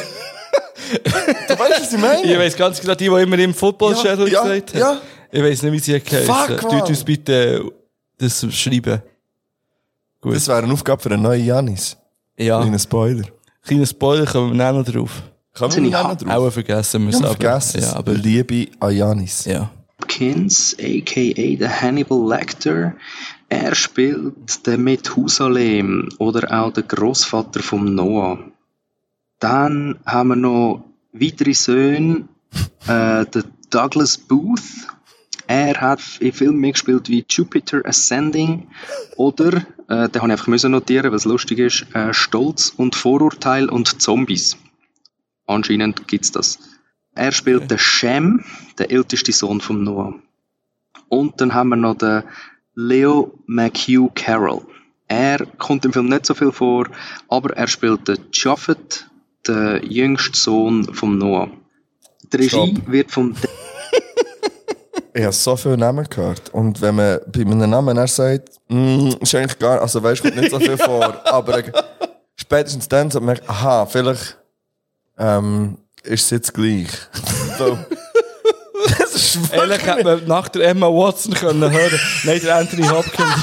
weißt, was ich meine? Ich weiss ganz genau, die, die immer im Football-Channel Ja, gesagt ja, hat. ja. Ich weiss nicht, wie sie geheißen. Fuck, Tut Mann. uns bitte das schreiben. Gut. Das wäre eine Aufgabe für einen neuen Janis. Ja. Kleiner Spoiler. Kleiner Spoiler kommen wir dann noch drauf. Kommen Seine wir Ha- noch drauf? Auch vergessen wir es. Ja, aber- vergessen Ja, es. aber, Liebe an Janis. ja. Hopkins, aka der Hannibal Lecter. Er spielt den Methusalem oder auch den Großvater vom Noah. Dann haben wir noch weitere Söhne, äh, der Douglas Booth. Er hat in Filmen mitgespielt wie Jupiter Ascending oder, äh, den habe ich einfach müssen notieren, weil es lustig ist, äh, Stolz und Vorurteil und Zombies. Anscheinend gibt's das. Er spielt Okay. den Shem, der älteste Sohn vom Noah. Und dann haben wir noch den Leo McHugh Carroll. Er kommt im Film nicht so viel vor, aber er spielt den Japhet, den jüngsten Sohn vom Noah. Die Regie Stopp. wird vom... Ich habe so viele Namen gehört. Und wenn man bei einem Namen er sagt, mm, ist eigentlich gar also weißt du, kommt nicht so viel vor. Aber äh, spätestens dann so merkt, aha, vielleicht ähm, ist es jetzt gleich. So. Das ist Ehrlich hätte man nach der Emma Watson können hören. Nein, der Anthony Hopkins.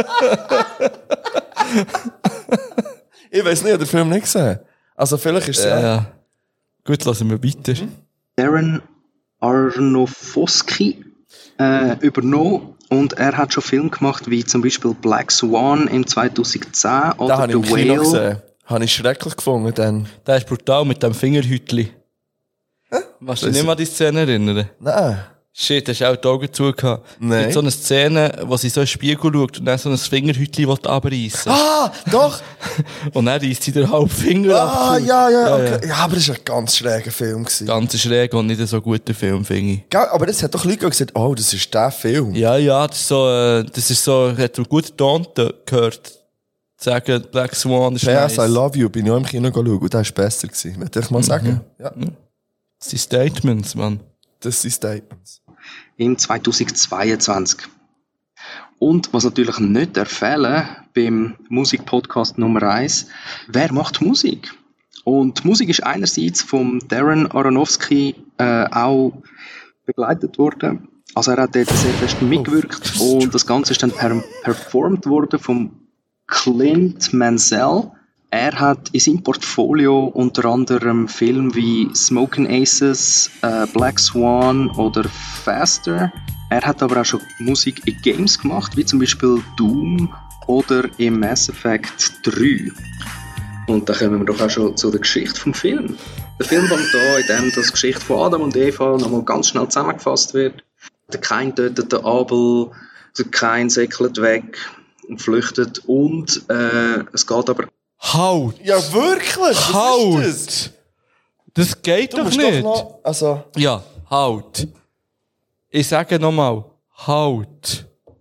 Ich weiss nicht, ich habe den Film nicht gesehen. Also vielleicht ist es Ja, ja. ja. Gut, lassen wir weiter. Darren Aronofsky äh, übernommen und er hat schon Filme gemacht wie zum Beispiel Black Swan im zweitausendzehn Da oder habe ich The im Kino Whale. gesehen. Habe ich schrecklich gefunden dann. Der ist brutal mit dem Fingerhütli. Machst du dich nicht mal an die Szene erinnern? Nein. Shit, hast du auch die Augen zugehabt. Nein. Es gibt so eine Szene, wo sie so in den Spiegel schaut und dann so ein Fingerhütli abreißen. Ah, doch! Und dann reißt sie den halben Finger Ah, ab. ja, ja, Ja, okay. Ja, aber das war ein ganz schräger Film. Gewesen. Ganz schräg und nicht so guter Film, finde ich. Gell, aber das hat doch Leute gesagt, oh, das ist der Film. Ja, ja, das ist so, äh, das ist so, hat einen guten Ton gehört. Sagen, Black Swan ist P S nice. I Love You bin ich auch im Kino schauen und der war besser gewesen. Möchte ich mal sagen. Ja. Das sind Statements, Mann. Das sind Statements. Im zweitausendzweiundzwanzig. Und was natürlich nicht erfehlen beim Musikpodcast Nummer eins, wer macht Musik? Und die Musik ist einerseits vom Darren Aronofsky äh, auch begleitet worden. Also er hat dort sehr fest mitgewirkt und das Ganze ist dann per performt worden vom Clint Mansell. Er hat in seinem Portfolio unter anderem Filme wie Smoking Aces, äh, Black Swan oder Faster. Er hat aber auch schon Musik in Games gemacht, wie zum Beispiel Doom oder im Mass Effect drei. Und da kommen wir doch auch schon zu der Geschichte vom Film. Der Film fängt an, in dem die Geschichte von Adam und Eva nochmal ganz schnell zusammengefasst wird. Der Kain tötet den Abel, der Kain säckelt weg und flüchtet und äh, es geht aber Haut! Ja, wirklich? Was Haut! ist Das, das? geht Du doch musst nicht. doch noch, also, Ja, Haut. Ich sage nochmal, Haut.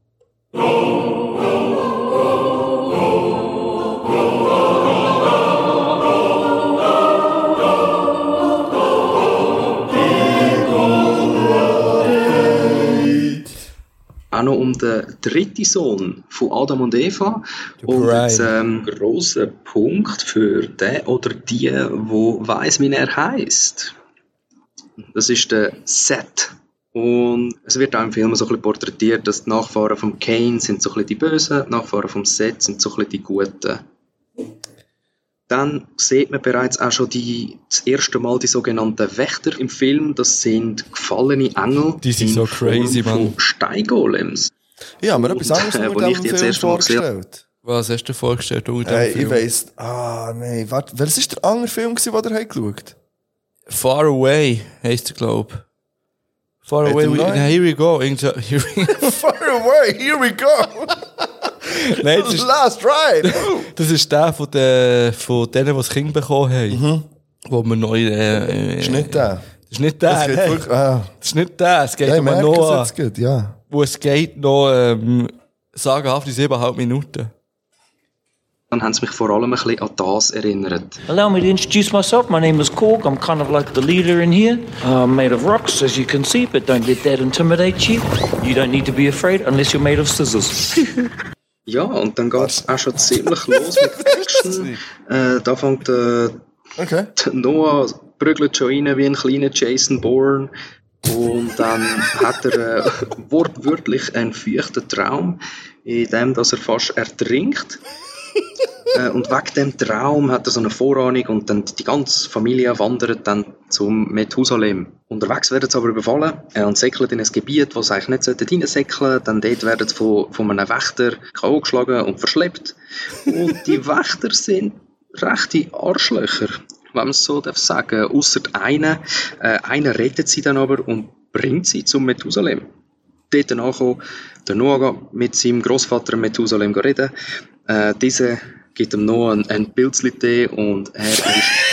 auch noch um den dritten Sohn von Adam und Eva. Und jetzt ähm, grosser Punkt für den oder die, wo weiss, wie er heisst. Das ist der Seth. Und es wird auch im Film so ein bisschen porträtiert, dass die Nachfahren vom Cain sind so ein bisschen die Bösen, die Nachfahren vom Seth sind so ein bisschen die Guten. Dann sieht man bereits auch schon die, das erste Mal die sogenannten Wächter im Film. Das sind gefallene Engel. Die sind in so Form crazy, von Mann. Steingolems. ich habe mir etwas anderes äh, mit wo ich diesem dir jetzt Film erst mal gesehen- vorgestellt. Was hast du dir vorgestellt? unter dem Hey, ich Film? weiss, ah, nein, warte, welches ist der andere Film gewesen, den ihr habt geschaut? Far Away heisst er, glaub ich. Far Hat Away, er we, neun? here we go. Irgend so, here we Far away, here we go! Nein, das ist, Last ride! das ist der von, den, von denen, die das Kind bekommen haben. Mhm. Wo wir neu... Äh, Ist nicht der. Das ist nicht der, Es geht nein. wirklich, ah, Das ist nicht der. Es geht ja, ich um merke Noah. es jetzt gut, ja. Wo es geht noch, ähm, sagenhaft in siebeneinhalb Minuten. Dann haben sie mich vor allem ein bisschen an das erinnert. Allow me to introduce myself. My name is Korg. I'm kind of like the leader in here. I'm made of rocks, as you can see, but don't let that intimidate you. You don't need to be afraid unless you're made of scissors. Ja, und dann geht es auch schon ziemlich los mit Action. Äh, da fängt äh, Okay. der Noah prügelt schon rein wie ein kleiner Jason Bourne. Und dann hat er äh, wortwörtlich einen feuchten Traum, in dem dass er fast ertrinkt. Äh, und wegen dem Traum hat er so eine Vorahnung und dann die ganze Familie wandert dann zum Methusalem. Unterwegs werden sie aber überfallen äh, und säckeln in ein Gebiet, wo sie eigentlich nicht reinsäckeln sollten. Dann dort werden sie von, von einem Wächter K O geschlagen und verschleppt. Und die Wächter sind rechte Arschlöcher, wenn man es so darf sagen. Ausser einer. Äh, einer rettet sie dann aber und bringt sie zum Methusalem. Dort nachkommen, der Noah geht mit seinem Großvater Methusalem reden. Äh, diese gibt dem Noah ein, ein Pilzli-Tee und er ist...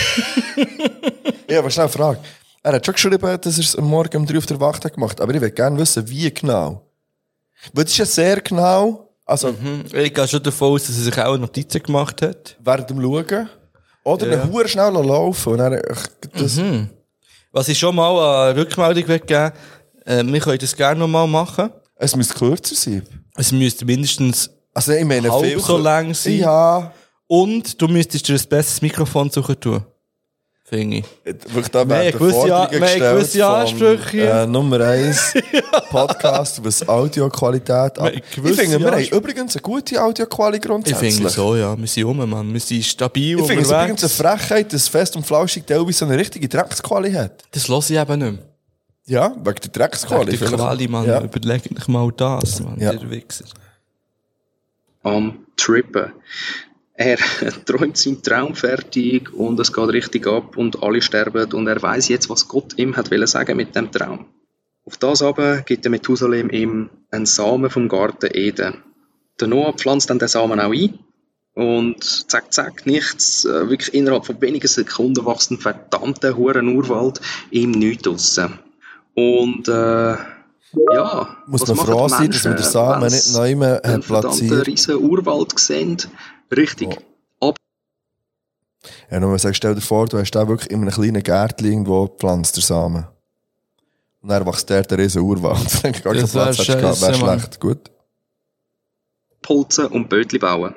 Ja, aber schnell eine Frage. Er hat schon geschrieben, dass er es am Morgen um drei auf der Wacht hat gemacht, aber ich will gerne wissen, wie genau. Weil das ist ja sehr genau, also Hm, ich gehe schon davon aus, dass er sich auch Notizen gemacht hat. während dem Schauen, oder Ja. eine Hure schnell laufen und dann, ach, das, Was ich schon mal eine Rückmeldung geben Äh, wir können das gerne nochmal machen. Es müsste kürzer sein. Es müsste mindestens Also ich meine, halb viel so lang sein. Ja. Und du müsstest dir ein besseres Mikrofon suchen tun. Finde ich. Wirklich, da Wir haben werden gewisse Forderungen A- wir haben gestellt gewisse Ansprüche hier. Äh, Nummer eins Podcast, was Audioqualität Wir an. haben Ich gewisse finde, wir haben Ansprüche. übrigens eine gute Audioqualität Ich grundsätzlich. finde so, ja. Wir sind rum, Mann. Wir sind stabil Ich finde es übrigens unterwegs. eine Frechheit, dass Fest und Flauschig teilweise so eine richtige Drecksquali hat. Das höre ich eben nicht mehr. Ja, wegen der Drecksquali. Die vielleicht. Quali, Mann. Ja. Überleg dich mal das, Mann. Ja. Der Wichser. Am Trippen. Er träumt seinen Traum fertig und es geht richtig ab und alle sterben und er weiß jetzt, was Gott ihm hat wollen sagen mit dem Traum. Auf das aber gibt der Methusalem ihm einen Samen vom Garten Eden. Der Noah pflanzt dann den Samen auch ein und zack, zack, nichts. Äh, Wirklich innerhalb von wenigen Sekunden wächst ein verdammter huren Urwald im Nichts draussen. Und äh, ja, Muss was man machen froh die sein, dass man den Menschen, Samen wenn nicht sie neu mehr einen hat verdammten platziert. riesen Urwald sehen? Richtig. Ab Ja, nur sagst, stell dir vor, du hast da wirklich in einem kleinen Gärtchen irgendwo gepflanzt, der Samen. Und dann wächst der der riesen Urwald. Wenn du gar keinen Das wär Platz hast, wäre scheisse, Mann. schlecht. Gut. Pulzen und Bötli bauen.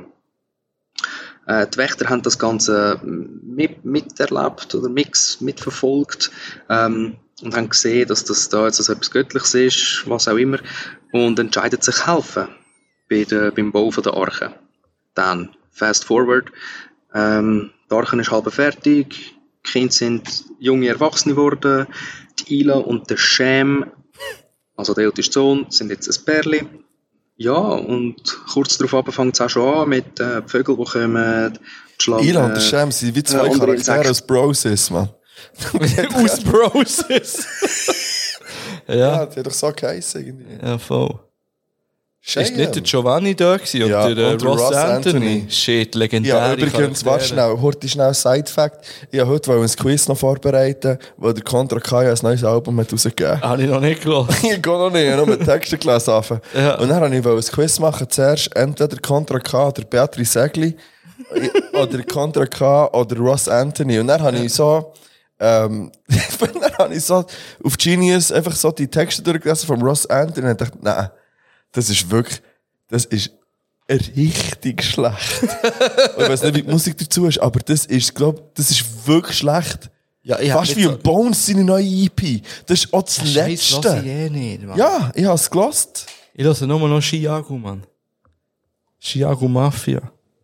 Äh, die Wächter haben das Ganze mit, miterlebt oder mix mitverfolgt ähm, und haben gesehen, dass das da jetzt also etwas Göttliches ist, was auch immer, und entscheiden sich helfen bei der, beim Bau von der Arche. Dann, fast forward, ähm, die Arche ist halb fertig, die Kinder sind junge Erwachsene geworden, die Ila und der Shem, also der älteste Sohn, sind jetzt ein Pärli. Ja, und kurz darauf fängt es auch schon an mit äh, den Vögeln, die kommen, die Schlangen. Ilan und der Schem sind wie zwei äh, andere Charaktere Insekten. aus Brosis, Mann. Aus Broses. Ja, ja, die hat doch so geheißen irgendwie. ja, voll. Cheyenne. Ist nicht der Giovanni da gewesen und Ja, der, äh, und der Ross, Ross Anthony? Anthony. Shit, legendäre Ja, übrigens, warte Charaktere. schnell, heute schnell Side-Fact. Ich habe heute ein Quiz noch vorbereiten, wo der Contra K ein neues Album hat rausgegeben. Habe ich noch nicht gelassen. Ich gehe noch nicht, ich habe nur mit Texten gelesen. anfangen. Ja. Und dann wollte ich ein Quiz machen, zuerst entweder Contra K oder Beatrice Segli, oder Contra K oder Ross Anthony. Und dann habe ich so, ähm, dann habe ich so auf Genius einfach so die Texte durchgelesen von Ross Anthony und dachte, nein, das ist wirklich, das ist richtig schlecht. Und ich weiß nicht, wie die Musik dazu ist, aber das ist, glaub, das ist wirklich schlecht. Ja, ich hab Fast nicht wie so- ein Bones seine neue E P. Das ist auch das Scheiß, Letzte. lass ich eh nicht, Mann. Ja, ich habe es gelost. Ich höre nur noch Chiago, Mann. Chiago Mafia.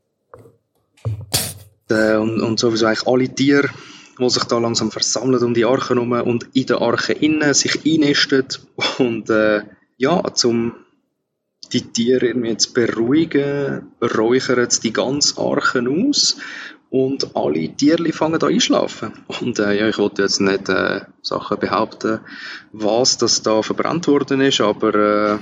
Äh, und, und sowieso eigentlich alle Tiere, die sich da langsam versammeln um die Arche herum und in der Arche innen sich einnisten. Und äh, ja, zum die Tiere irgendwie zu beruhigen, räuchern sie die ganze Arche aus und alle Tierli fangen da einschlafen. Und äh, ja, ich wollte jetzt nicht äh, Sachen behaupten, was das da verbrannt worden ist, aber äh,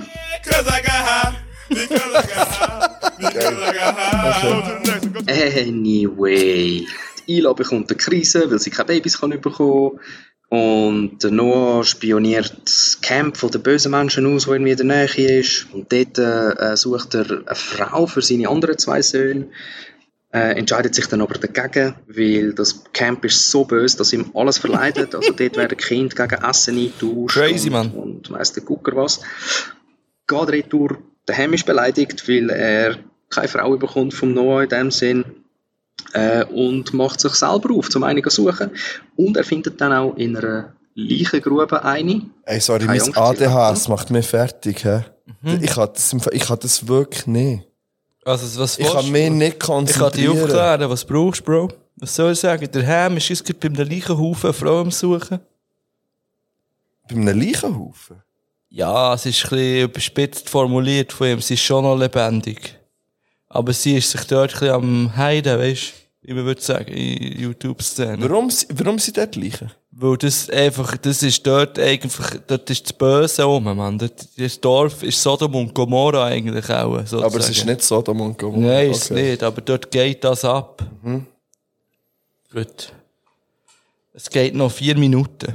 anyway, die Ila bekommt eine Krise, weil sie keine Babys kann bekommen. Und der Noah spioniert das Camp von den bösen Menschen aus, wo irgendwie in der Nähe ist. Und dort äh, sucht er eine Frau für seine anderen zwei Söhne. Äh, entscheidet sich dann aber dagegen, weil das Camp ist so böse, dass ihm alles verleidet. Also dort werden Kinder gegen Essen eingetauscht. Crazy, und, Mann. Und weiss der Gucker was. Geht retour. Der Ham ist beleidigt, weil er keine Frau bekommt vom Noah in dem Sinn. Äh, und macht sich selber auf, um eine zu suchen. Und er findet dann auch in einer Leichengrube eine. Ey, sorry, Keine mein Angst, A D H ja. S macht mich fertig, hä? Mhm. Ich kann das, im Fall- ich kann das wirklich nicht. Also, was Ich kann mich nicht Ich kann konzentrieren. dich aufklären, was brauchst du, Bro? Was soll ich sagen? Der Ham ist jetzt gerade bei einem Leichenhaufen eine Frau am Suchen. Bei einem Leichenhaufen? Ja, es ist ein bisschen überspitzt formuliert von ihm. Sie ist schon noch lebendig. Aber sie ist sich dort ein bisschen am Heiden, weißt du? Wie man würde sagen, in YouTube-Szene. Warum, si- warum sind dort Leichen? Weil das einfach, das ist dort eigentlich, dort ist das Böse rum, Mann. Dort, das Dorf ist Sodom und Gomorra eigentlich auch, sozusagen. Aber es ist nicht Sodom und Gomorra. Nein, ist es Okay. nicht, aber dort geht das ab. Mhm. Gut. Es geht noch vier Minuten.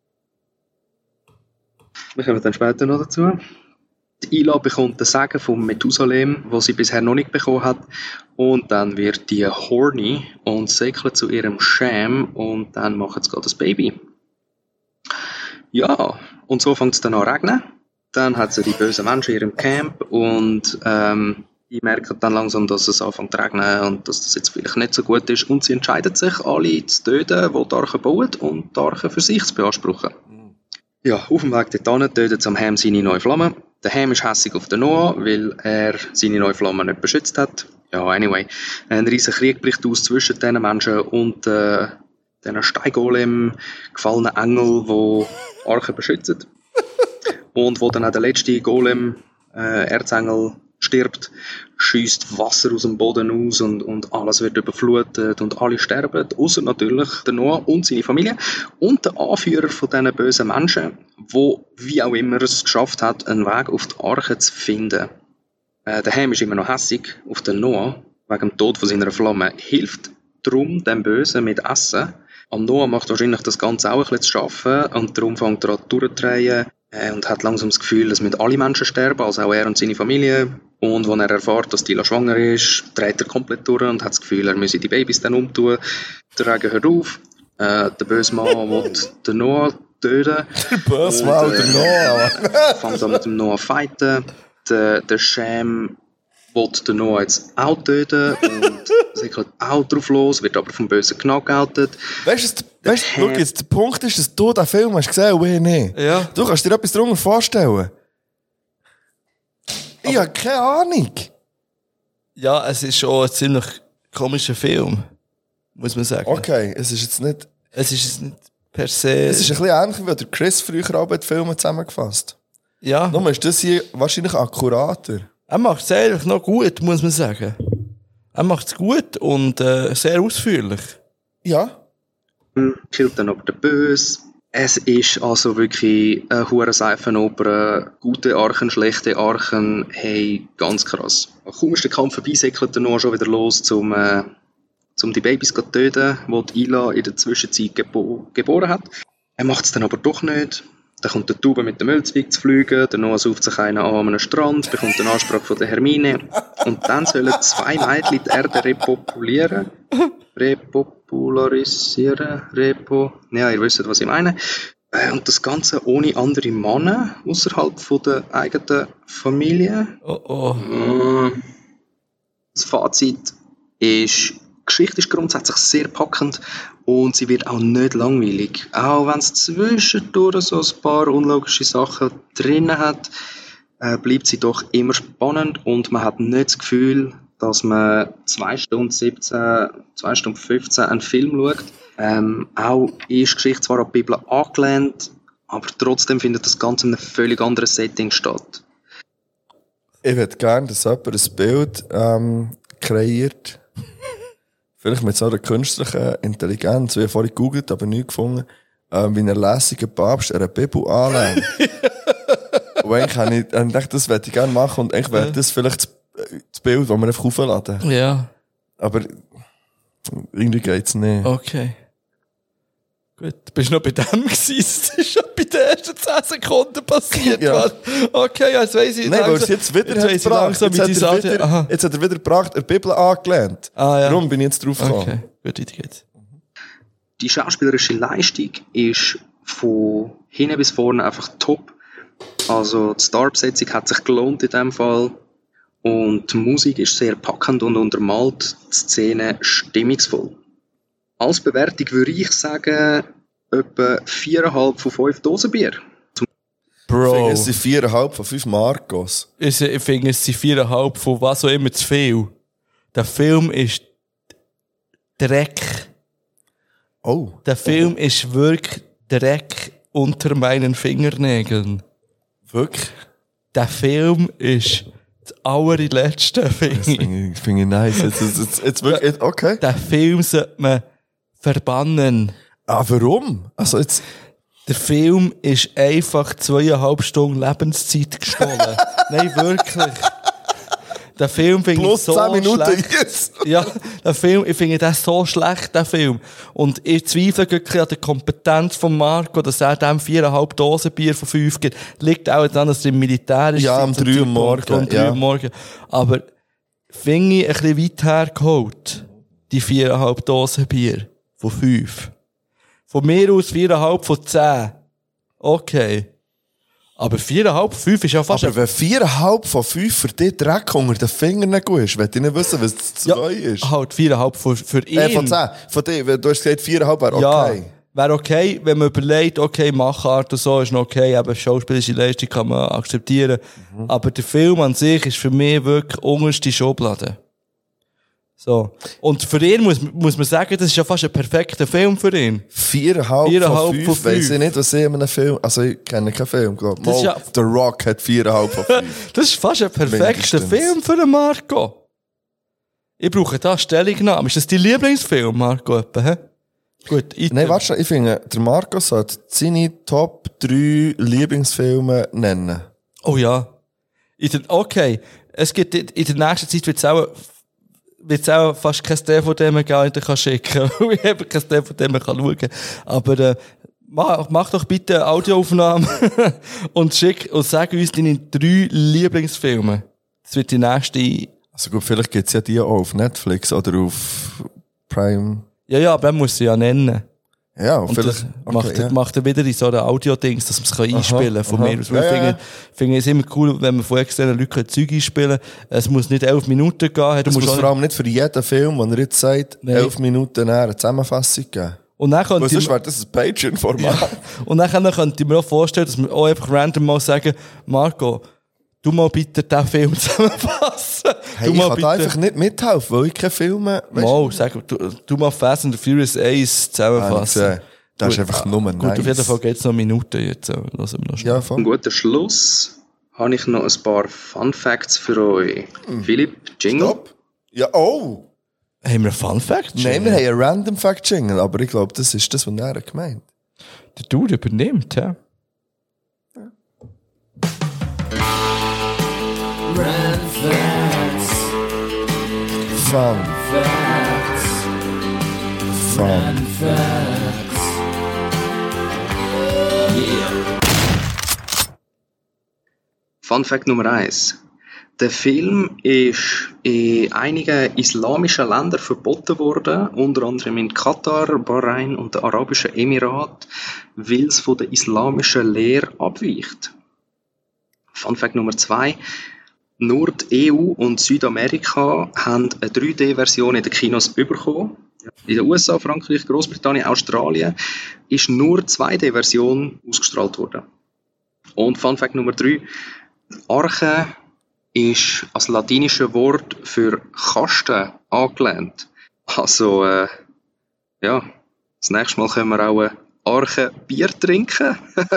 Wir kommen dann später noch dazu. Die Ila bekommt den Segen vom Methusalem, den sie bisher noch nicht bekommen hat. Und dann wird die horny und säckelt zu ihrem Sham und dann machen sie gerade das Baby. Ja, und so fängt es dann an zu regnen. Dann hat sie die bösen Menschen in ihrem Camp und ähm, die merken dann langsam, dass es anfängt zu regnen und dass das jetzt vielleicht nicht so gut ist. Und sie entscheiden sich, alle zu töten, die die Arche bauen und die Arche für sich zu beanspruchen. Ja, auf dem Weg dorthin tötet am Ham seine neue Flamme. Der Ham ist hässig auf den Noah, weil er seine neue Flamme nicht beschützt hat. Ja, anyway. Ein riesiger Krieg bricht aus zwischen diesen Menschen und äh, diesen Steingolem gefallenen Engel, die Arche beschützen. Und wo dann auch der letzte Golem, äh, Erzengel, stirbt, schießt Wasser aus dem Boden aus und, und alles wird überflutet und alle sterben, außer natürlich der Noah und seine Familie und der Anführer von diesen bösen Menschen, wo wie auch immer es geschafft hat, einen Weg auf die Arche zu finden. Äh, der Ham ist immer noch hässig auf den Noah, wegen dem Tod von seiner Flamme, hilft drum dem Bösen mit Essen. Am Noah macht wahrscheinlich das Ganze auch ein bisschen zu schaffen und darum fängt er an durchzudrehen äh, und hat langsam das Gefühl, dass mit alle Menschen sterben, also auch er und seine Familie. Und als er erfährt, dass Tila schwanger ist, dreht er komplett durch und hat das Gefühl, er müsse die Babys dann umtun. Der Regen hört auf. Äh, der böse Mann will den Noah töten. Der böse Mann, der Noah. Fängt an mit dem Noah fighten. Der, der Sham will den Noah jetzt auch töten und segelt auch drauf los, wird aber vom Bösen geoutet. Weißt du, weißt, schau jetzt, der Punkt ist, dass du den Film hast gesehen und ich nicht. Ja. Du kannst dir etwas darunter vorstellen. Ich habe keine Ahnung. Ja, es ist schon ein ziemlich komischer Film, muss man sagen. Okay, es ist jetzt nicht... Es ist nicht per se... Es ist ein bisschen ähnlich, wie der Chris früher auch die Filme zusammengefasst. Ja. Nur ist das hier wahrscheinlich akkurater. Er macht es eigentlich noch gut, muss man sagen. Er macht es gut und äh, sehr ausführlich. Ja. Killt dann aber den Böse. Es ist also wirklich eine hure Seifenoper. Gute Archen, schlechte Archen. Hey, ganz krass. Kaum ist der Kampf vorbei, säckelt er noch schon wieder los, um, äh, um die Babys zu töten, die die Ila in der Zwischenzeit gebo- geboren hat. Er macht es dann aber doch nicht. Dann kommt der Tube mit dem Ölzweig zu fliegen, der Noah sucht sich einen an einem Strand, bekommt den Ansprache von der Hermine und dann sollen zwei Mädchen die Erde repopulieren. Repopularisieren, Repo... Ja, ihr wisst, was ich meine. Und das Ganze ohne andere Männer außerhalb von der eigenen Familie. Oh oh. Das Fazit ist, die Geschichte ist grundsätzlich sehr packend und sie wird auch nicht langweilig. Auch wenn es zwischendurch so ein paar unlogische Sachen drin hat, äh, bleibt sie doch immer spannend und man hat nicht das Gefühl, dass man zwei Stunden siebzehn, zwei Stunden fünfzehn einen Film schaut. Ähm, auch ist die Geschichte zwar an die Bibel angelehnt, aber trotzdem findet das Ganze in einem völlig anderen Setting statt. Ich würde gerne, dass jemand ein Bild ähm, kreiert. Vielleicht mit so einer künstlichen Intelligenz, wie ich vorhin gegoogelt, aber nicht gefunden, äh, wie ein lässiger Papst einer Bibel anlehnt. Und eigentlich habe ich, habe ich gedacht, das würde ich gerne machen und eigentlich wäre das vielleicht das, das Bild, das wir einfach aufladen. Ja. Aber irgendwie geht's nicht. Okay. Gut, du bist noch bei dem gewesen. Das ist schon bei den ersten zehn Sekunden passiert. Ja. Okay, jetzt weiss ich Nein, weil es jetzt wieder jetzt hat weiss ich gebracht. langsam, Jetzt, wie hat die er Seite... wieder, Aha. jetzt hat er wieder gebracht, der Bibel angelehnt. Ah, ja. Darum bin ich jetzt drauf gekommen. Okay, gut, weiter geht's. Die schauspielerische Leistung ist von hinten bis vorne einfach top. Also die Starbesetzung hat sich gelohnt in dem Fall. Und die Musik ist sehr packend und untermalt die Szene stimmungsvoll. Als Bewertung würde ich sagen, etwa viereinhalb von fünf Dosen Bier. Bro. Ich finde, es Bro, sind viereinhalb von fünf Marcos. ich ich finde, es sind viereinhalb von was auch immer zu viel. Der Film ist Dreck. Oh. Der Film ist wirklich Dreck unter meinen Fingernägeln. Wirklich? Der Film ist das allerletzte, Das finde ich. finde ich, finde ich nice. Jetzt, jetzt, jetzt, jetzt wirklich, okay. Den Film sollte man verbannen. Ah, warum? Also jetzt, Der Film ist einfach zweieinhalb Stunden Lebenszeit gestohlen. Nein, wirklich. Der Film finde ich plus so zehn Minuten schlecht. jetzt. Ja, der Film, ich finde den so schlecht, den Film. Und ich zweifle wirklich an der Kompetenz von Marco, dass er dem viereinhalb Dosen Bier von fünf gibt. Liegt auch daran, dass er im Militär ist. Ja, um zum drei Uhr Zeitpunkt, morgen, Um drei ja. Uhr morgen. Aber finde ich ein bisschen weit hergeholt, die viereinhalb Dosen Bier von fünf. Von mir aus viereinhalb von zehn. Okay. Aber viereinhalb, fünf ist ja fast... Aber wenn viereinhalb von fünf für dich Dreck unter den Fingern ist, will ich nicht wissen, was das zwei ja, ist. halt viereinhalb für, für ihn. Äh, von zehn. Von dir, du hast gesagt, viereinhalb wäre okay. Ja, wäre okay, wenn man überlegt, okay, Machart und so ist noch okay, eben schauspielerische Leistung kann man akzeptieren. Mhm. Aber der Film an sich ist für mich wirklich unterste Schublade. So. Und für ihn muss, muss man sagen, das ist ja fast ein perfekter Film für ihn. Viereinhalb, viereinhalb von fünf, von fünf. Weiss ich nicht, was ich in einem Film... Also ich kenne keinen Film, glaube ich. Das ist ja- The Rock hat viereinhalb von fünf. Das ist fast ein perfekter Mindestens. Film für den Marco. Ich brauche da Stellungnahme. Ist das dein Lieblingsfilm, Marco? Etwa, hä? Gut, ich... Nein, warte schon, ich finde, der Marco sollte seine Top drei Lieblingsfilme nennen. Oh ja. In den, okay. Es gibt, in der nächsten Zeit wird es auch... wird es auch fast kein D V D mehr geben, den ich schicken kann. Ich habe kein D V D mehr schauen kann. Aber äh, mach, mach doch bitte eine Audioaufnahme und schick und sag uns deine drei Lieblingsfilme. Das wird die nächste... Also gut, vielleicht gibt es ja die auch auf Netflix oder auf Prime. Ja, ja, aber er muss sie ja nennen. Ja, Und vielleicht... das macht, okay, er, ja. macht er wieder in so einer Audio-Dings, dass man es kann einspielen kann von aha. mir aus. Ja, Ich ja, finde, ja. finde es immer cool, wenn man von externen Leuten Zeug einspielen kann. Es muss nicht elf Minuten gehen. Du Es musst muss auch vor allem nicht für jeden Film, den er jetzt sagt, Nein. elf Minuten näher eine Zusammenfassung geben. und dann Weil könnte sonst ich, wäre das ein Patreon-Format. und dann könnte ich mir auch vorstellen, dass wir auch einfach random mal sagen, Marco, du mal bitte diesen Film zusammenfassen. Hey, du ich mal kann da einfach nicht mithelfen, weil ich keine Filme... weißt du? Mal, sag, du, du mal Fast and the Furious eins zusammenfassen. Habe ich gesehen. Das ist Gut. einfach nur nice. Gut, auf jeden Fall geht es noch Minuten jetzt. äh, Lassen wir noch schnell. Ja, Ein voll. guter Schluss habe ich noch ein paar Fun Facts für euch. Philipp, Jingle? Stopp. Ja, oh! Haben wir einen Fun Fact? Nein, wir haben einen Random Fact Jingle, aber ich glaube, das ist das, was er gemeint hat. Der Dude übernimmt, ja. Fun. Fun. Fun Fact Nummer eins. Der Film ist in einigen islamischen Ländern verboten worden, unter anderem in Katar, Bahrain und den Arabischen Emiraten, weil es von der islamischen Lehre abweicht. Fun Fact Nummer zwei. Nur die E U und Südamerika haben eine drei D-Version in den Kinos bekommen. In den U S A, Frankreich, Großbritannien, Australien ist nur die zwei D-Version ausgestrahlt worden. Und Fun Fact Nummer drei. Arche ist als latinische Wort für Kasten angelehnt. Also, äh, ja, das nächste Mal können wir auch ein Arche Bier trinken.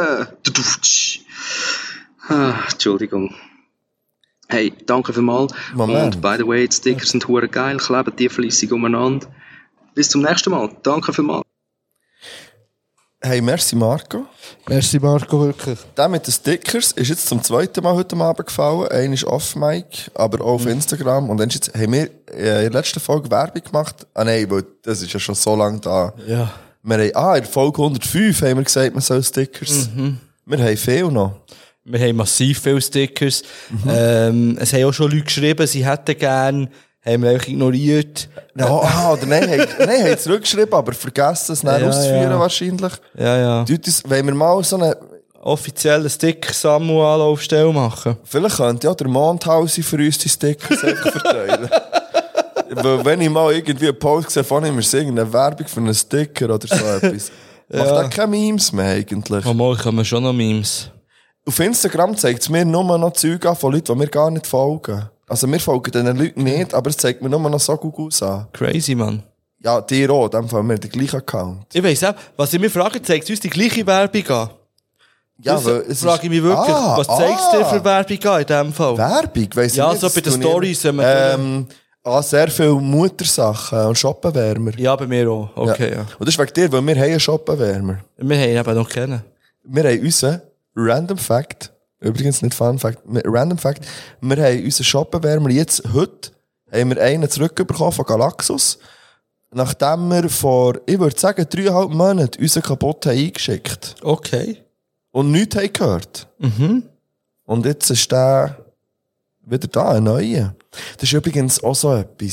ah, Entschuldigung. Hey, danke vielmals. Moment. Und by the way, die Stickers sind hure geil, kleben die fleissig umeinander. Bis zum nächsten Mal. Danke vielmals. Hey, merci Marco. Merci, Marco, wirklich. Der mit den Stickers ist jetzt zum zweiten Mal heute Abend gefallen. Einer ist off-Mic, aber auch auf Instagram. Und dann ist jetzt, haben wir in der letzten Folge Werbung gemacht. Ah nein, weil das ist ja schon so lange da. Ja. Wir haben, ah, in der Folge hundertfünf haben wir gesagt, man soll Stickers. Wir haben viel noch. Wir haben massiv viele Stickers. Ähm, es haben auch schon Leute geschrieben, sie hätten gern, haben wir einfach ignoriert. Ja, ah, oder nein, haben, nein, haben zurückgeschrieben, aber vergessen es dann Ja, auszuführen ja. wahrscheinlich. Ja, ja. Tut uns, wollen wir mal so eine, Offiziellen Sticker-Samuel-Aufstell machen. vielleicht könnte ja der Mondhausi für uns die Stickers einfach verteilen. Weil wenn ich mal irgendwie einen Post sehe, von ihm ist irgendeine Werbung für einen Sticker oder so etwas. Macht Ja. auch keine Memes mehr eigentlich. Mal können wir schon noch Memes. Auf Instagram zeigt es mir nur noch Zeug an von Leuten, die mir gar nicht folgen. Also wir folgen diesen Leuten nicht, aber es zeigt mir nur noch so gut an. Crazy, Mann. Ja, dir auch, in dem Fall haben wir den gleichen Account. Ich weiss auch, was ich mich frage, zeigt uns die gleiche Werbung an? Ja, Das weil es frage ist- ich mich wirklich, Ah, was zeigt es dir ah. für Werbung an in dem Fall? Werbung, weiss ich Ja, nicht. so das bei den tue ich- Stories, wenn man- Ähm, ah, sehr viele Muttersachen und Shoppenwärmer. Ja, bei mir auch. Okay, ja. Und das ist wegen dir, weil wir haben einen Shoppenwärmer. Wir haben ihn eben noch kennen. Wir haben unseren Random Fact, übrigens nicht Fun Fact, Random Fact, wir haben unseren Shoppenwärmer jetzt, heute, haben wir einen zurückbekommen von Galaxus, nachdem wir vor, ich würde sagen, dreieinhalb Monaten unseren kaputt haben eingeschickt. Okay. Und nichts haben gehört. Mhm. Und jetzt ist der wieder da, ein neuer. Das ist übrigens auch so etwas.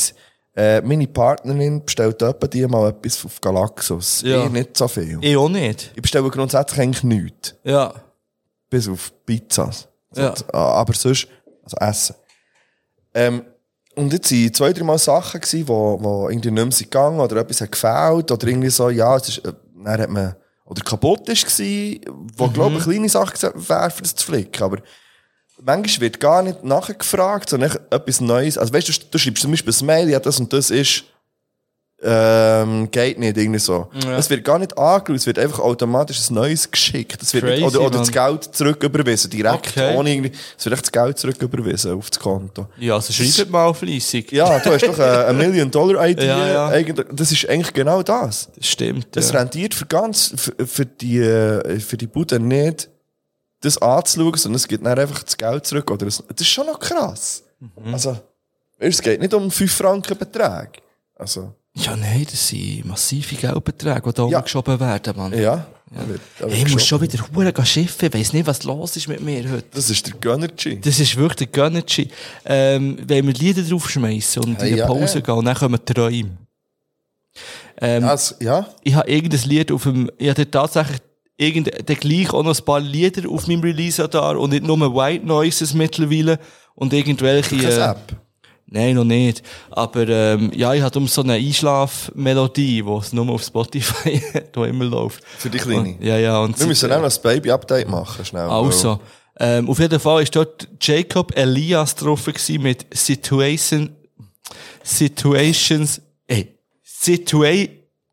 Äh, meine Partnerin bestellt etwa die mal etwas auf Galaxus. Ja. Ich nicht so viel. Ich auch nicht. Ich bestelle grundsätzlich eigentlich nichts. Ja. Bis auf Pizzas. Ja. Aber sonst, also Essen. Ähm, und jetzt waren zwei, drei Mal Sachen gewesen, wo, wo irgendwie nicht mehr sind gegangen oder etwas hat gefällt oder irgendwie so, ja, es ist, äh, dann hat man, oder kaputt ist gewesen, wo, mhm. glaube ich, eine kleine Sache wäre, für das zu flicken. Aber manchmal wird gar nicht nachgefragt, sondern etwas Neues. Also weißt du, du schreibst zum Beispiel ein Mail, ja, das und das ist, ähm, geht nicht, irgendwie so. Ja. Es wird gar nicht angeschaut, es wird einfach automatisch ein Neues geschickt. Es wird Crazy, nicht, oder, oder man. das Geld zurücküberwiesen, direkt, Okay. ohne irgendwie, es wird echt das Geld zurücküberwiesen auf das Konto. Ja, also schreibt mal fleissig. Ja, du hast doch eine, eine Million-Dollar-Idee. Ja, ja. Eigentlich, das ist eigentlich genau das. Das stimmt. Das ja. rentiert für ganz, für, für die, äh, für die Bude nicht, das anzuschauen, sondern es gibt dann einfach das Geld zurück. Oder es, das ist schon noch krass. Mhm. Also, es geht nicht um fünf Franken Beträge. Also. Ja, nein, das sind massive Geldbeträge, die da Ja. umgeschoben werden, Mann. Ja. Ja. Da wird Hey, ich muss schon geschoben. wieder Huren schiffen. Ich weiss nicht, was los ist mit mir heute. Das ist der Gönnergy. Das ist wirklich der Gönnergy. Ähm, wenn wir Lieder draufschmeissen und Hey, in die ja, Pause ja. gehen, und dann kommen Träume. Ähm, Also, ja. Ich habe irgendein Lied auf dem, ich hatte tatsächlich irgendein, der gleich auch noch ein paar Lieder auf meinem Release-Radar und nicht nur White Noises mittlerweile und irgendwelche, Keine äh, App. nein, noch nicht. Aber, ähm, ja, ich hatte um so eine Einschlafmelodie, die es nur auf Spotify da immer läuft. Für die Kleine. Und, ja, ja, und Wir müssen seit- auch noch ein Baby-Update machen, schnell. Also, ähm, auf jeden Fall ist dort Jacob Elias drauf gewesen mit Situation, Situations, ey, Situa,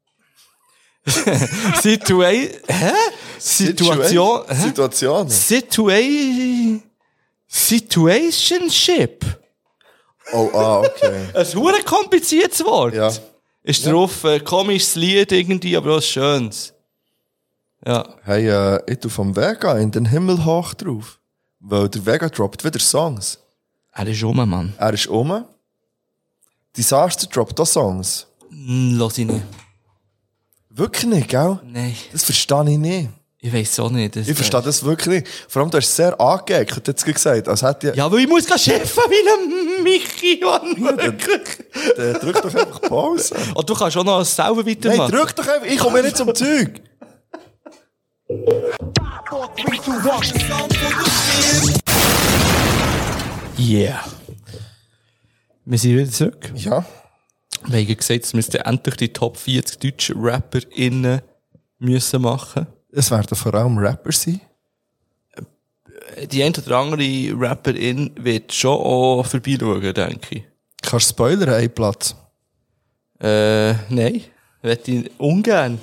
Situa, hä? Situation, hä? Situation. Situa, Situationship. Oh, ah, okay. Ein hure kompliziertes Wort. Ja. Ist drauf, äh, komisches Lied irgendwie, aber auch schönes. Ja. Hey, äh, ich tu vom Vega in den Himmel hoch drauf. Weil der Vega droppt wieder Songs. Er ist rum, Mann. Er ist um. Disaster droppt auch Songs. Hm, lass ich nicht. Wirklich nicht, gell? Nein. Das verstehe ich nicht. Ich weiss auch nicht. Das Ich verstehe das wirklich nicht. Vor allem, du hast es sehr angeeckt, jetzt gesagt. Als hätte ich... Ja, weil ich muss gehen chefen wie ein Michi, Mann. Der drück doch einfach Pause. Und du kannst auch noch selber Nein, weitermachen. drück doch einfach. Ich komme nicht zum Zeug. Yeah. Wir sind wieder zurück. Ja. Wir haben gesagt, es müssten endlich die Top vierzig deutschen RapperInnen müssen machen. Es werden vor allem Rapper sein. Die eine oder andere Rapperin wird schon auch vorbeischauen, denke ich. Kannst du spoilern, einen Platz? Äh, nein. Möchte ich ungern.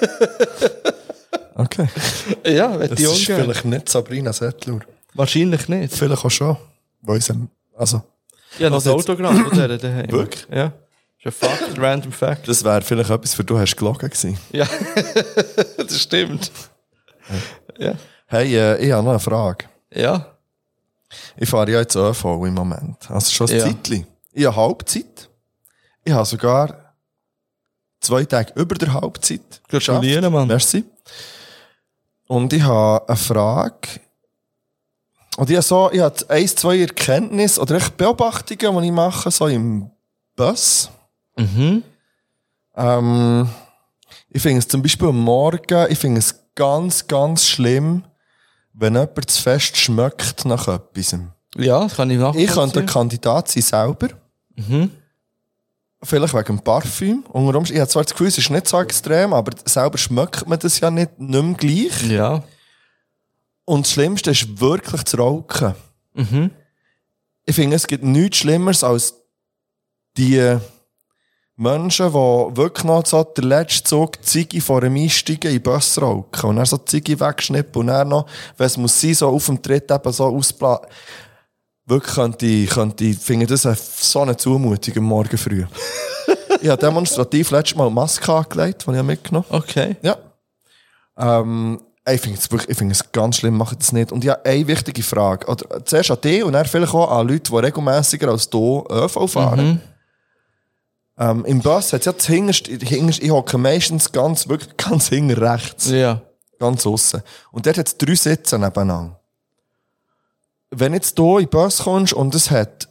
Okay. Ja, möchte Das ich ist ungern. vielleicht nicht Sabrina Settler. Wahrscheinlich nicht. Vielleicht auch schon. Weil sie, also, Ja, das Also jetzt- Autogramm von der daheim. Wirklich? Ja. Das ist ein Fakt, random Fact. das wäre vielleicht etwas, für du hast gelogen gewesen. Ja, das stimmt. Ja. Hey, äh, ich habe noch eine Frage. Ja. Ich fahre ja jetzt ÖV im Moment. Also schon ein Ja. Zeitchen. Ich habe Halbzeit. Ich habe sogar zwei Tage über der Halbzeit Gratulieren, geschafft. Mann. Merci. Und ich habe eine Frage. Und ich habe so, ich habe ein, zwei Erkenntnisse oder echt Beobachtungen, die ich mache, so im Bus. Mhm. Ähm, ich finde es zum Beispiel am Morgen, ich finde es ganz, ganz schlimm, wenn jemand zu fest schmeckt nach etwas. Ja, das kann ich nachvollziehen. Ich könnte ein Kandidat sein selber. Mhm. Vielleicht wegen dem Parfüm. Unter Umständen- Ich habe zwar das Gefühl, es ist nicht so extrem, aber selber schmeckt man das ja nicht, nicht mehr gleich. Ja. Und das Schlimmste ist wirklich das Rauchen. Mhm. Ich finde, es gibt nichts Schlimmeres als die Menschen, die wirklich noch so den letzten Zug Ziggy vor dem Einsteigen in den Bus rauchen und dann so die Ziggy wegschnippen und dann noch, wenn es muss sein, so auf dem Tritt eben so ausblasen. Wirklich könnte ich, könnte ich, finde das eine, so eine Zumutung am Morgen früh. Ich habe demonstrativ letztes Mal eine Maske angelegt, die ich mitgenommen habe. Okay. Ja. Ähm, ich finde es wirklich, ich finde es ganz schlimm, mache das nicht. Und ja, eine wichtige Frage. Oder, zuerst an dich und dann vielleicht auch an Leute, die regelmässiger als du ÖV fahren. Mhm. Ähm, im Bus hat es ja das hinterste, hinterste, ich hocke meistens ganz, wirklich ganz hinten rechts. Ja. Ganz aussen. Und dort hat es drei Sitze nebeneinander. Wenn jetzt du in den Bus kommst und es hat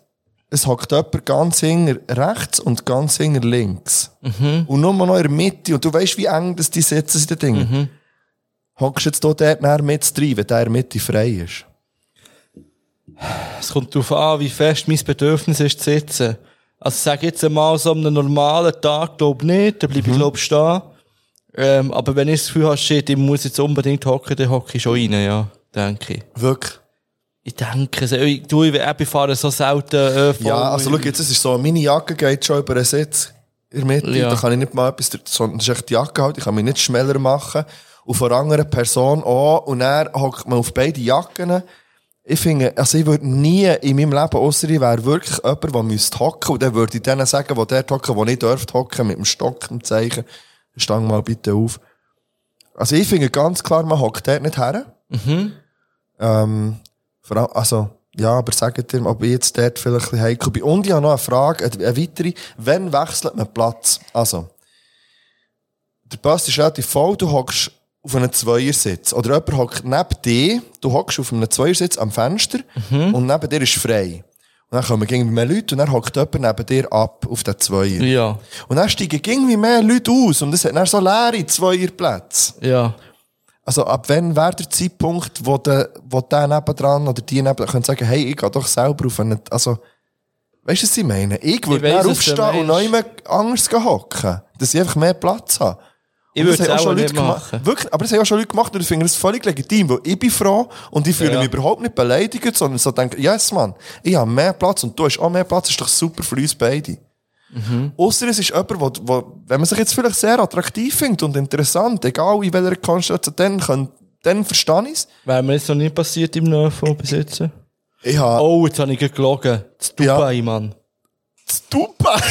es hockt jemand ganz hinter rechts und ganz hinter links. Mhm. Und nur noch in der Mitte. Und du weißt, wie eng das die sitzen, diese Dinge. Mhm. Hockst jetzt hier dort näher mit rein, wenn der in der Mitte frei ist? Es kommt darauf an, wie fest mein Bedürfnis ist zu sitzen. Also sag jetzt einmal, so an einem normalen Tag glaube ich nicht, da bleibe ich mhm. glaube stehen. Ähm, aber wenn ich das Gefühl habe, shit, ich muss jetzt unbedingt hocken, dann hocke ich schon rein, ja, denke ich. Wirklich? Ich denke, so, ich, du, ich, ich fahre so selten ÖV. Ja, also schau, jetzt, es ist so, meine Jacke geht schon über den Sitz in der Mitte, ja. Da kann ich nicht mal etwas, sondern das ist echt die Jacke halt, ich kann mich nicht schneller machen. Und von einer anderen Person auch, und dann hockt man auf beide Jacken. Ich finde, also ich würde nie in meinem Leben, ausser ich wäre wirklich jemand, der müsste hocken, und dann würde ich denen sagen, die dort hocken, die nicht dürfen hocken, mit dem Stock im Zeichen, stang mal bitte auf. Also ich finde ganz klar, man hockt dort nicht her. Mhm. Ähm, vor allem, also, ja, aber sagt dir, ob ich jetzt dort vielleicht ein bisschen heikel bin. Und ich habe noch eine Frage, eine weitere. Wann wechselt man Platz? Also, der Bus ist relativ voll, du hockst auf einem Zweiersitz. Oder jemand hockt neben dir, du hockst auf einem Zweiersitz am Fenster, mhm. und neben dir ist frei. Und dann kommen irgendwie mehr Leute und dann hockt jemand neben dir ab auf den Zweier. Ja. Und dann steigen irgendwie mehr Leute aus und es hat dann so leere Zweierplätze. Ja. Also ab wann wäre der Zeitpunkt, wo der, wo der nebendran oder die nebendran können sagen, hey, ich gehe doch selber auf einen, also, weißt du, was ich meine? Ich würde dann aufstehen und noch immer anders hocken, dass ich einfach mehr Platz habe. Ich würde es auch schon Leute gemacht. Wirklich, aber das haben auch schon Leute gemacht und ich finde das völlig legitim, weil ich bin froh und ich fühle ja. mich überhaupt nicht beleidigt, sondern so denke, yes, Mann, ich habe mehr Platz und du hast auch mehr Platz, ist doch super für uns beide. Mhm. Ausser es ist jemand, wo, wo, wenn man sich jetzt vielleicht sehr attraktiv findet und interessant, egal in welcher Konstellation, dann, kann, dann verstehe ich es. Wäre mir jetzt noch nie passiert im ÖV besitzen? Ich habe... Oh, jetzt habe ich gelogen. Das Dubai, ja. Mann. Das Dubai?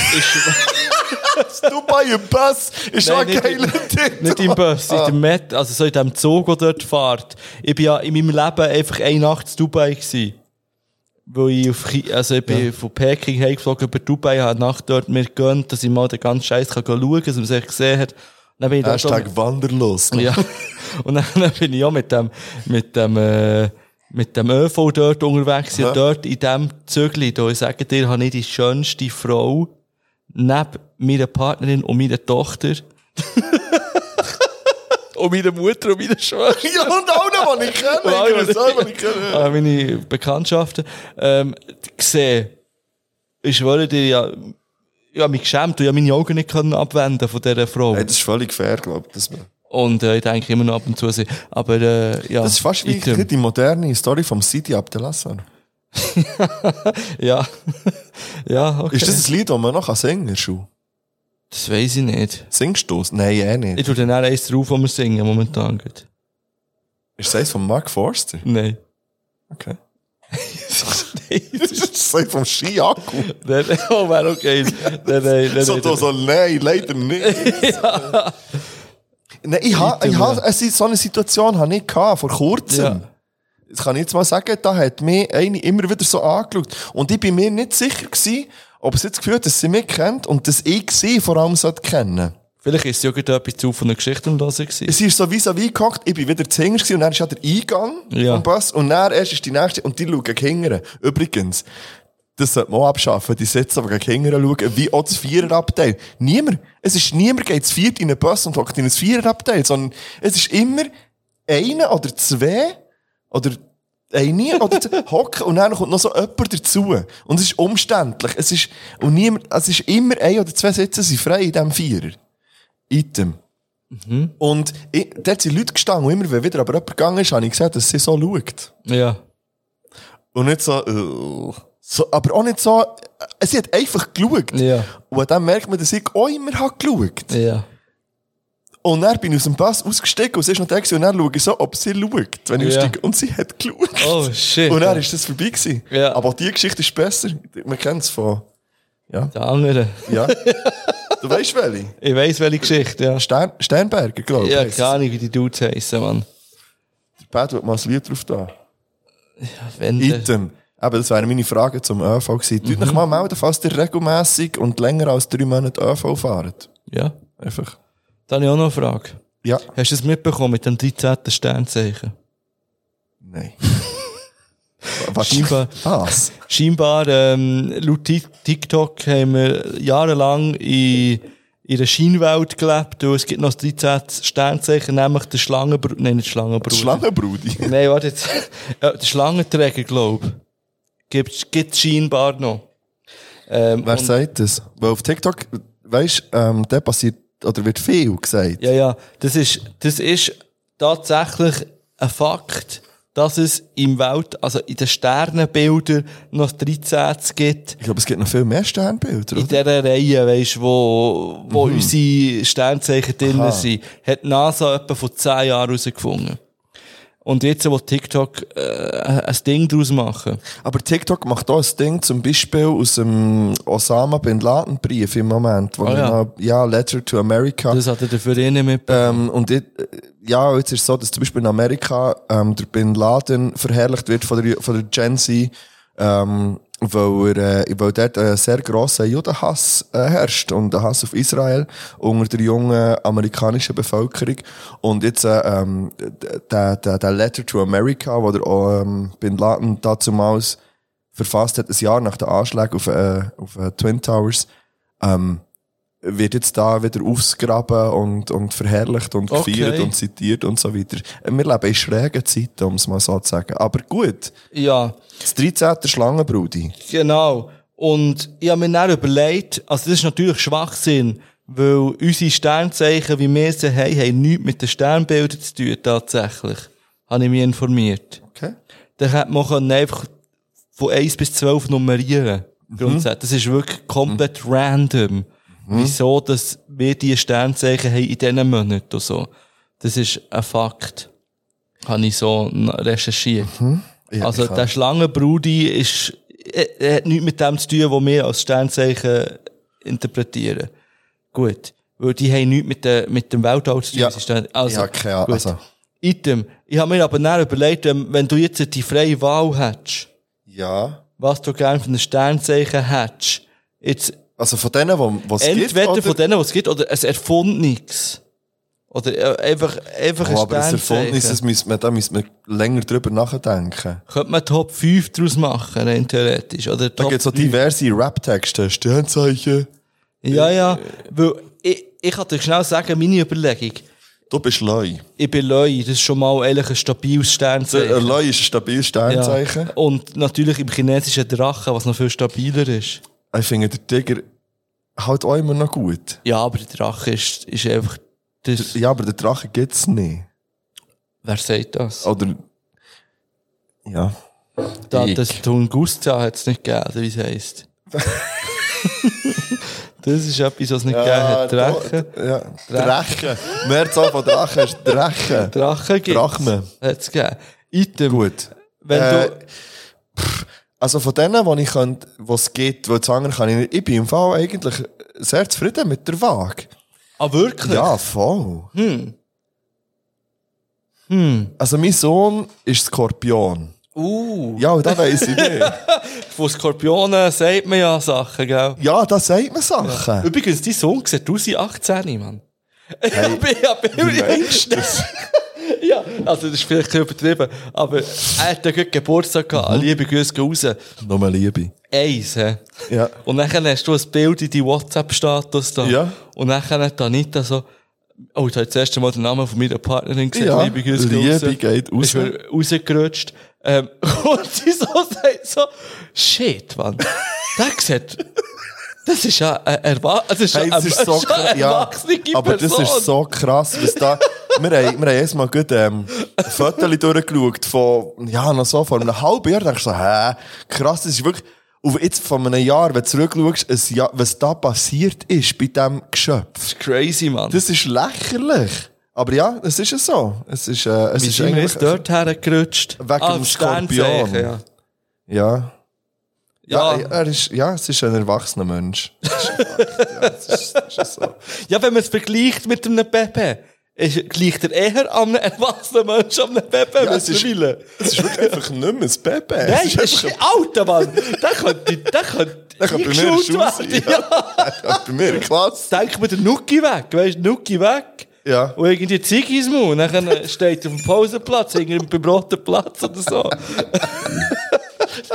Das Dubai im Bus ist schon ein geiler Titel. Nicht im Bus, ah. in dem Met, also so in dem Zug, der dort fährt. Ich bin ja in meinem Leben einfach eine Nacht in Dubai gewesen. Weil ich auf, also ich bin ja. von Peking hergeflogen über Dubai, habe eine Nacht dort mir gegönnt, dass ich mal den ganzen Scheiß schauen kann, dass man sich gesehen hat. Dann bin ich Hashtag dort wanderlos. Ja. Und dann, dann bin ich auch mit dem, mit dem, äh, mit dem ÖV dort unterwegs. Ja. Dort in dem Zügli, da, ich sage dir, habe ich die schönste Frau neben meiner Partnerin und meiner Tochter. Und meine Mutter und meine Schwester. Ja, und auch noch, die ich kenne. Und alle, die ich kenne. Ja. Meine Bekanntschaften. Ähm, gesehen. Ich schwöre dir, ja, ich habe mich geschämt und ich habe meine Augen nicht abwenden von dieser Frau. Hey, das ist völlig fair, glaube ich. Das und äh, ich denke immer noch ab und zu sehen. Aber, äh, ja. Das ist fast wie item. Die moderne Story vom Sidi Abdelassar. Ja. Ja, okay. Ist das ein Lied, das man noch singen kann, Schuh? Das weiss ich nicht. Singst du es? Nein, eh nicht. Ich tue dann auch eins drauf, wo wir singen, momentan geht. Ist das eins von Mark Forster? Nein. Okay. Nein. Das ist eins vom Ski-Akku. Nein, oh, wäre okay. Nein, nein, nein. So, nein, so, nein, leider nicht. Ja. Nein, ich habe, ich habe, so eine Situation habe ich gehabt, vor kurzem. Ja. Das kann ich jetzt mal sagen, da hat mich eine immer wieder so angeschaut. Und ich bin mir nicht sicher gewesen, ob es jetzt das Gefühl hat, dass sie mich kennt und dass ich sie vor allem sollte kennen. Vielleicht ist sie ja gerade etwas zu von einer Geschichte und sie gewesen. Sie ist so vis-à-vis gehockt, ich bin wieder zu hinten gewesen und dann ist ja der Eingang ja. vom Bus und dann erst ist die nächste und die schauen gegen hinten. Übrigens, das sollte man auch abschaffen, die Sätze aber gegen hinten schauen, wie auch das Viererabteil. Niemand, es ist niemand geht zu viert in einen Bus und hockt in ein Viererabteil, sondern es ist immer einer oder zwei oder eine oder zwei hocken und dann kommt noch so jemand dazu. Und es ist umständlich. Es ist, und niemand, es ist immer ein oder zwei Sitze sind frei in diesem Vierer. Item. Mhm. Und ich, dort sind Leute gestanden und immer, wenn wieder aber jemand gegangen ist, habe ich gesagt, dass sie so schaut. Ja. Und nicht so, uh, so, aber auch nicht so, sie hat einfach geschaut. Ja. Und dann merkt man, dass ich auch immer habe geschaut. Ja. Und dann bin ich aus dem Bus ausgestiegen und sie ist noch da und dann schaue ich so, ob sie schaut, wenn ich ja. aussteige. Und sie hat geschaut. Oh, shit. Und dann ist das vorbei gewesen. Ja. Aber die Geschichte ist besser. Man kennt es von, ja. Der andere. Ja. Du weißt welche? Ich weiss welche Geschichte, ja. Stern, Sternberger, glaube ich. Ja, keine Ahnung, wie die Dudes heissen, Mann. Der Pat wird mal ein Lied drauf da. Ja, wenn Item. Aber das wären meine Fragen zum ÖV gewesen. Mhm. Tut euch mal melden, falls ihr regelmässig und länger als drei Monate ÖV fahrt. Ja. Einfach. Dann habe ich auch noch eine Frage. Ja. Hast du es mitbekommen mit dem dreizehnten Sternzeichen? Nein. Was? Scheinbar, Was? scheinbar ähm, laut TikTok haben wir jahrelang in, in der Scheinwelt gelebt, und es gibt noch das dreizehnte Sternzeichen, nämlich der Schlangenbruder. Nein, nicht Schlangenbruder. Schlangenbrudi. Nein, warte jetzt. Ja, der Schlangenträger, glaube ich. Gibt, gibt scheinbar noch. Ähm, Wer und- sagt das? Weil auf TikTok, weisst, ähm, da passiert, oder wird viel gesagt. Ja, ja, das ist, das ist tatsächlich ein Fakt, dass es im Welt, also in den Sternenbildern noch dreizehn gibt. Ich glaube, es gibt noch viel mehr Sternbilder, In oder? dieser Reihe, weisst, wo, wo Mhm. unsere Sternzeichen drin Aha. sind, hat die NASA etwa vor zehn Jahren herausgefunden. Und jetzt will TikTok äh, ein Ding daraus machen. Aber TikTok macht auch ein Ding, zum Beispiel aus dem Osama Bin Laden Brief im Moment, wo Ah, er ja. noch, ja, Letter to America. Das hat er dafür eh nicht mitbekommen. Ähm, und ich, ja, jetzt ist es so, dass zum Beispiel in Amerika ähm, der Bin Laden verherrlicht wird von der, von der Gen Z, ähm, weil, er, äh, weil dort ein sehr grosser Judenhass äh, herrscht und ein Hass auf Israel unter der jungen amerikanischen Bevölkerung. Und jetzt äh, ähm, der, der, der Letter to America, wo der ähm, Bin Laden dazumals verfasst hat, ein Jahr nach den Anschlägen auf, äh, auf äh, Twin Towers, ähm, wird jetzt da wieder ausgegraben und, und verherrlicht und Okay. gefeiert und zitiert und so weiter. Wir leben in schrägen Zeiten, um es mal so zu sagen. Aber gut, Ja. das dreizehnte Schlangenbrudi. Genau. Und ich habe mir dann überlegt, also das ist natürlich Schwachsinn, weil unsere Sternzeichen, wie wir sie haben, haben nichts mit den Sternbildern zu tun, tatsächlich. Habe ich mich informiert. Okay. Dann hätte man können einfach von eins bis zwölf nummerieren. Grundsätzlich. Das ist wirklich komplett random. Wieso, dass wir diese Sternzeichen haben in diesen Monaten und so. Das ist ein Fakt. Habe ich so recherchiert. Ja, Also, ich kann- der Schlangenbrudi ist, er, er hat nichts mit dem zu tun, was wir als Sternzeichen interpretieren. Gut. Weil die haben nichts mit, der, mit dem Weltall zu tun. Ja. Sie stehen- Also, Ja, keine Ahnung. gut. Also. Item. Ich habe mir aber dann überlegt, wenn, wenn du jetzt die freie Wahl hättest, Ja. was du gerne für ein Sternzeichen hättest, jetzt, Also von denen, wo, wo es gibt, entweder oder? von denen, was es gibt, oder ein erfundenes. Oder äh, einfach, einfach Oh, ein aber das Sternzeichen. Erfundnis, das müsste man, da müsste man länger drüber nachdenken. Könnte man Top fünf daraus machen, rein theoretisch. Oder Da Top gibt es so drei. diverse Rap-Texte, Sternzeichen. Ja, ja. Weil, ich, ich kann dir schnell sagen, meine Überlegung. Du bist Leu. Ich bin Leu, das ist schon mal eigentlich ein stabiles Sternzeichen. Leu ist ein stabiles Sternzeichen. Ja. Und natürlich im chinesischen Drachen, was noch viel stabiler ist. Ich finde den Tiger halt auch immer noch gut. Ja, aber der Drache ist, ist einfach, das, Ja, aber den Drachen gibt es nicht. wer sagt das? Oder, ja. Da, ich. das Tunguska hat es nicht gegeben, oder wie es heisst. Das ist etwas, was es nicht gegeben hat. Drachen. da- Ja, Drachen. Mehrzahl von Drachen ist Drachen. Drachen gibt Drachmen. es gegeben. Item. Gut. Wenn Äh, du, Also von denen, die ich könnte, was es gibt, wo zu anderen kann ich nicht. Ich bin im Fall eigentlich sehr zufrieden mit der Waage. ah, wirklich? Ja, voll. Hm. Hm. Also mein Sohn ist Skorpion. Uh. Ja, und das weiss ich nicht. Von Skorpionen sagt man ja Sachen, gell? Ja, da sagt man Sachen. Übrigens, dein Sohn sieht aus wie achtzehn, Mann. Hey, Ich bin ja wie meinst du das? Ja, also das ist vielleicht ein bisschen übertrieben, aber er hat ja gerade Geburtstag gehabt. Mhm. Liebe Grüße gehen raus. Nochmal Liebe. Eins, hä? Ja. Und dann hast du ein Bild in deinem WhatsApp-Status da. Ja. Und dann hat Anita so, oh, ich habe das erste Mal den Namen von meiner Partnerin gesagt. Ja, Liebe Grüße gehen Liebe raus. geht raus. Ist mir rausgerutscht. Ähm, und sie so sagt so, shit, Mann. Der sieht, das ist ja ein, Erwa das ist Hey, ja das ein, ist so das ist ja krass. eine Ja, erwachsene aber das Person. ist so krass, was da, wir haben, wir haben erst mal gut, ähm, Fotos durchgeschaut von, ja, noch so, vor einem halben Jahr, da denkst du so, hä, krass, das ist wirklich, und jetzt von einem Jahr, wenn du zurückschaust, ein Jahr, was da passiert ist bei diesem Geschöpf. Das ist crazy, Mann. Das ist lächerlich. Aber ja, es ist ja so. Es ist, äh, es Wie ist sind wir eigentlich, jetzt dort hergerutscht? Wegen dem Sternzeichen, Skorpion. Ja. ja. Ja, Ja. er ist, ja, es ist ein erwachsener Mensch. Das ist ein Fakt, ja, es ist, es ist so. Ja, wenn man es vergleicht mit einem Pepe, ist, gleicht er eher an einem erwachsenen Menschen an einem Pepe Ja, es ist- mittlerweile. Es ist wirklich einfach nicht mehr ein Baby. Nein, Es das ist ein alter Mann. Der könnte, der könnte, Der kann bei mir in der eingeschult Schule sein. werden. Ja. Bei mir in der Klasse. Denk mir den Nuki weg, weißt du, Nuki weg. Ja. Und irgendwie Ziege ins Mund. Dann steht er auf dem Pausenplatz, irgendwie beim roten Platz oder so.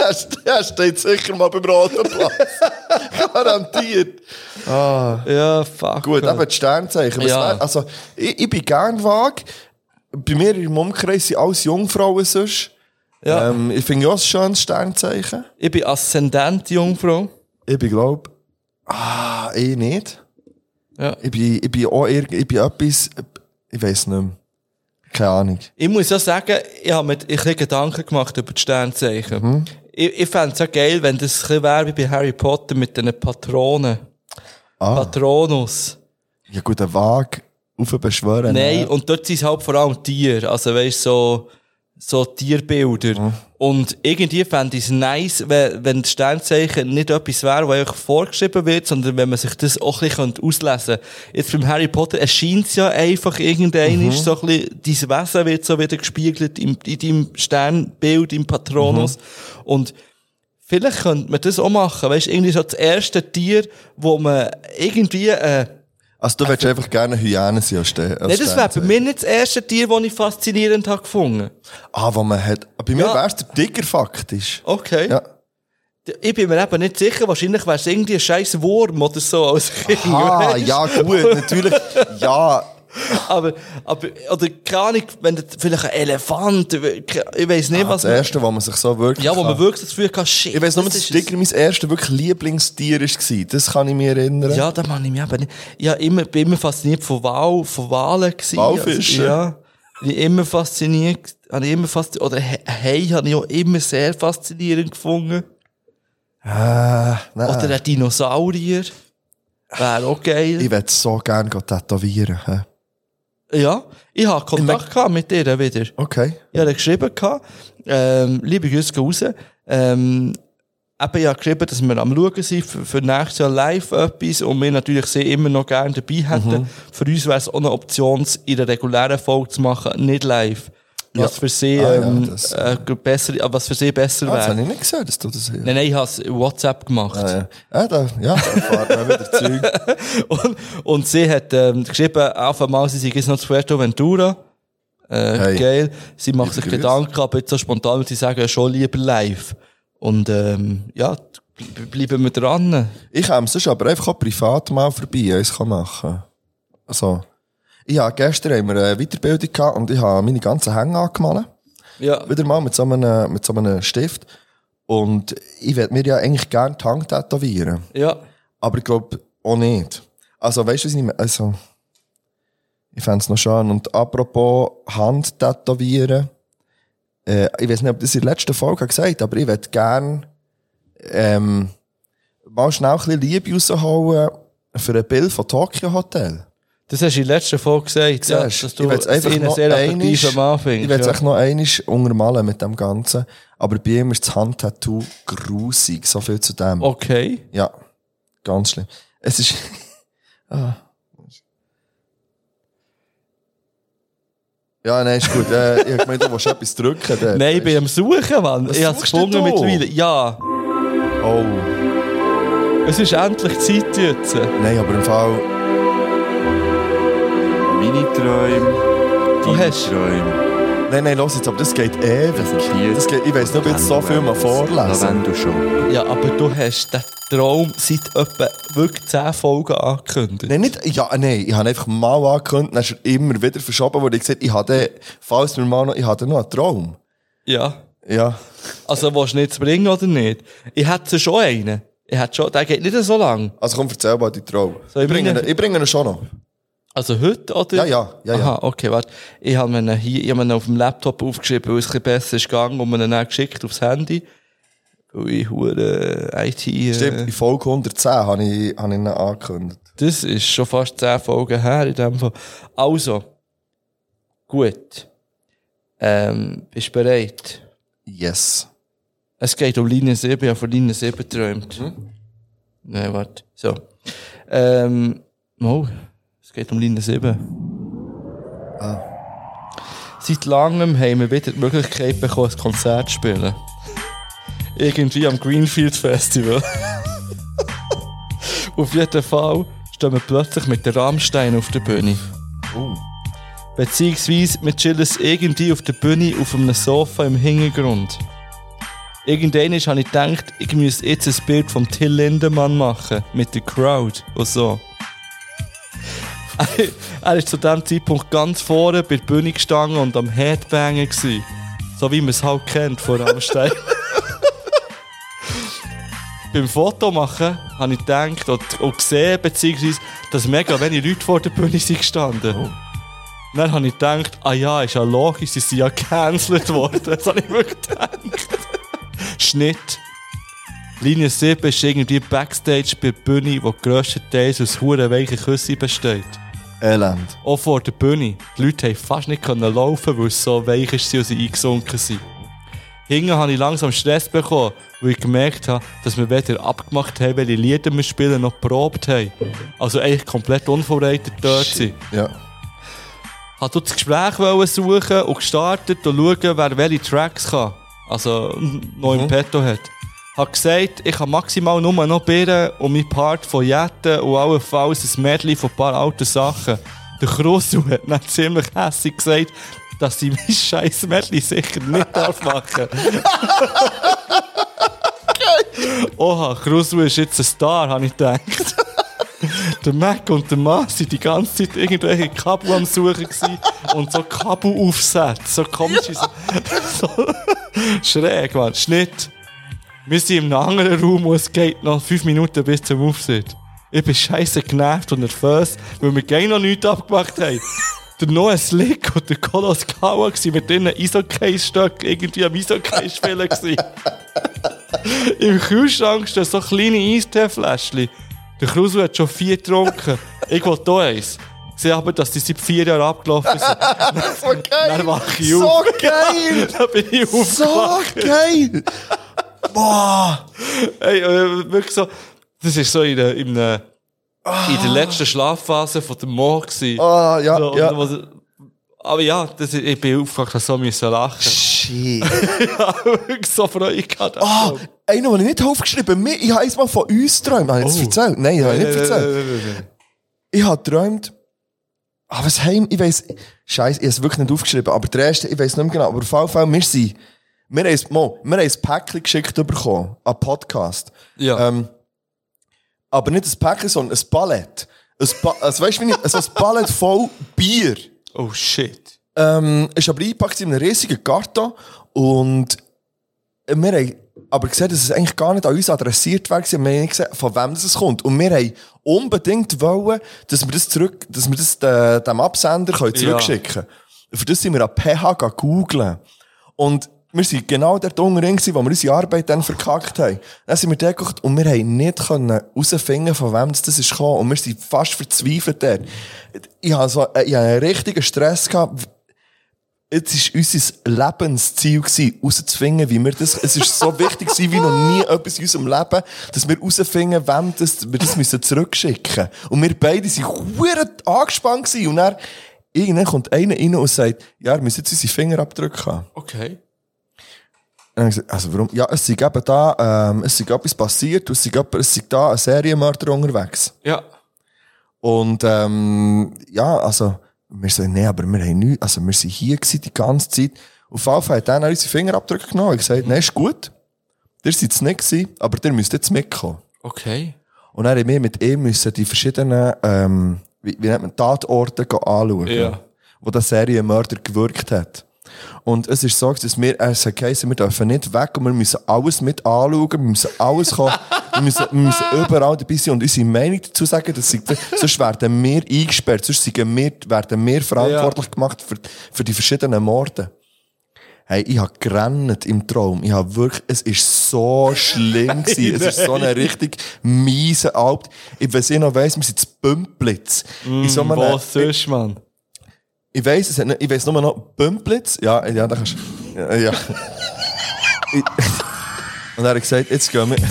Der steht sicher mal beim Roten Platz. Garantiert. Ah. Ja, fuck. Gut, eben die Sternzeichen. Was Ja. wär- Also, ich, ich bin gern vage. Bei mir im Umkreis sind alles Jungfrauen sonst. Ja. Ähm, ich finde ja auch ein schönes Sternzeichen. Ich bin Aszendent Jungfrau. Ich bin, glaub, ah, ich nicht. Ja. Ich bin, ich bin auch irgend, ich bin etwas, ich weiss nicht mehr. Keine Ahnung. Ich muss ja sagen, ich habe mir ein bisschen Gedanken gemacht über die Sternzeichen. Mhm. Ich, ich fände es ja geil, wenn das ein bisschen wäre wie bei Harry Potter mit den Patronen. Ah. Patronus. Ja gut, ein Waage aufbeschwören. Nein, Ja. und dort sind es halt vor allem Tiere. Also weißt so, so Tierbilder. Mhm. Und irgendwie fände ich es nice, wenn, wenn das Sternzeichen nicht etwas wäre, was euch vorgeschrieben wird, sondern wenn man sich das auch ein bisschen auslesen könnte. Jetzt beim Harry Potter erscheint es ja einfach irgendein, Mhm. ist so ein bisschen, dein Wesen wird so wieder gespiegelt im, in deinem Sternbild, im Patronus. Mhm. Und vielleicht könnte man das auch machen. Weißt du, irgendwie so das erste Tier, wo man irgendwie, äh, Also du willst einfach gerne Hyänen sein als Ste- als Nein, das wäre bei Sternzeichen. mir nicht das erste Tier, das ich faszinierend habe gefunden. Ah, wo man hat. Bei mir Ja. wär's der Tiger faktisch. Okay. Ja. Ich bin mir eben nicht sicher, wahrscheinlich wäre es irgendwie ein scheiß Wurm oder so als Kind. Ah, weißt? ja gut, natürlich. Ja, Aber, aber, oder keine Ahnung, wenn das vielleicht ein Elefant, ich weiss nicht, ah, was das erste, wo man sich so wirklich... ja, wo man kann- wirklich das Gefühl hat, shit. Ich weiss nur, das dass ist Tiger mein erstes wirklich Lieblingstier war. Das kann ich mich erinnern. es. Ja, da kann ich mich eben nicht. Ich hab immer, bin immer fasziniert von, Wal, von Walen gewesen. Walfische? Also, ja. Bin ich immer fasziniert, habe ich immer fasziniert, oder He- Hai habe ich auch immer sehr faszinierend gefunden. Ah, nein. Oder ein Dinosaurier. Wäre auch geil. Ich würde so gerne tätowieren. hä? Ja, ich hatte Kontakt gehabt mit ihr wieder. Okay. Ich habe geschrieben, gehabt, ähm, liebe Grüße gehen raus. Ähm, eben, ich habe geschrieben, dass wir am Schauen sind für, für nächstes Jahr live etwas und wir natürlich sie immer noch gerne dabei hätten. Mhm. Für uns wäre es auch eine Option, es in der regulären Folge zu machen, nicht live. Was Ja. für sie, Ah, ja, ähm, das- äh, besser, äh, was für sie besser Ah, das wäre. habe ich nicht gesehen, dass du das hier... Nein, nein, ich habe es in WhatsApp gemacht. Ah, ja, ja, da, ja, da fährt man wieder Zeug. Und, und sie hat ähm, geschrieben, auf einmal, sie sei jetzt noch zu Fuerteventura. Äh, Hey. Geil. Sie macht sich Grüße. Gedanken, aber jetzt so spontan, und sie sagen ja schon lieber live. Und ähm, ja, b- bleiben wir dran. Ich komme sonst aber einfach auch privat mal vorbei, eins kann machen. Also, ich habe gestern haben wir eine Weiterbildung gehabt und ich habe meine ganzen Hänge angemalt. Ja. Wieder mal mit so einem, mit so einem Stift. Und ich würde mir ja eigentlich gerne die Hand tätowieren. Ja. Aber ich glaube auch nicht. Also, weißt du, was ich meine? Also, ich fände es noch schön. Und apropos Hand tätowieren, äh, ich weiß nicht, ob das in der letzten Folge gesagt habe, aber ich würde gerne ähm, mal schnell ein bisschen Liebe rausholen für ein Bild von Tokyo Hotel. Das hast du in der letzten Folge gesagt, ja, Siehst du, dass du ich will es einfach einen noch sehr einmal- attraktiven Mann Ich findest. will es ja. echt noch einmal untermalen mit dem Ganzen. Aber bei ihm ist das Handtattoo grusig. So viel zu dem. Okay. Ja, ganz schlimm. Es ist... ah. Ja, nein, ist gut. Äh, ich meine, du willst etwas drücken. Dort, Nein, ich bin am Suchen, Mann. Was Ich habe es suchst gefunden denn du? mittlerweile. Ja. Oh. Es ist endlich Zeit jetzt. Nein, aber im Fall... Meine Träume, Du deine hast- Träume. Nein, nein, los jetzt, aber das geht ewig. Präsentiert Das geht, ich weiss nicht, ob ich jetzt so viel mal vorlesen. Lavendel schon. Ja, aber du hast den Traum seit etwa wirklich zehn Folgen angekündigt. Nein, nicht, ja, nein, ich habe einfach mal angekündigt, dann ist er immer wieder verschoben, wo ich gesagt habe, ich hatte, falls mir mal noch, ich hatte noch einen Traum. Ja. Ja. Also, willst du nicht bringen oder nicht? Ich hätte schon einen. Ich hätte schon, der geht nicht so lang. Also komm, erzähl mal die Traum. Soll ich Ich bringe, meine- ihn, ich bringe ihn schon noch. Also heute, oder? Ja, ja, ja, ja. Aha, okay, warte. Ich habe ihn hier, ich habe ihn auf dem Laptop aufgeschrieben, weil es ein bisschen besser ist gegangen und mir ihn dann geschickt aufs Handy. Weil ich hure I T... Stimmt, Äh, in Folge hundertzehn habe ich, habe ich ihn angekündigt. das ist schon fast zehn Folgen her in dem Fall. Also. Gut. Ähm, bist du bereit? Yes. Es geht um Linie sieben, ich habe von Linie sieben geträumt. Nein, warte. So. Ähm, oh, es geht um Linie sieben. Ah. Seit langem haben wir wieder die Möglichkeit bekommen, ein Konzert zu spielen. Irgendwie am Greenfield Festival. Auf jeden Fall stehen wir plötzlich mit der Rammstein auf der Bühne. Uh. Beziehungsweise wir chillen irgendwie auf der Bühne auf einem Sofa im Hintergrund. Irgendwann habe ich gedacht, ich müsste jetzt ein Bild von Till Lindemann machen, mit der Crowd und so. Er war zu diesem Zeitpunkt ganz vorne bei der Bühne gestanden und am Headbangen gsi. So wie man es halt kennt vor Rammstein. Beim Fotomachen habe ich gedacht und, und gesehen, beziehungsweise, dass mega wenige Leute vor der Bühne sind gestanden. Oh. Dann habe ich gedacht, ah ja, ist ja logisch, sie sind ja gecancelt worden. Das habe ich wirklich gedacht. Schnitt. Linie sieben ist irgendwie Backstage bei der Bühne, die grösstenteils aus hurenweichen Küssen besteht. Elend. Auch vor der Bühne. Die Leute konnten fast nicht laufen, weil es so weich war und sie eingesunken sind. Hinten habe ich langsam Stress bekommen, weil ich gemerkt habe, dass wir weder abgemacht haben, welche Lieder wir spielen, noch geprobt haben. Also eigentlich komplett unvorbereitet dort sind. Ja. Ich wollte das Gespräch suchen und gestartet und schauen, wer welche Tracks kann. Also noch im mhm. Petto hat. Ich habe gesagt, ich kann maximal nur noch Birnen und mein Part von Jetten und allenfalls ein Medley von ein paar alten Sachen. Der Krusel hat dann ziemlich hässlich gesagt, dass ich mein scheiß Medley sicher nicht darf machen. Oha, Krusel ist jetzt ein Star, habe ich gedacht. Der Mac und der Mann waren die ganze Zeit irgendwelche Kabel am Suchen gewesen und so Kabelaufsätze, so komische, so, so schräg, Mann. Schnitt. Wir sind in einem anderen Raum und es geht noch fünf Minuten bis zum Auftritt. Ich bin scheisse genervt und nervös, weil wir gleich noch nichts abgemacht haben. Der Noah Slick und der Kolos Kawa waren mit ihren Eishockey-Stöcken irgendwie am Eishockey spielen. Im Kühlschrank stehen so kleine Eistee-Fläschchen. Der Krusel hat schon vier getrunken. Ich will hier eins. Ich sehe aber, dass die seit vier Jahren abgelaufen sind. So geil! Dann wache ich so auf. geil! Dann bin ich aufgewacht. So geil! Boah! Hey, äh, wirklich so, das war so in der, in der, ah. in der letzten Schlafphase von der Mo gewesen. Ah, ja, so, ja. Was, aber ja, das, ich bin aufgewacht, dass so müssen lachen. Shit! Ja, wirklich so Freude gehabt. Ah, einen, den ich nicht aufgeschrieben habe. Ich habe eins mal von uns geträumt. Habe ich das Oh. erzählt? Nein, habe ich nicht erzählt. Nein, nein, nein, nein. Ich habe geträumt, ah, was heim, ich weiss, Scheiße, ich habe es wirklich nicht aufgeschrieben, aber der erste, ich weiss nicht mehr genau, aber auf jeden Fall, wir sind, wir haben, Mo, wir haben ein Päckchen geschickt bekommen, an Podcast. Ja. Ähm, aber nicht ein Päckchen, sondern ein Ballett. Ein ba- also weißt du, wie ich, also ein Ballett voll Bier. Oh shit. Ähm, ist aber eingepackt in einem riesigen Karton und wir haben aber gesehen, dass es eigentlich gar nicht an uns adressiert war. Wir haben nicht gesehen, von wem das kommt. Und wir haben unbedingt wollen, dass wir das zurück, dass wir das de, dem Absender können zurückschicken können. Ja. Für das sind wir an P H googeln. Und wir waren genau dort unten, wo wir unsere Arbeit dann verkackt haben. Dann sind wir da geguckt und wir haben nicht herausfinden, von wem das ist gekommen. Und wir sind fast verzweifelt dort. Ich hatte so, ich hatte einen richtigen Stress gehabt. Jetzt war unser Lebensziel, herauszufinden, wie wir das, es ist so wichtig gewesen, wie noch nie etwas in unserem Leben, dass wir herausfinden, wem das, wir das müssen zurückschicken. Und wir beide waren verdammt angespannt gewesen. Und dann, irgendwann kommt einer rein und sagt, ja, wir müssen jetzt unsere Fingerabdrücke haben. Okay. Und dann habe ich gesagt, also warum? Ja, es ist eben da, ähm, es ist etwas passiert, es ist, es ist da ein Serienmörder unterwegs. Ja. Und, ähm, ja, also, wir sagen, nee, aber wir haben nichts, also wir sind hier gewesen, die ganze Zeit. Auf jeden Fall hat er dann unsere Fingerabdrücke genommen und gesagt, nee, ist gut. Ihr seid es nicht gewesen, aber ihr müsst jetzt mitkommen. Okay. Und dann haben wir mit ihm müssen die verschiedenen, ähm, wie, wie nennt man, Tatorte anschauen, Ja. wo der Serienmörder gewirkt hat. Und es ist so, dass wir, er sagt, okay, wir dürfen nicht weg und wir müssen alles mit anschauen, wir müssen alles kommen, wir müssen, wir müssen überall dabei sein und unsere Meinung dazu sagen, dass sie, sonst werden wir eingesperrt, sonst sind wir, werden wir verantwortlich gemacht für, für die verschiedenen Morde. Hey, ich habe gerannt im Traum. Ich habe wirklich, es ist so schlimm gewesen. Es ist so eine richtig miese Alp. Ich weiss, ich noch weiss, wir sind zu Bümplitz. Mm, in so einem, was sonst, Mann? Ich weiss, es hat nicht, ich weiss nur noch Bümplitz. Ja, ja, da kannst du, ja, ja. Ich, und er hat gesagt, jetzt gehen wir.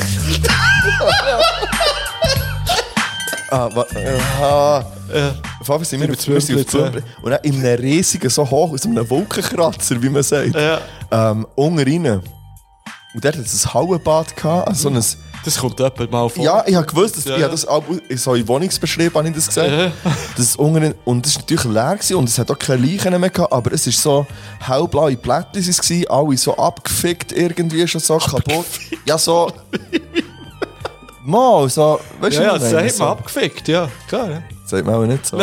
ah, wa, ah, äh, auf jeden Fall sind wir, wir, wir sind auf Bümplitz. Und dann in einem riesigen, so hoch, aus einem Wolkenkratzer, wie man sagt. Ja. Ähm, unten rein Und dort hat es ein Hallenbad gehabt, also so ein... Das kommt jemand mal vor. Ja, ich habe gewusst, dass, Ja. ich habe das auch, so in Wohnungsbeschrieb habe ich das gesehen. Das ist unten, und das war natürlich leer gewesen, und es hat auch keine Leichen mehr gehabt, aber es ist so hellblaue Blättchen waren, alle so abgefickt irgendwie, schon so kaputt. Ja, so... Mal, so... Weißt Ja, du, ja, was das ich meine? sagt man abgefickt, ja. Klar, ja. Das sagt man auch nicht so.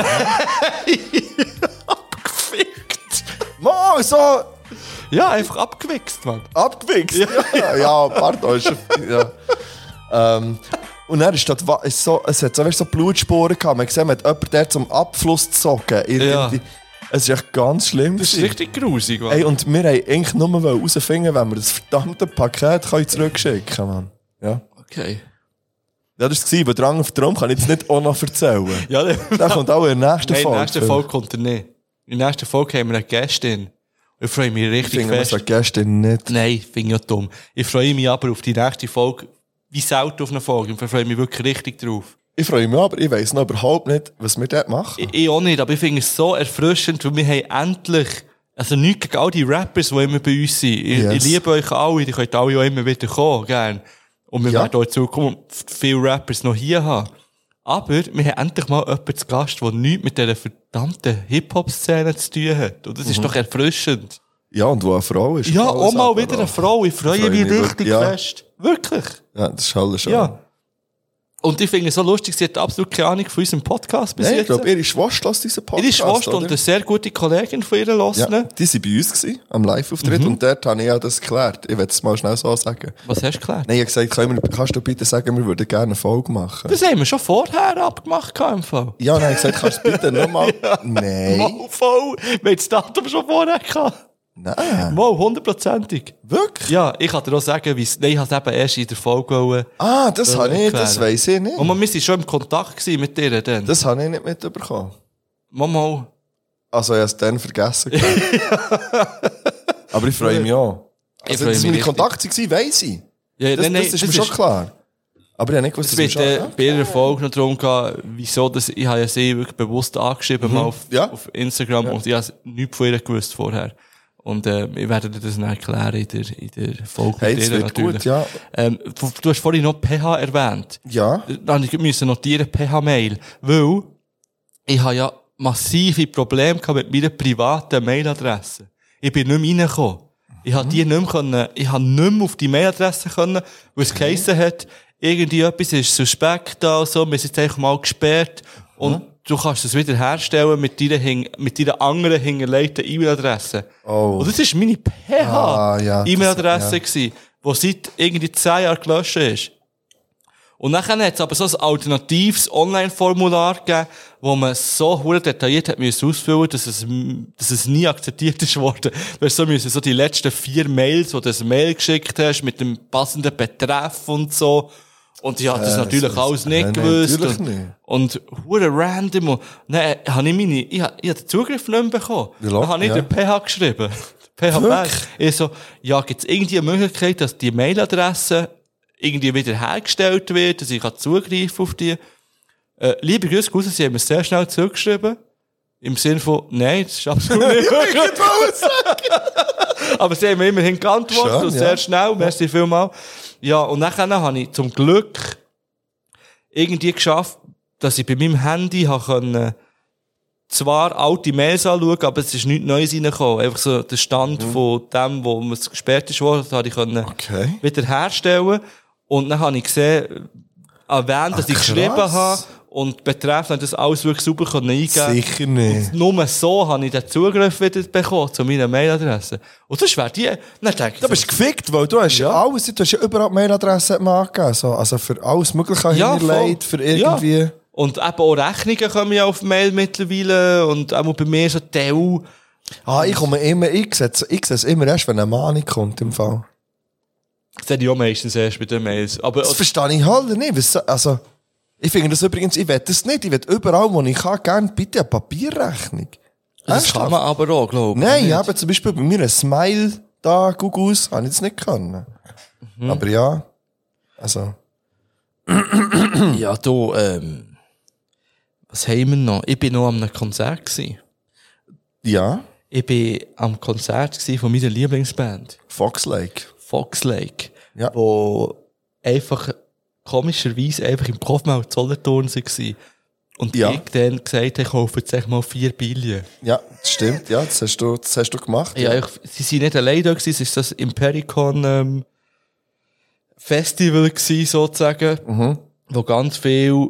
Abgefickt. Mal, so... Ja, einfach abgewichst, Mann. Abgewichst? Ja, ja, pardon. Ist, ja. ähm, und dann ist das, Wa- ist so, es hat so, weißt, so Blutspuren gehabt. Man hat gesehen, man hat jemanden der zum Abfluss gezogen. Irgendwie. Ja. Es ist echt ganz schlimm. Das ist gewesen. richtig grusig, Mann. Ey, und wir wollten eigentlich nur herausfinden, wenn wir das verdammte Paket können zurückschicken können. Ja. Okay. Ja, das war, weil Drang auf Traum kann ich jetzt nicht auch noch erzählen. Ja, Der kommt auch in der nächsten Nein, in Folge. der nächsten Folge kommt er nicht. In der nächsten Folge haben wir eine Gästin. Ich freue mich Ich richtig finde, man fest. sagt gestern nicht. Nein, finde ich auch dumm. Ich freue mich aber auf die nächste Folge, wie selten auf eine Folge. Ich freue mich wirklich richtig drauf. Ich freue mich aber, ich weiss noch überhaupt nicht, was wir dort machen. Ich, ich auch nicht, aber ich finde es so erfrischend, weil wir haben endlich, also nichts gegen all die Rappers, die immer bei uns sind. Ich, Yes. ich liebe euch alle, die könnt alle auch immer wieder kommen, gern. Und wir Ja. werden auch in Zukunft viele Rappers noch hier haben. Aber wir haben endlich mal jemanden zu Gast, der nichts mit dieser verdammten Hip-Hop-Szene zu tun hat. Und das ist doch erfrischend. Ja, und wo eine Frau ist. Ja, alles auch mal aber wieder auch. eine Frau. Ich freue Freue mich mich richtig wirklich, ja. fest. Wirklich. Ja, das ist alles schon. Ja. Und ich finde es so lustig, sie hat absolut keine Ahnung von unserem Podcast bis Nein, ich jetzt. glaube, ihre Schwester lässt diesen Podcast. Ihre Schwester oder? und eine sehr gute Kollegin von ihr hören. Ja, die waren bei uns gewesen, am Live-Auftritt, und dort habe ich ja das geklärt. Ich will es mal schnell so sagen. Was hast du geklärt? Nein, ich habe gesagt, können wir, kannst du bitte sagen, wir würden gerne eine Folge machen? Das haben wir schon vorher abgemacht, im Fall. Ja, dann habe ich gesagt, kannst du bitte nochmal... Nein. Mal voll. Wir haben das Datum schon vorher gehabt. Nein. Mal, hundertprozentig. Wirklich? Ja, ich kann dir auch sagen, wie es, nein, ich habe es eben erst in der Folge wollen. Ah, das habe ich, das erklären. weiss ich nicht. Und wir waren schon im Kontakt gewesen mit dir dann. Das habe ich nicht mitbekommen. Mal, mal. Also, ich habe es dann vergessen. Aber ich freue mich auch. Ich Also, freue dass mich meine richtig. Kontakte waren, weiss ich. Ja, Das, nein, nein, das ist mir schon klar. Aber ich habe nicht gewusst, Es dass wir wird schon... äh, bei ihrer Folge noch darum gehen, wieso das, ich habe ja sie wirklich bewusst angeschrieben, mal auf, Ja. auf Instagram, und ich habe nichts von ihr gewusst vorher. Und, äh, ich werde dir das dann erklären in der, in der Folge Hey, mit das ihr wird gut, ja. Ähm, du, du hast vorhin noch P H erwähnt. Ja. Dann musste ich notieren, P H-Mail. Weil, ich habe ja massive Probleme gehabt mit meiner privaten Mailadresse. Ich bin nicht mehr reingekommen. Ich habe die nicht mehr können, ich habe nicht mehr auf die Mailadresse können, weil es geheissen hat, irgendwie etwas ist suspekt da und so, wir sind jetzt einfach mal gesperrt, und du kannst es wieder herstellen mit deiner, hing- mit deiner anderen hinterlegten E-Mail-Adresse. Oh. Und das war meine P Ah, ja, das- H-E-Mail-Adresse ja. gewesen, die seit irgendwie zehn Jahren gelöscht ist. Und dann hat es aber so ein alternatives Online-Formular gegeben, wo man so hure detailliert hat müssen ausfüllen, dass es, dass es nie akzeptiert ist worden. Du hast so müssen, so die letzten vier Mails, wo du das Mail geschickt hast, mit dem passenden Betreff und so. Und ich habe das Äh, natürlich so- alles nicht Nein, gewusst. natürlich und, nicht. und hure random. Und dann habe ich meine, ich habe, ich habe den Zugriff nicht mehr bekommen. Wie Dann lang? habe ich Ja. den P H geschrieben. P H Bag. Ich so, ja, gibt es irgendwie eine Möglichkeit, dass die Mailadresse irgendwie wieder hergestellt wird, dass ich kann zugreifen auf die. Äh, liebe Grüße, Grüße, sie haben mir sehr schnell zurückgeschrieben. Im Sinne von, nein, das ist absolut nicht möglich. Aber sie haben mir immerhin geantwortet, Schön, und sehr ja. schnell, merci vielmals. Ja, und dann habe ich zum Glück irgendwie geschafft, dass ich bei meinem Handy habe können, zwar alte Mails anschauen, aber es ist nichts Neues reingekommen. Einfach so der Stand Mhm. von dem, wo es gesperrt ist worden, das habe ich können Okay. wieder herstellen. Und dann habe ich gesehen, an wen, dass Ach, ich geschrieben krass. habe, und betreffend das alles wirklich super können eingeben. Sicher nicht. Nur so habe ich den Zugriff wieder bekommen zu meiner Mailadresse. Und das wäre die, dann denke ich, Du bist gefickt, weil du hast ja Ja. alles, du hast ja überall die Mailadresse angegeben. So. Also für alles Mögliche Ja, hinterlegt, voll. für irgendwie... Ja. Und eben auch Rechnungen kommen ja auf Mail mittlerweile, und auch bei mir so Teil. Ah, ich komme immer, ich sehe es, ich sehe es immer erst, wenn eine Mahnung kommt im Fall. Das hätte ich auch meistens erst bei den Mails. Aber, Das verstehe ich halt nicht. Was, also, ich finde das übrigens, ich will das nicht. Ich will überall, wo ich kann, gerne bitte eine Papierrechnung. das Ernsthaft? kann man aber auch, glaube ich. Nein, ich nicht. habe zum Beispiel bei mir ein Smile da, Gugus, habe ich das nicht können. Mhm. Aber ja, also, Ja, du, ähm, was haben wir noch? Ich bin noch an einem Konzert gewesen. ja, Ich bin am Konzert gewesen von meiner Lieblingsband. Fox Lake. Fox Lake. Ja. wo einfach komischerweise einfach im Kopfmaul Solothurn waren. Und Ja. ich dann gesagt habe, kaufe jetzt echt mal vier Billionen. Ja, das stimmt, ja, das hast du, das hast du gemacht. Ja, ich, sie sind nicht allein da gewesen, es war das Impericon ähm, Festival gewesen, sozusagen, Mhm. wo ganz viele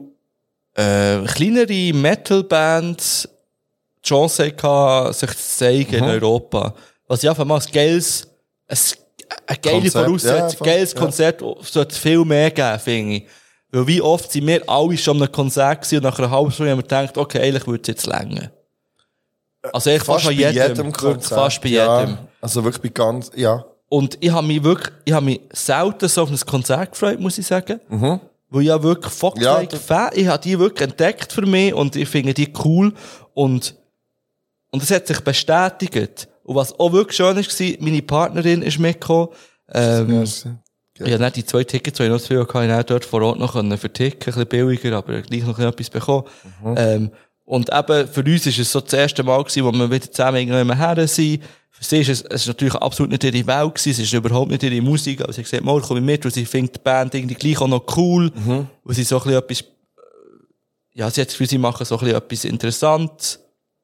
äh, kleinere Metal-Bands die Chance hatten, sich zu zeigen Mhm. in Europa. Was ich einfach mal ein geiles, ein, eine geile Konzept, Voraussetzung, ja, ein geiles ja. Konzert sollte es viel mehr geben, finde ich. Weil wie oft sind wir alle schon an einem Konzert gewesen und nach einer halben Stunde haben wir gedacht, okay, eigentlich würde es jetzt länger. Also echt fast, an jedem, wirklich fast bei ja, jedem. Also wirklich bei ganz, ja. Und ich habe mich wirklich, ich habe mich selten so auf ein Konzert gefreut, muss ich sagen. Mhm. Weil ich ja wirklich Foxlake Ja, Fan, ich habe die wirklich entdeckt für mich und ich finde die cool und, und es hat sich bestätigt. Und was auch wirklich schön war, meine Partnerin ist mitgekommen, ähm, Ja. ich habe nicht die zwei Tickets, die ich noch zu viel hatte, ich auch dort vor Ort noch können verticken, ein bisschen billiger, aber gleich noch etwas bekommen. Mhm. Ähm, und eben, für uns ist es so das erste Mal gewesen, wo wir wieder zusammen irgendwann her sind. Für sie ist es, es ist natürlich absolut nicht ihre Welt gewesen, es ist überhaupt nicht ihre Musik, aber sie hat gesagt, mal, komm ich mit, weil sie findet die Band irgendwie gleich auch noch cool, Mhm. weil sie so ein bisschen etwas, ja, sie hat das Gefühl, sie machen so ein bisschen etwas Interessantes.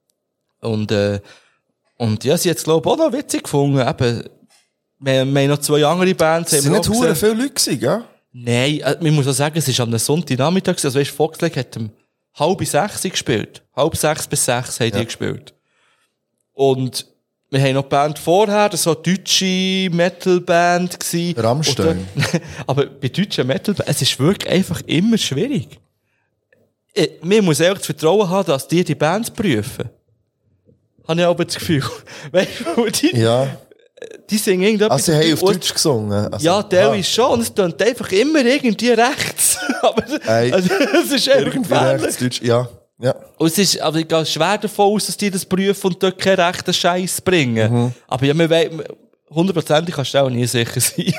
Und, äh, und ja, sie hat es, glaube ich, auch noch witzig gefunden, eben, wir, wir haben noch zwei andere Bands. Es haben sind wir nicht auch hure gesehen. viele Leute gewesen, gell? Nein, äh, man muss auch sagen, es ist am Sonntagnachmittag, also weisst, Foxlake hat um halb sechs gespielt. Halb sechs bis sechs haben Ja. die gespielt. Und wir haben noch die Band vorher, das war eine deutsche Metal-Band gewesen. Rammstein. Und da- Aber bei deutschen Metal-Bands, es ist wirklich einfach immer schwierig. Ich, mir muss ehrlich das Vertrauen haben, dass die die Bands prüfen. Habe ich aber das Gefühl. Weißt du, die, Ja. die singen irgendetwas. Also, sie haben auf und- Deutsch gesungen. Also, ja, der ah, ist schon. Und es tönt einfach immer irgendwie rechts. Aber Ey, also, es ist einfach irgendwie gefährlich. rechts, Deutsch, ja. Ja. Und es ist, aber ich gehe schwer davon aus, dass die das prüfen und dort keinen rechten Scheiß bringen. Mhm. Aber ja, wir wollen, hundertprozentig kannst du auch nie sicher sein.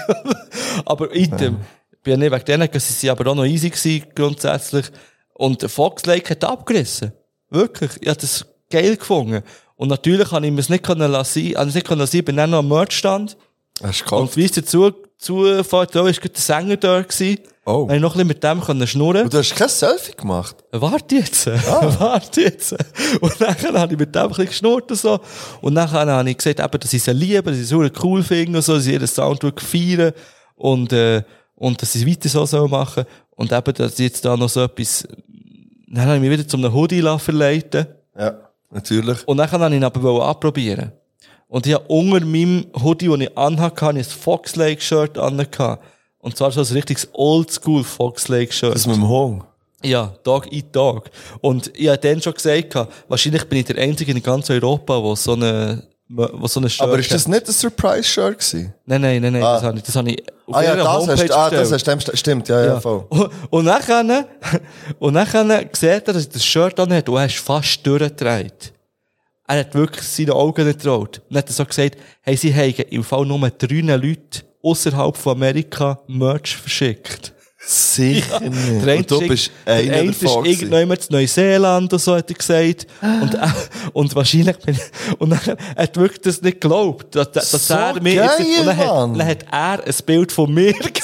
aber item. Ich bin ja nicht wegen denen, sie sind aber auch noch easy gewesen, grundsätzlich. Und der Foxlake hat abgerissen. Wirklich. Ich habe das geil gefunden. Und natürlich habe ich mir es nicht können lassen, also nicht können lassen, ich bin dann noch am Merchstand. Hast du Und gekauft? wie es dazu, zufällt, da war gerade der Sänger da gewesen. Oh. Habe ich noch ein bisschen mit dem können schnurren. Und du hast kein Selfie gemacht? Warte jetzt, warte jetzt. Und dann habe ich mit dem ein bisschen geschnurrt und so. Und dann habe ich gesagt, eben, dass ich sie liebe, dass ich sie so cool finde und so, dass ich ihren Sound wirklich feiern und, äh, und dass sie es weiter so so machen. Und eben, dass ich jetzt da noch so etwas, dann habe ich mich wieder zu einem Hoodie verleiten. Ja, natürlich. Und dann wollte ich ihn aber abprobieren. Und ich habe unter meinem Hoodie, den ich anhatte, ein Foxlake-Shirt angehabt. Und zwar so ein richtiges Oldschool-Foxlake-Shirt. Das mit dem Hong. Ja, Tag in Tag. Und ich habe dann schon gesagt, wahrscheinlich bin ich der Einzige in ganz Europa, der so eine, wo so eine Shirt Aber ist das hat. nicht ein Surprise-Shirt gewesen? Nein, nein, nein, nein, Ah. das habe ich, das habe ich auf Ah ja, ihrer das Homepage hast, ah, das gestellt. hast, stimmt, ja, ja, voll. Und, und dann, und dann sieht er, dass ich das Shirt an hat und er ist fast durchgedreht. Er hat wirklich seine Augen nicht getraut. Und dann hat er so gesagt, hey, sie haben im Fall nur drei Leute außerhalb von Amerika Merch verschickt. Sicher Der nicht. eine Und du ist- bist der einer eine ist davon gewesen. irgendjemand zu Neuseeland oder so, hat er gesagt. Und, äh, und wahrscheinlich bin ich, und dann hat er wirklich das nicht geglaubt, dass, dass So er mir, geil, und dann hat, Mann. dann hat er ein Bild von mir gemacht.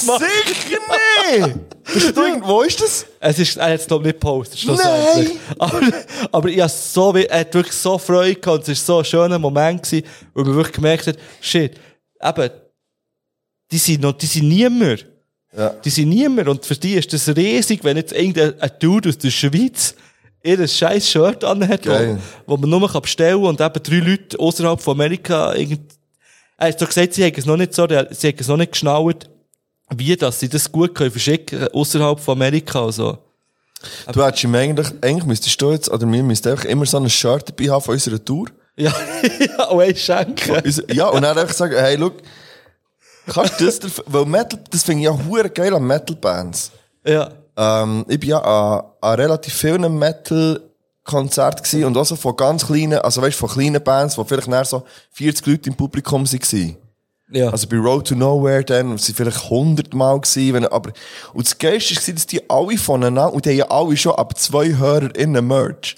Sicher nicht! Bist du irgend- Wo ist das? Es ist, er hat es, glaube ich, nicht gepostet, schlussendlich. Aber, aber ich habe so, er hat wirklich so Freude gehabt, und es war so ein schöner Moment gewesen, wo man wirklich gemerkt hat, shit, eben, die sind noch, die sind niemand. Ja. Die sind niemand. Und für die ist das riesig, wenn jetzt irgendein ein Dude aus der Schweiz ihr scheiß Shirt anhat, Geil. wo, wo man nur kann bestellen kann und eben drei Leute außerhalb von Amerika irgend, er hat so gesagt, sie haben es noch nicht so, sie haben es noch nicht geschnallt, wie, dass sie das gut können verschicken, außerhalb von Amerika, also. Du hättest ihm eigentlich, eigentlich müsstest du jetzt, oder wir müssten einfach immer so ein Shirt dabei haben von unserer Tour. Ja, ja, und eins schenken. Unser- Ja, und dann einfach sagen, hey, look, kannst du das, dafür- weil Metal, das finde ich ja hure geil an Metal-Bands. Ja. Ähm, ich bin ja an, an relativ vielen Metal-Konzerten gewesen und auch so von ganz kleinen, also weißt du, von kleinen Bands, wo vielleicht nachher so vierzig Leute im Publikum waren. Ja. Also bei Road to Nowhere dann, sie vielleicht hundert Mal gewesen, wenn, aber, und das Geilste war, dass die alle voneinander, und die haben ja alle schon ab zwei HörerInnen Merch.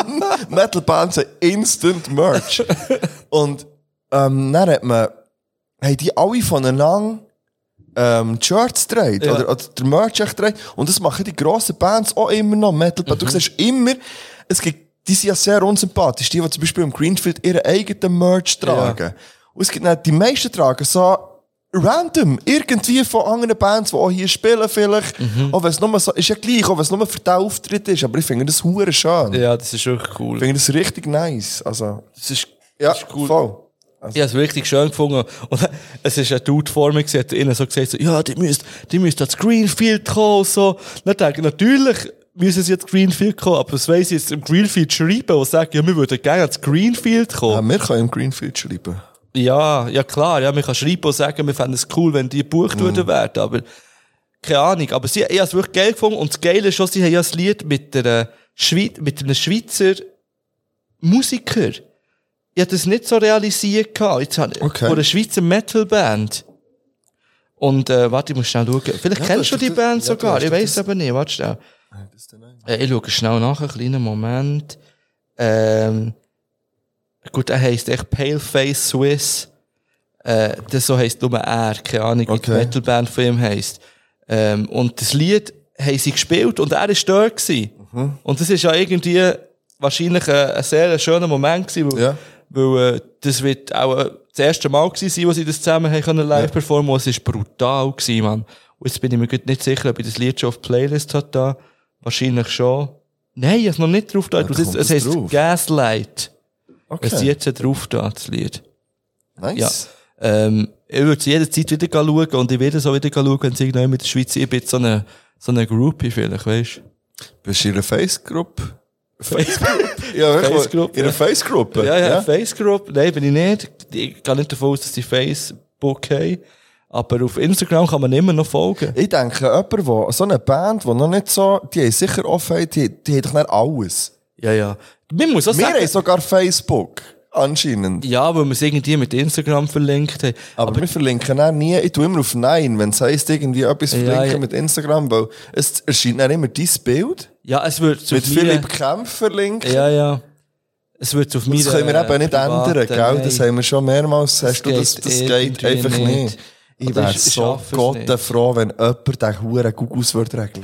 Metal-Bands haben instant Merch. Und, ähm, dann hat man, haben die alle voneinander ähm, Shirts gedreht, Ja. oder, oder der Merch echt gedreht. Und das machen die grossen Bands auch immer noch. Metal, mhm. Du siehst immer, es gibt, die sind ja sehr unsympathisch, die, die zum Beispiel im Greenfield ihren eigenen Merch tragen. Ja. Und es gibt dann, die meisten tragen so random, irgendwie von anderen Bands, die auch hier spielen vielleicht. Mhm. Auch wenn es nur so, ist ja gleich, auch wenn es nur für den Auftritt ist, aber ich finde das hure schön. Ja, das ist wirklich cool. Ich finde das richtig nice. Also, das ist, ja, das ist cool. Voll. Also. Ich habe es richtig schön gefunden. Und es ist ein Dude vor mir, der hat ihnen so gesagt, so, ja, die müsst, die müsst ans Greenfield kommen, so. Dann denke ich, natürlich müssen sie jetzt Greenfield kommen, aber das weiss ich jetzt im Greenfield schreiben und sagen, ja, wir würden gerne ans Greenfield kommen. Ja, wir können im Greenfield schreiben. Ja, ja klar, ja, man kann schreiben und sagen, wir fänden es cool, wenn die gebucht mm. würden werden, aber keine Ahnung. Aber sie, ich habe es wirklich geil gefunden und das Geile ist schon, sie haben ja ein Lied mit, der Schweiz, mit einem Schweizer Musiker. Ich habe das nicht so realisiert gehabt. Jetzt habe okay. Von einer Schweizer Metalband. Und, äh, warte, ich muss schnell schauen. Vielleicht ja, kennst du die das, Band ja, sogar, ich weiss aber nicht, warte schnell. Äh, ich schaue schnell nach, einen kleinen Moment. Ähm, gut, er heisst echt Paleface Swiss. Äh, das so heisst nur er, keine Ahnung, wie okay. die Metalband von ihm heisst. Ähm, und das Lied haben sie gespielt und er war dort gewesen. Mhm. Und das ist ja irgendwie wahrscheinlich ein, ein sehr schöner Moment gewesen, weil, ja. weil äh, das wird auch äh, das erste Mal gewesen sein, wo sie das zusammen haben können live ja. performen. Und es war brutal gewesen, Mann. Und jetzt bin ich mir nicht sicher, ob ich das Lied schon auf die Playlist hat da. Wahrscheinlich schon. Nein, ich habe es noch nicht drauf da. Ja, es es heisst drauf? Gaslight. Okay. Es ist jetzt drauf da, das Lied. Nice. Ja. Ähm, ich würde es jederzeit wieder schauen und ich werde so wieder schauen, wenn es irgendwann mit der Schweiz ist. Ich bin so eine, so eine Groupie vielleicht, weißt du? Bist du in einer Face-Gruppe? Facebook? Ja, Face-Gruppe. In einer Face-Gruppe? Ja, ja, ja. Face-Gruppe. Nein, bin ich nicht. Ich gehe nicht davon aus, dass die Facebook haben. Aber auf Instagram kann man immer noch folgen. Ich denke, jemand, wo, so eine Band, die noch nicht so, die haben sicher offen, die, die haben doch nicht alles. Ja, ja. Man muss auch wir sagen, haben sogar Facebook. Anscheinend. Ja, weil wir es irgendwie mit Instagram verlinkt haben. Aber, Aber wir verlinken auch nie. Ich tue immer auf Nein, wenn es heisst, irgendwie etwas verlinken ja, ja. mit Instagram, weil es erscheint dann immer dein Bild. Ja, es wird mit Philipp Kempf verlinken. Ja, ja. Es wird auf mir. Das können wir eben nicht ändern, gell? Nein. Das haben wir schon mehrmals. Hast du das, das geht einfach nicht. nicht. Ich wäre so gottenfroh, wenn jemand den huren Googles würde regeln.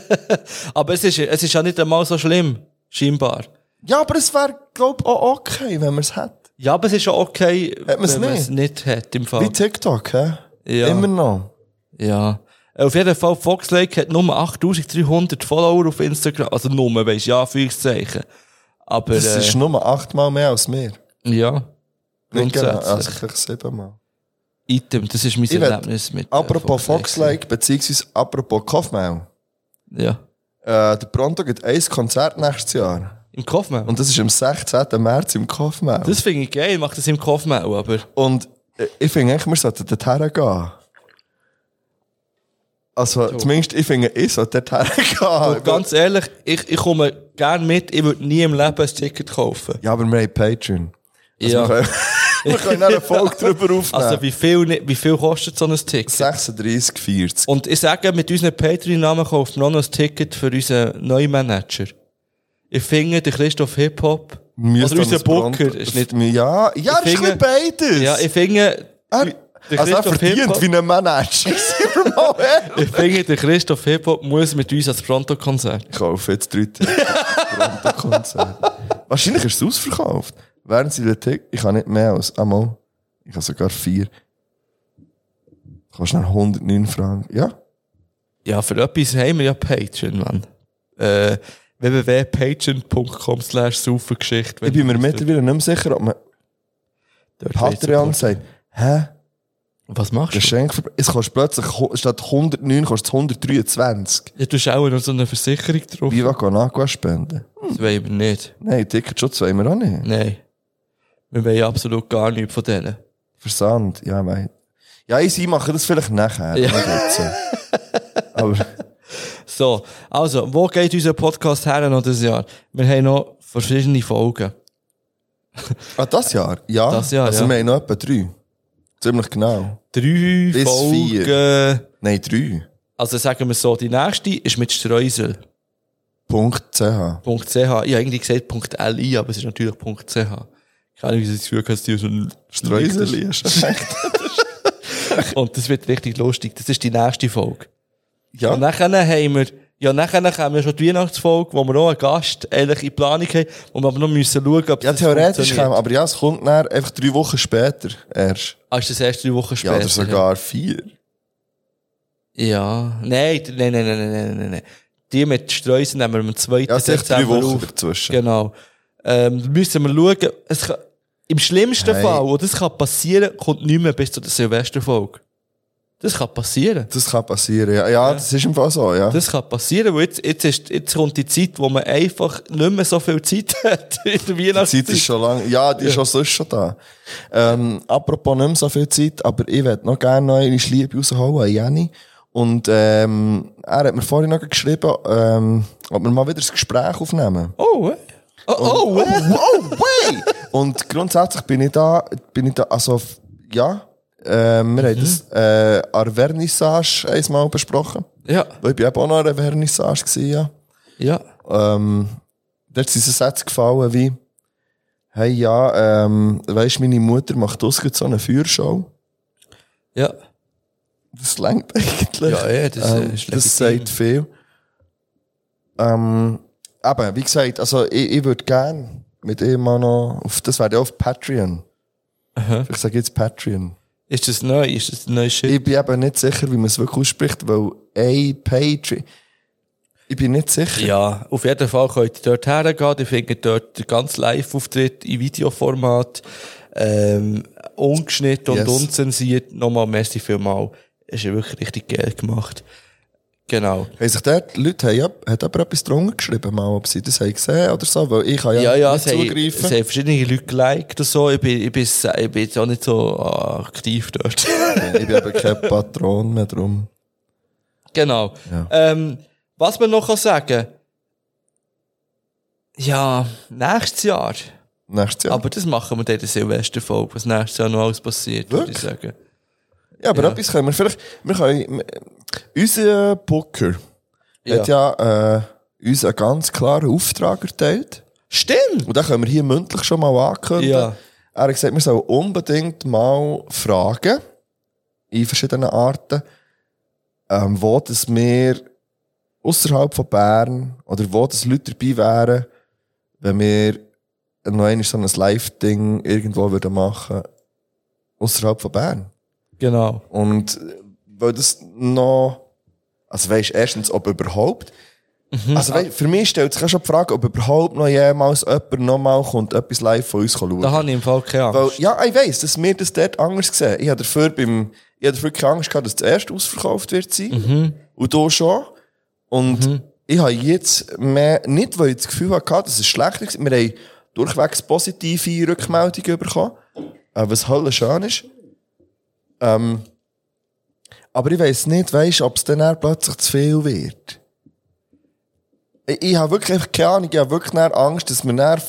Aber es ist, es ist ja nicht einmal so schlimm. Scheinbar. Ja, aber es wäre, glaube ich, auch okay, wenn man es hat. Ja, aber es ist auch okay, hat wenn man es nicht hat, im Fall. Wie TikTok, hä? Ja. Immer noch. Ja. Auf jeden Fall, Fox Lake hat nur achttausenddreihundert Follower auf Instagram. Also nur, weisst du, ja, Anführungszeichen. Aber, das äh, ist nur achtmal mehr als mir. Ja. Nicht genau, also vielleicht siebenmal. Item, das ist mein ich Erlebnis mit. Apropos äh, Fox Lake, beziehungsweise apropos Kaufmann. Ja. Äh, der Pronto gibt ein Konzert nächstes Jahr. Im Kaufmann? Und das ist am sechzehnten März im Kaufmann. Das finde ich geil, macht das im Kaufmann, aber. Und ich finde eigentlich, wir sollten dorthin gehen. Also, so. Zumindest, ich finde, ich sollte dorthin gehen. Und ganz ehrlich, ich, ich komme gerne mit, ich würde nie im Leben ein Ticket kaufen. Ja, aber wir haben Patreon. Also ja. Wir können, wir können eine Folge drüber aufnehmen. Also, wie viel, wie viel kostet so ein Ticket? sechsunddreissig vierzig. Und ich sage, mit unseren Patreon-Namen kaufen wir noch ein Ticket für unseren neuen Manager. Ich finde, der Christoph Hip-Hop, oder unser Booker, ist nicht... Ja, ja, ist finde, beides. Ja, ich finde... Er, der also er verdient wie ein Manager. Ich finde, der Christoph Hip-Hop muss mit uns als Pronto-Konzert. Ich kaufe jetzt drei Tickets Pronto-Konzert. Wahrscheinlich ist es ausverkauft. Während sie den Ticket... Ich habe nicht mehr als einmal. Ich habe sogar vier. Du kannst noch hundertneun Franken. Ja? Ja, für etwas haben wir ja Patreon, Mann. Äh... w w w punkt patreon punkt com slash Saufengeschichte. Ich bin mir mittlerweile nicht mehr sicher, ob man Patreon sagt, hä? Was machst Geschenk du? Es kostet plötzlich, statt hundertneun kostet es hundertdreiundzwanzig. Ja, du hast auch noch so eine Versicherung drauf. Wie wir Aqua spenden? Das wollen wir nicht. Nein, Ticketschutz wollen wir auch nicht. Nein. Wir wollen absolut gar nichts von denen. Versand, ja, mei. Ja, ich mache das vielleicht nachher. Ja. Aber... So, also, wo geht unser Podcast her noch dieses Jahr? Wir haben noch verschiedene Folgen. Ah, das Jahr? Ja. Das Jahr, also ja. wir haben noch etwa drei. Ziemlich genau. Drei Bis Folgen. Vier. Nein, drei. Also sagen wir so, die nächste ist mit Streusel. Punkt .ch. Punkt .ch. Ich habe eigentlich gesagt Punkt .li, aber es ist natürlich Punkt .ch. Keine Ahnung, wie sie das Gefühl haben, dass die so ein Streusel ist. Und das wird richtig lustig. Das ist die nächste Folge. Ja. Und nachher haben wir, ja, nachher haben wir schon die Weihnachtsfolge, wo wir auch einen Gast eigentlich in Planung haben, wo wir aber noch müssen schauen, ob Ja, das theoretisch funktioniert. kann, aber ja, es kommt dann einfach drei Wochen später erst. Ah, ist das erst drei Wochen Ja, später? oder sogar vier. Ja. Nein, d- nein, nein, nein, nein, nein, nein, nein. Die mit Streusen nehmen wir am zweiten Ja, es sind drei Dezember Wochen auf. dazwischen. Genau. Ähm, da müssen wir schauen. Es kann, im schlimmsten Hey. Fall, wo das kann passieren, kommt nicht mehr bis zu der Silvesterfolge. Das kann passieren. Das kann passieren, ja. Ja, das ist im Fall so, ja. Das kann passieren, weil jetzt, jetzt, ist, jetzt kommt die Zeit, wo man einfach nicht mehr so viel Zeit hat in der Die Weihnachtszeit. Zeit ist schon lang, ja, die ist schon sonst schon da. Ähm, apropos nicht mehr so viel Zeit, aber ich würde noch gerne noch eine Liebe rausholen an Jenny. Und, ähm, er hat mir vorhin noch geschrieben, ähm, ob wir mal wieder ein Gespräch aufnehmen. Oh, äh. Oh, oh, Oh, äh. wow, way! Und grundsätzlich bin ich da, bin ich da, also, f- ja, äh, wir haben das, äh, an der Vernissage einmal besprochen. Ja, Weil ich bin eben auch noch an der Vernissage gewesen, ja. ja. Ähm, dort sind so Sätze gefallen wie, hey, ja, ähm, weisst, meine Mutter macht ausgerechnet so eine Feuershow. Ja. Das längt eigentlich. Ja, ja, das, äh, ähm, ist das legitim. sagt viel. Ähm, aber, wie gesagt, also, ich, ich würde gerne mit ihm mal noch, auf, das wäre ja auf Patreon. Aha. Ich sage jetzt Patreon. Ist das neu? Ist das ein neues Shit? Ich bin eben nicht sicher, wie man es wirklich ausspricht, weil, ey, Patreon, ich bin nicht sicher. Ja, auf jeden Fall könnt ihr dort hergehen. Ihr findet dort den ganzen Live-Auftritt in Videoformat, ähm, ungeschnitten Yes. und unzensiert. Nochmal, merci vielmal. Ist ja wirklich richtig geil gemacht. Genau. Haben sich dort Leute, haben, ja- hat jemand etwas drunter geschrieben, mal, ob sie das haben gesehen oder so, weil ich kann ja, Ja, ja, nicht es haben, zugreifen. es haben verschiedene Leute geliked und so. Ich bin, ich bin, ich bin jetzt auch nicht so aktiv dort. Ich bin eben kein Patron mehr drum. Genau. Ja. Ähm, was man noch kann sagen, ja, nächstes Jahr. Nächstes Jahr. Aber das machen wir dann in der Silvesterfolge, was nächstes Jahr noch alles passiert, würde ich Wirklich? sagen. ja, aber ja. etwas können wir vielleicht, wir können, unser Booker Ja. hat ja, äh, uns einen ganz klaren Auftrag erteilt. Stimmt! Und den können wir hier mündlich schon mal ankündigen. Ja. Er hat gesagt, wir sollen unbedingt mal fragen, in verschiedenen Arten, ähm, wo das wir außerhalb von Bern oder wo das Leute dabei wären, wenn wir noch einmal so ein Live-Ding irgendwo würden machen, außerhalb von Bern. Genau. Und äh, weil das noch, also weisst, erstens, ob überhaupt, also weisst, für mich stellt sich auch schon die Frage, ob überhaupt noch jemals jemand nochmal kommt, etwas live von uns schauen. Da habe ich im Fall keine Weil, Angst. ja, ich weiss, dass wir das dort anders sehen. Ich habe dafür beim, ich habe dafür keine Angst gehabt, dass das erste ausverkauft wird sein. Mhm. Und du schon. Und ich habe jetzt mehr, nicht, weil ich das Gefühl hatte, dass es schlechter war. Wir haben durchwegs positive Rückmeldungen bekommen. Äh, was Hölle schön ist. Ähm, aber ich weiss nicht, weisst, ob es dann eher plötzlich zu viel wird. Ich, ich habe wirklich einfach keine Ahnung, ich habe wirklich dann Angst, dass wir dann,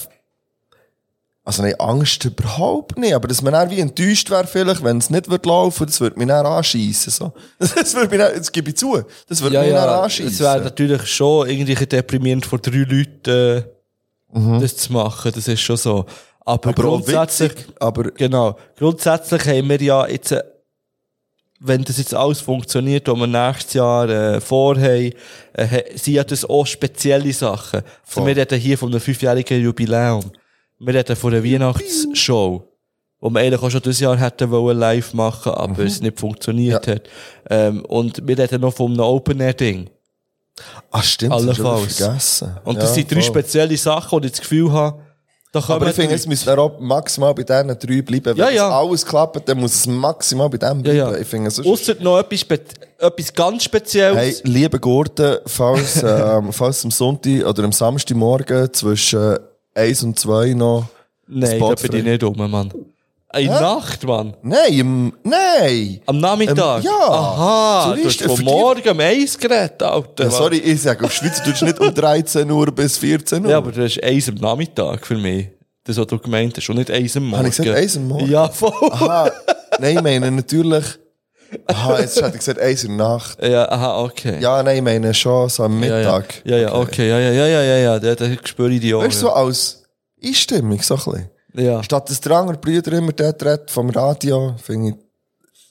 also nein, Angst überhaupt nicht, aber dass man dann wie enttäuscht wäre vielleicht, wenn es nicht wird laufen, das würde mich dann anschiessen, so. Das würde mich dann, das gebe ich zu, das würde Ja, mich dann ja, anschiessen. es wäre natürlich schon irgendwie deprimierend von drei Leuten, äh, das zu machen, das ist schon so. Aber, aber auch grundsätzlich, witzig, aber genau, grundsätzlich haben wir ja jetzt, äh, wenn das jetzt alles funktioniert, was wir nächstes Jahr äh, vorhaben, äh, sind ja das auch spezielle Sachen. Also wir reden hier von einem fünfjährigen Jubiläum. Wir reden von einer Weihnachtsshow, die wir eigentlich auch schon dieses Jahr hätten wollen live machen, aber es nicht funktioniert Ja. hat. Ähm, und wir reden noch von einem Open-Air-Ding. ah, stimmt, das hab ich schon Allenfalls. vergessen. Und Ja, das sind drei voll. spezielle Sachen, die ich das Gefühl habe, da kann Aber man ich finde, es müssen auch maximal bei diesen drei bleiben. Wenn Ja, ja. das alles klappt, dann muss es maximal bei dem bleiben. Ja, ja. Ich finde, sonst... Ausser noch etwas, spe- etwas ganz Spezielles. Hey, liebe Gurten, falls, ähm, falls am Sonntag oder am Samstagmorgen zwischen eins und zwei noch Nein, Spot da bin ich frei. nicht rum, Mann. In Hä? Nacht, Mann. Nein, im, nein! Am Nachmittag? Ähm, ja. Aha, So du hast ist- von für die- morgen um eins geredet, Alter. Ja, Mann. sorry, ich sage, auf Schweizerdeutsch nicht um dreizehn Uhr bis vierzehn Uhr. Ja, aber das ist eins am Nachmittag für mich. Das, was du gemeint hast, und nicht eins am Morgen. Habe ich gesagt, eins am Morgen? Ja, voll. Aha, nein, ich meine natürlich... Aha, jetzt hätte ich gesagt, eins in der Nacht. Ja, aha, okay. Ja, nein, ich meine schon so am ja, Mittag. Ja, ja, okay, ja, ja, ja, ja, ja, ja, da, da spüre ich die auch. Weißt du, so als Einstimmung, so ein bisschen. ja. Statt dass der andere Brüder immer dort redet vom Radio, finde ich,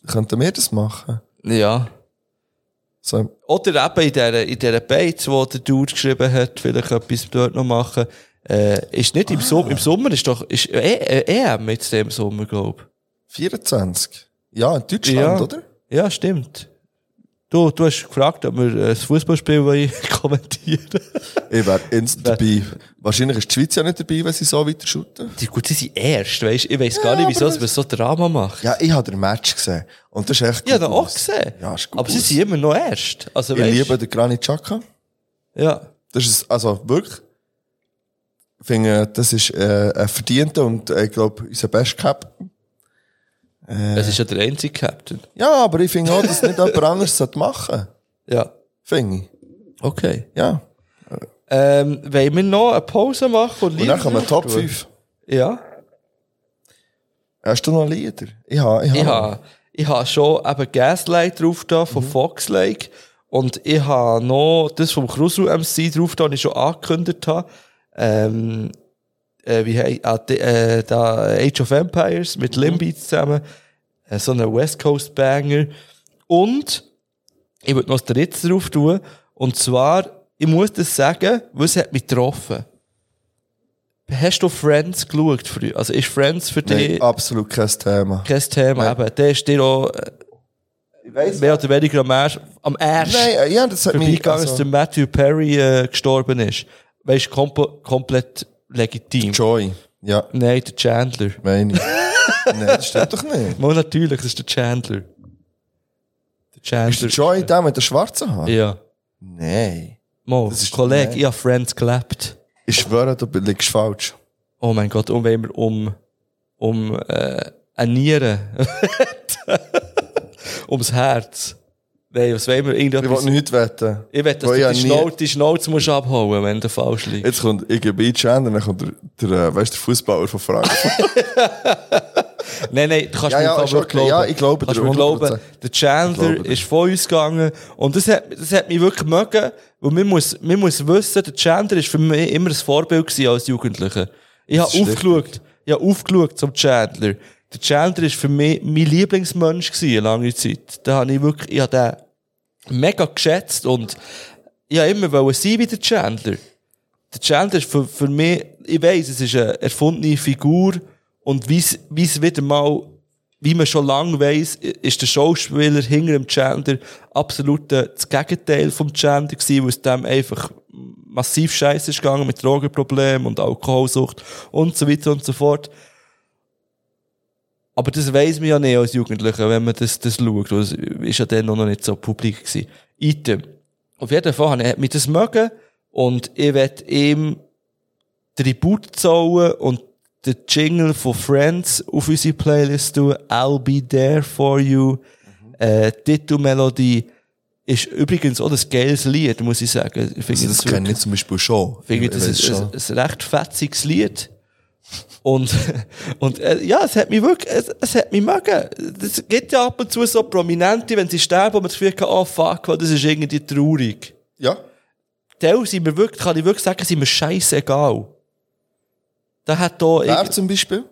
könnten wir das machen? Ja. So. Oder eben in dieser, in dieser Beiz, wo der Dude geschrieben hat, vielleicht etwas dort noch machen. Äh, ist nicht im Ah. Sommer, im Sommer ist doch, ist E- äh, E M jetzt im Sommer, glaube ich. vierundzwanzig? Ja, in Deutschland, Ja. oder? Ja, stimmt. Du, du hast gefragt, ob wir äh, das Fußballspiel kommentieren. Ich wäre instant dabei. Wahrscheinlich ist die Schweiz ja nicht dabei, wenn sie so weiter shooten. Die, gut, sie sind erst, weisst, ich weiss gar Ja, nicht, wieso aber man so Drama macht. Ja, ich habe den Match gesehen. Und das ist echt Ich habe gut ihn auch aus. gesehen. Ja, ist gut aber sie aus. sind immer noch erst. Also, Ich weisst, liebe den Granit Xhaka. Ja. Das ist, also wirklich, ich finde, das ist äh, ein verdienter und äh, ich glaube, unser Best Captain. Äh, Es ist ja der einzige Captain. ja, aber ich finde auch, dass nicht jemand anderes sollte machen. Ja. Finde ich. Okay. Ja. Ähm, wollen wir noch eine Pause machen? Und dann kommen wir Top fünf. Ja. Hast du noch Lieder? Ich habe, ich Ich habe. habe, ich habe schon eben Gaslight drauf da von Fox Lake. Und ich habe noch das vom Krusru M C drauf da, das ich schon angekündigt habe. Ähm, äh, wie hei- ah, die, äh, da Age of Empires mit Limbeat zusammen. Äh, so ein West Coast Banger. Und ich würde noch das dritte drauf tun. Und zwar, ich muss das sagen, weil es hat mich getroffen. Hast du Friends geschaut früher? Also ist Friends für dich Nein, absolut kein Thema. kein Thema? Nein. Eben, der ist dir auch äh, Ich weiss mehr oder weniger am Arsch, am Arsch Nein, äh, ja, das hat mich... vorbeigegangen, als der Matthew Perry äh, gestorben ist. Weißt du, komp- komplett legitim. Joy. Ja, Nein, der Chandler. meine ich. Nein, das stimmt doch nicht. Mal natürlich, das ist der Chandler. Der Chandler. Ist der Joy der mit der schwarzen Haaren? Ja. Nein. Mal, Das ist- Kollege, nein. ich habe Friends gelebt. Ich schwöre, du liegst falsch. Oh mein Gott, und wenn wir um, um, äh, eine Niere, ums Herz. Nein, was wollen wir? Ich Irgendetwas. will nichts wetten. Ich will, dass Weil du ja die, nie- Schnauze, die Schnauze musst abhauen, wenn du falsch liegst. Jetzt kommt, ich gebe ein Gender, dann kommt der, der, äh, weißt, der Fußballer von Frankfurt. Nein, nein, du kannst Ja, mir ja, im ist Fall okay. glauben. Ja, ich glaube kannst dir, mir hundert glauben, Prozent. der Chandler Ich glaube dir. ist von uns gegangen und das hat, das hat mich wirklich mögen, weil man muss, man muss wissen, der Chandler ist für mich immer ein Vorbild gewesen als Jugendlicher. Ich habe ist aufgeschaut, ich habe aufgeschaut zum Chandler. Der Chandler ist für mich mein Lieblingsmensch gewesen, eine lange Zeit. Da habe ich wirklich, ich habe den mega geschätzt und ich habe immer wollen sein wie der Chandler. Der Chandler ist für, für mich, ich weiss, es ist eine erfundene Figur und wie es wie es wieder mal, wie man schon lange weiss, ist der Schauspieler hinter dem Chandler absolut äh, das Gegenteil vom Chandler gewesen, weil es dem einfach massiv scheiße ist gegangen mit Drogenproblemen und Alkoholsucht und so weiter und so fort. Aber das weiss man ja nicht als Jugendlicher, wenn man das, das schaut. Das ist ja dann noch nicht so publik gewesen. Item. Auf jeden Fall hat mich das mögen und ich werde ihm Tribut zahlen und den Jingle von Friends auf unsere Playlist tun. I'll be there for you. Mhm. Äh, Titelmelodie ist übrigens auch ein geiles Lied, muss ich sagen. Ich finde Also, das kenne ich zum Beispiel schon. Ich finde, das weiss ist schon. ein, ein recht fetziges Lied. Und, und äh, ja, es hat mich wirklich, es, es hat mich mögen. Es gibt ja ab und zu so Prominente, wenn sie sterben, wo man das Gefühl hat, oh fuck, das ist irgendwie traurig. Ja. Teil sind mir wirklich, kann ich wirklich sagen, sind mir scheissegal. Da hat da Wer zum Beispiel?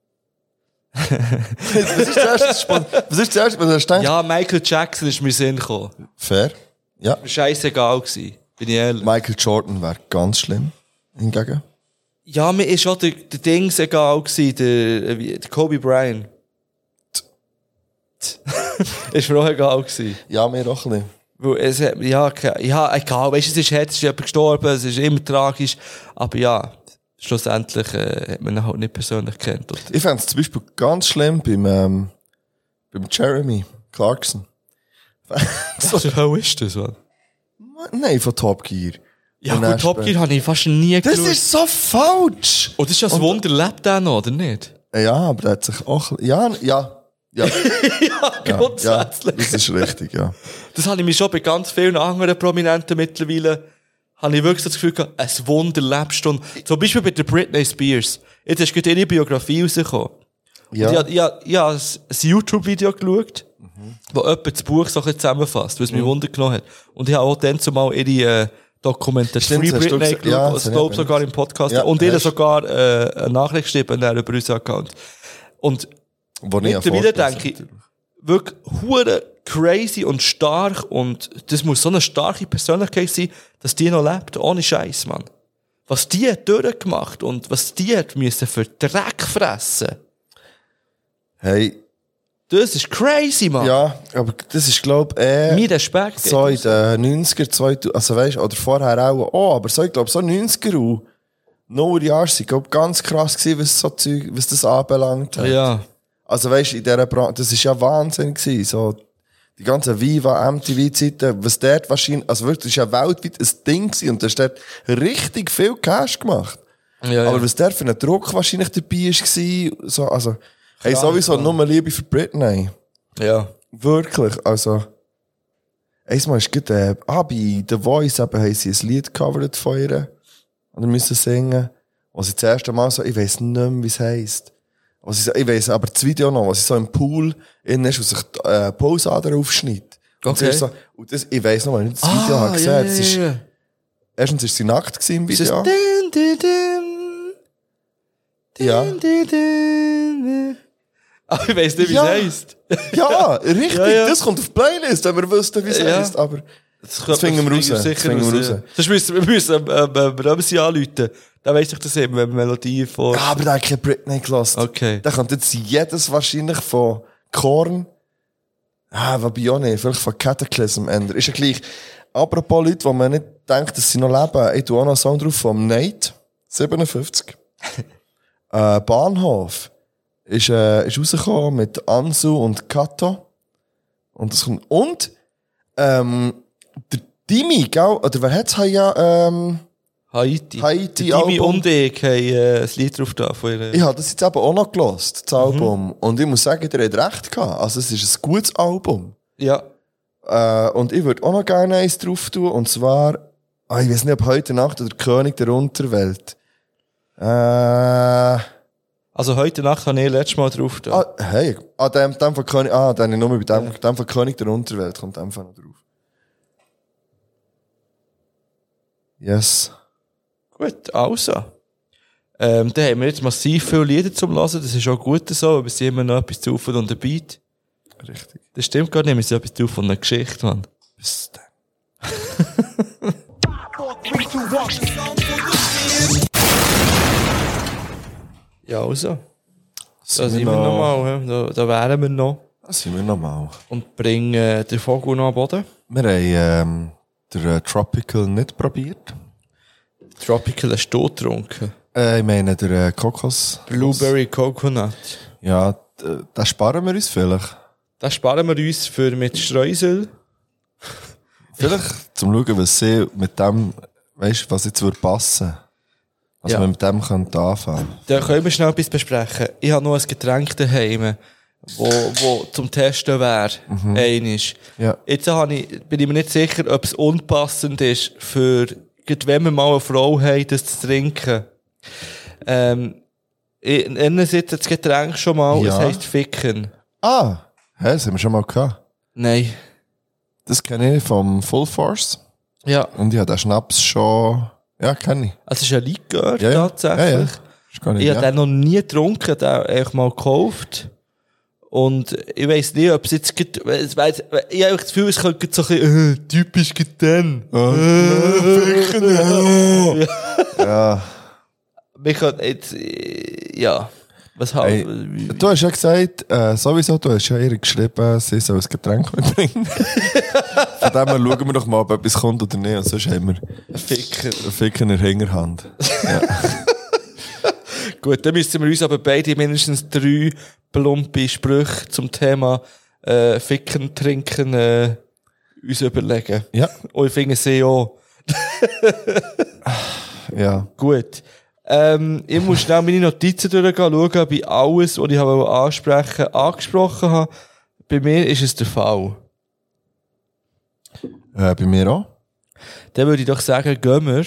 Was ist das erste? Spon- Was ist das erste, was du hast gedacht? ja, Michael Jackson ist mir in den Sinn gekommen. Fair. Ja. Mir scheissegal gewesen. Bin ich ehrlich. Michael Jordan wäre ganz schlimm. Hingegen. Ja, mir ist auch der, der Dings egal gewesen, der, äh, wie- der Kobe Bryant. ist mir auch egal gewesen. Ja, mir auch ein bisschen. Weil es hat, ja, ke- ja, egal, weißt du, es ist, hart, es ist jemand gestorben, es ist immer tragisch, aber ja, schlussendlich, äh, hat man ihn halt nicht persönlich kennt. Oder? Ich fände es zum Beispiel ganz schlimm beim, ähm, beim Jeremy Clarkson. So, wo ist das, Mann? Nein, von Top Gear. Ja, Und gut, dann Top später- Gear habe ich fast nie Das geschaut. ist so falsch! Oh, das ist ja das Und- Wunder, lebt der noch, oder nicht? Ja, aber der hat sich auch, ja, ja, ja, ja, ja, grundsätzlich. das ist richtig, ja. Das habe ich mir schon bei ganz vielen anderen Prominenten mittlerweile, habe ich wirklich so das Gefühl gehabt, ein Wunder lebst du. Und zum Beispiel bei der Britney Spears. Jetzt ist gerade ihre Biografie rausgekommen. Ja. Und ich, habe- ich, ich habe ein, ein YouTube-Video geschaut, mhm. wo jemand das Buch so ein bisschen zusammenfasst, weil es mich Mhm. Wunder genommen hat. Und ich habe auch dann zumal ihre äh, Dokumentation Stimmt, Free das hast du Britney gesagt. Ja, geschaut, das das habe glaube ich sogar im Podcast. Ja, und ihr hast- sogar äh, eine Nachricht geschrieben dann über unseren Account. Und Wo ich mittlerweile ja denke ich, wirklich hure crazy und stark und das muss so eine starke Persönlichkeit sein, dass die noch lebt, ohne Scheiß, Mann. Was die hat durchgemacht und was die hat müssen für Dreck fressen. Hey, Das ist crazy, Mann. ja, aber das ist, glaub ich, äh, Mein Respekt. so in den neunziger, zweitausend, also weißt, oder vorher auch, oh, aber so, ich glaube, so neunziger und Nullerjahre sind, glaub, ganz krass gewesen, was so Zeug, was das anbelangt hat. Ja. Also weißt, in dieser Branche, das ist ja Wahnsinn gewesen, so, die ganze Viva, M T V-Zeiten, was dort wahrscheinlich, also wirklich, das ist ja weltweit ein Ding gewesen und da hast dort richtig viel Cash gemacht. Ja, Aber ja. was dort für ein Druck wahrscheinlich dabei war, so, also, hey, sowieso nur Liebe für Britney. Ja. Wirklich, also, einmal ist gerade, äh, ah, bei The Voice eben, haben sie ein Lied gecovert von ihr, oder müssen singen, wo sie das erste Mal so, ich weiss nicht mehr, wie es heisst. Was ich, ich weiss aber das Video noch, was sie so im Pool innen ist, wo sich die äh, Pulsader aufschneidet. Und, Okay. sie ist so, und das, ich weiss noch, weil ich das Video Ah, habe gesehen. ja, Das ja, ist, ja. erstens ist sie nackt gewesen im Es ist Video. din, din, din, din, Ja. din, din, din. Aber ich weiss nicht, wie Ja. es heisst. Ja, richtig, Ja, ja. das kommt auf die Playlist, wenn wir wüssten, wie es Ja. heisst, aber Das, das finden wir raus. Das Sicher finden wir raus. raus. Das müssen wir müssen ähm, ähm, Ramsey anrufen. Da weiss ich das eben, wenn Melodie vor. Ja, aber der hat keine Britney gelassen. Okay. Der kommt jetzt jedes wahrscheinlich von Korn. Ah, wobei auch nicht. Vielleicht von Cataclysm ändern. Ist ja gleich. Apropos Leute, wo man nicht denkt, dass sie noch leben. Ich tue auch noch einen Song drauf vom Nate. siebenundfünfzig. äh, Bahnhof. Ist, äh, ist rausgekommen mit Ansu und Kato. Und das kommt, und, ähm, der Dimi, gell? Oder wer hat's ja, ähm, Haiti. Haiti Der Dimi Album. und ich haben äh, ein Lied drauf da von ihr. Ich habe das jetzt eben auch noch gelost, das Album. Und ich muss sagen, der hat recht gehabt. Also, es ist ein gutes Album. Ja. Äh, und ich würde auch noch gerne eins drauf tun. Und zwar, ah, ich weiß nicht, ob heute Nacht oder König der Unterwelt. Äh, Also heute Nacht habe ich letztes Mal drauf da. ah, hey, ah, dem, dem von König, ah, dann nur bei dem, dem von König der Unterwelt kommt einfach noch drauf. Yes. Gut, also. Ähm, dann haben wir jetzt massiv viele Lieder zum Hören. Das ist auch gut so, aber wir sind immer noch etwas zu von und der Beat. Richtig. Das stimmt gar nicht, wir sind etwas zu von einer Geschichte, Mann. Bis dann. Ja, also. Da Sind sind wir wir noch- noch mal, da, da wären wir noch. Das sind wir nochmal. Und bringen äh, den Vogel noch am Boden. Wir haben, ähm, den äh, Tropical nicht probiert. Tropical hast du getrunken. Äh, ich meine, der äh, Kokos. Blueberry Coconut. Ja, d- das sparen wir uns vielleicht. Das sparen wir uns für mit Streusel. Vielleicht zum Schauen, was sie mit dem, weißt du, was jetzt würde passen. Was Ja. man mit dem könnte anfangen. Da können wir schnell etwas besprechen. Ich habe noch ein Getränk daheim, wo, wo zum Testen wäre. Mhm. Einisch. Ja. Jetzt habe ich, bin ich mir nicht sicher, ob es unpassend ist, für, gerade wenn wir mal eine Frau haben, das zu trinken. Ähm, ich nenne jetzt das Getränk schon mal, Ja. es heisst Ficken. Ah, hä, das haben wir schon mal gehabt. Nein. Das kenne ich vom Full Force. Ja. Und ich habe den Schnaps schon, ja, kenne ich. Es ist ein Likör, Ja, ja. tatsächlich. Ja, ja. Ist gar nicht, Ich habe ja. den noch nie getrunken, den einfach mal gekauft. Und ich weiss nicht, ob es jetzt, grad- es weiss, ich habe das Gefühl, es könnte so ein bisschen, äh, typisch getan. Äh, Ja. Wir können jetzt, äh, ja. Was halt, Ey, du hast ja gesagt, äh, sowieso, du hast ja ihr geschrieben, sie soll ein Getränk mitbringen. Von dem her schauen wir doch mal, ob etwas kommt oder nicht. Und sonst haben wir Ficken. einen Fick in der Hinterhand. Gut, dann müssen wir uns aber beide mindestens drei plumpe Sprüche zum Thema äh, Ficken, Trinken äh, uns überlegen. Ja. Und ich finde sie auch. Ja. Gut. Ähm, ich muss schnell meine Notizen durchgehen, schauen, ob ich alles, was ich habe ansprechen angesprochen habe. Bei mir ist es der Fall. Äh, bei mir auch. Dann würde ich doch sagen, gehen wir.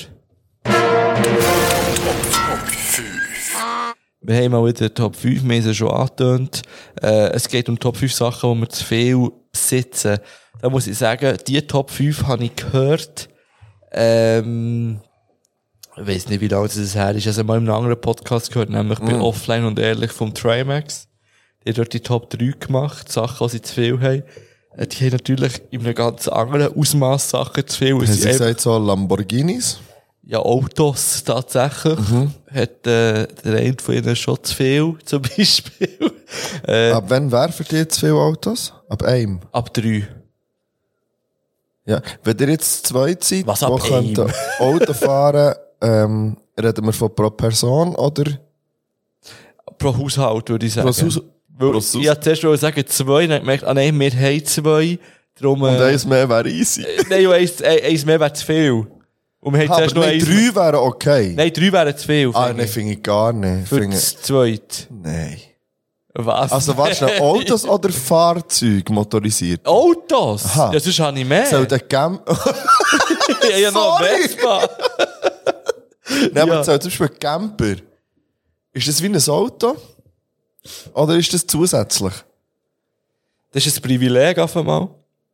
Wir haben mal wieder Top fünf, wir haben es ja schon angetönt. Äh, es geht um Top fünf Sachen, die wir zu viel besitzen. Da muss ich sagen, die Top fünf habe ich gehört, ähm, ich weiss nicht, wie lange das her ist. Also mal in einem anderen Podcast gehört, nämlich bei Mm. Offline und Ehrlich vom Trimax. Die haben dort die Top drei gemacht, Sachen, die sie zu viel haben. Äh, Die haben natürlich in einem ganz anderen Ausmaß Sachen zu viel. Haben Sie sie eben- gesagt, so Lamborghinis? Ja, Autos tatsächlich. Mhm. Hat äh, der eine von ihnen schon zu viel, zum Beispiel. äh, Ab wann wäre für dich zu viele Autos? Ab einem? ab drei. Ja. Wenn ihr jetzt zwei seid, Was ab wo könnt ihr Auto fahren, ähm, reden wir von pro Person oder Pro Haushalt, würde ich sagen. pro Sus- Weil, pro Sus- ich wollte zuerst wollte sagen zwei, dann habe ich gemerkt, ah nein, wir haben zwei. Darum, Und äh, eins mehr wäre easy. nein, und eins, ein- eins mehr wäre zu viel. Und wir haben Ah, zuerst aber noch nein, eins. drei wären okay. Nein, drei wären zu viel. ah, finde nein, ich. finde ich gar nicht. Für Finde, das zweite. nein. Was? Also, warte schnell, Autos oder Fahrzeuge motorisiert? Autos? Aha. Ja, sonst habe ich mehr. Soll der Gam... ich habe ja noch Sorry. ein Vespa. Nein, aber Ja. soll zum Beispiel ein Camper. Ist das wie ein Auto? Oder ist das zusätzlich? Das ist ein Privileg auf einmal.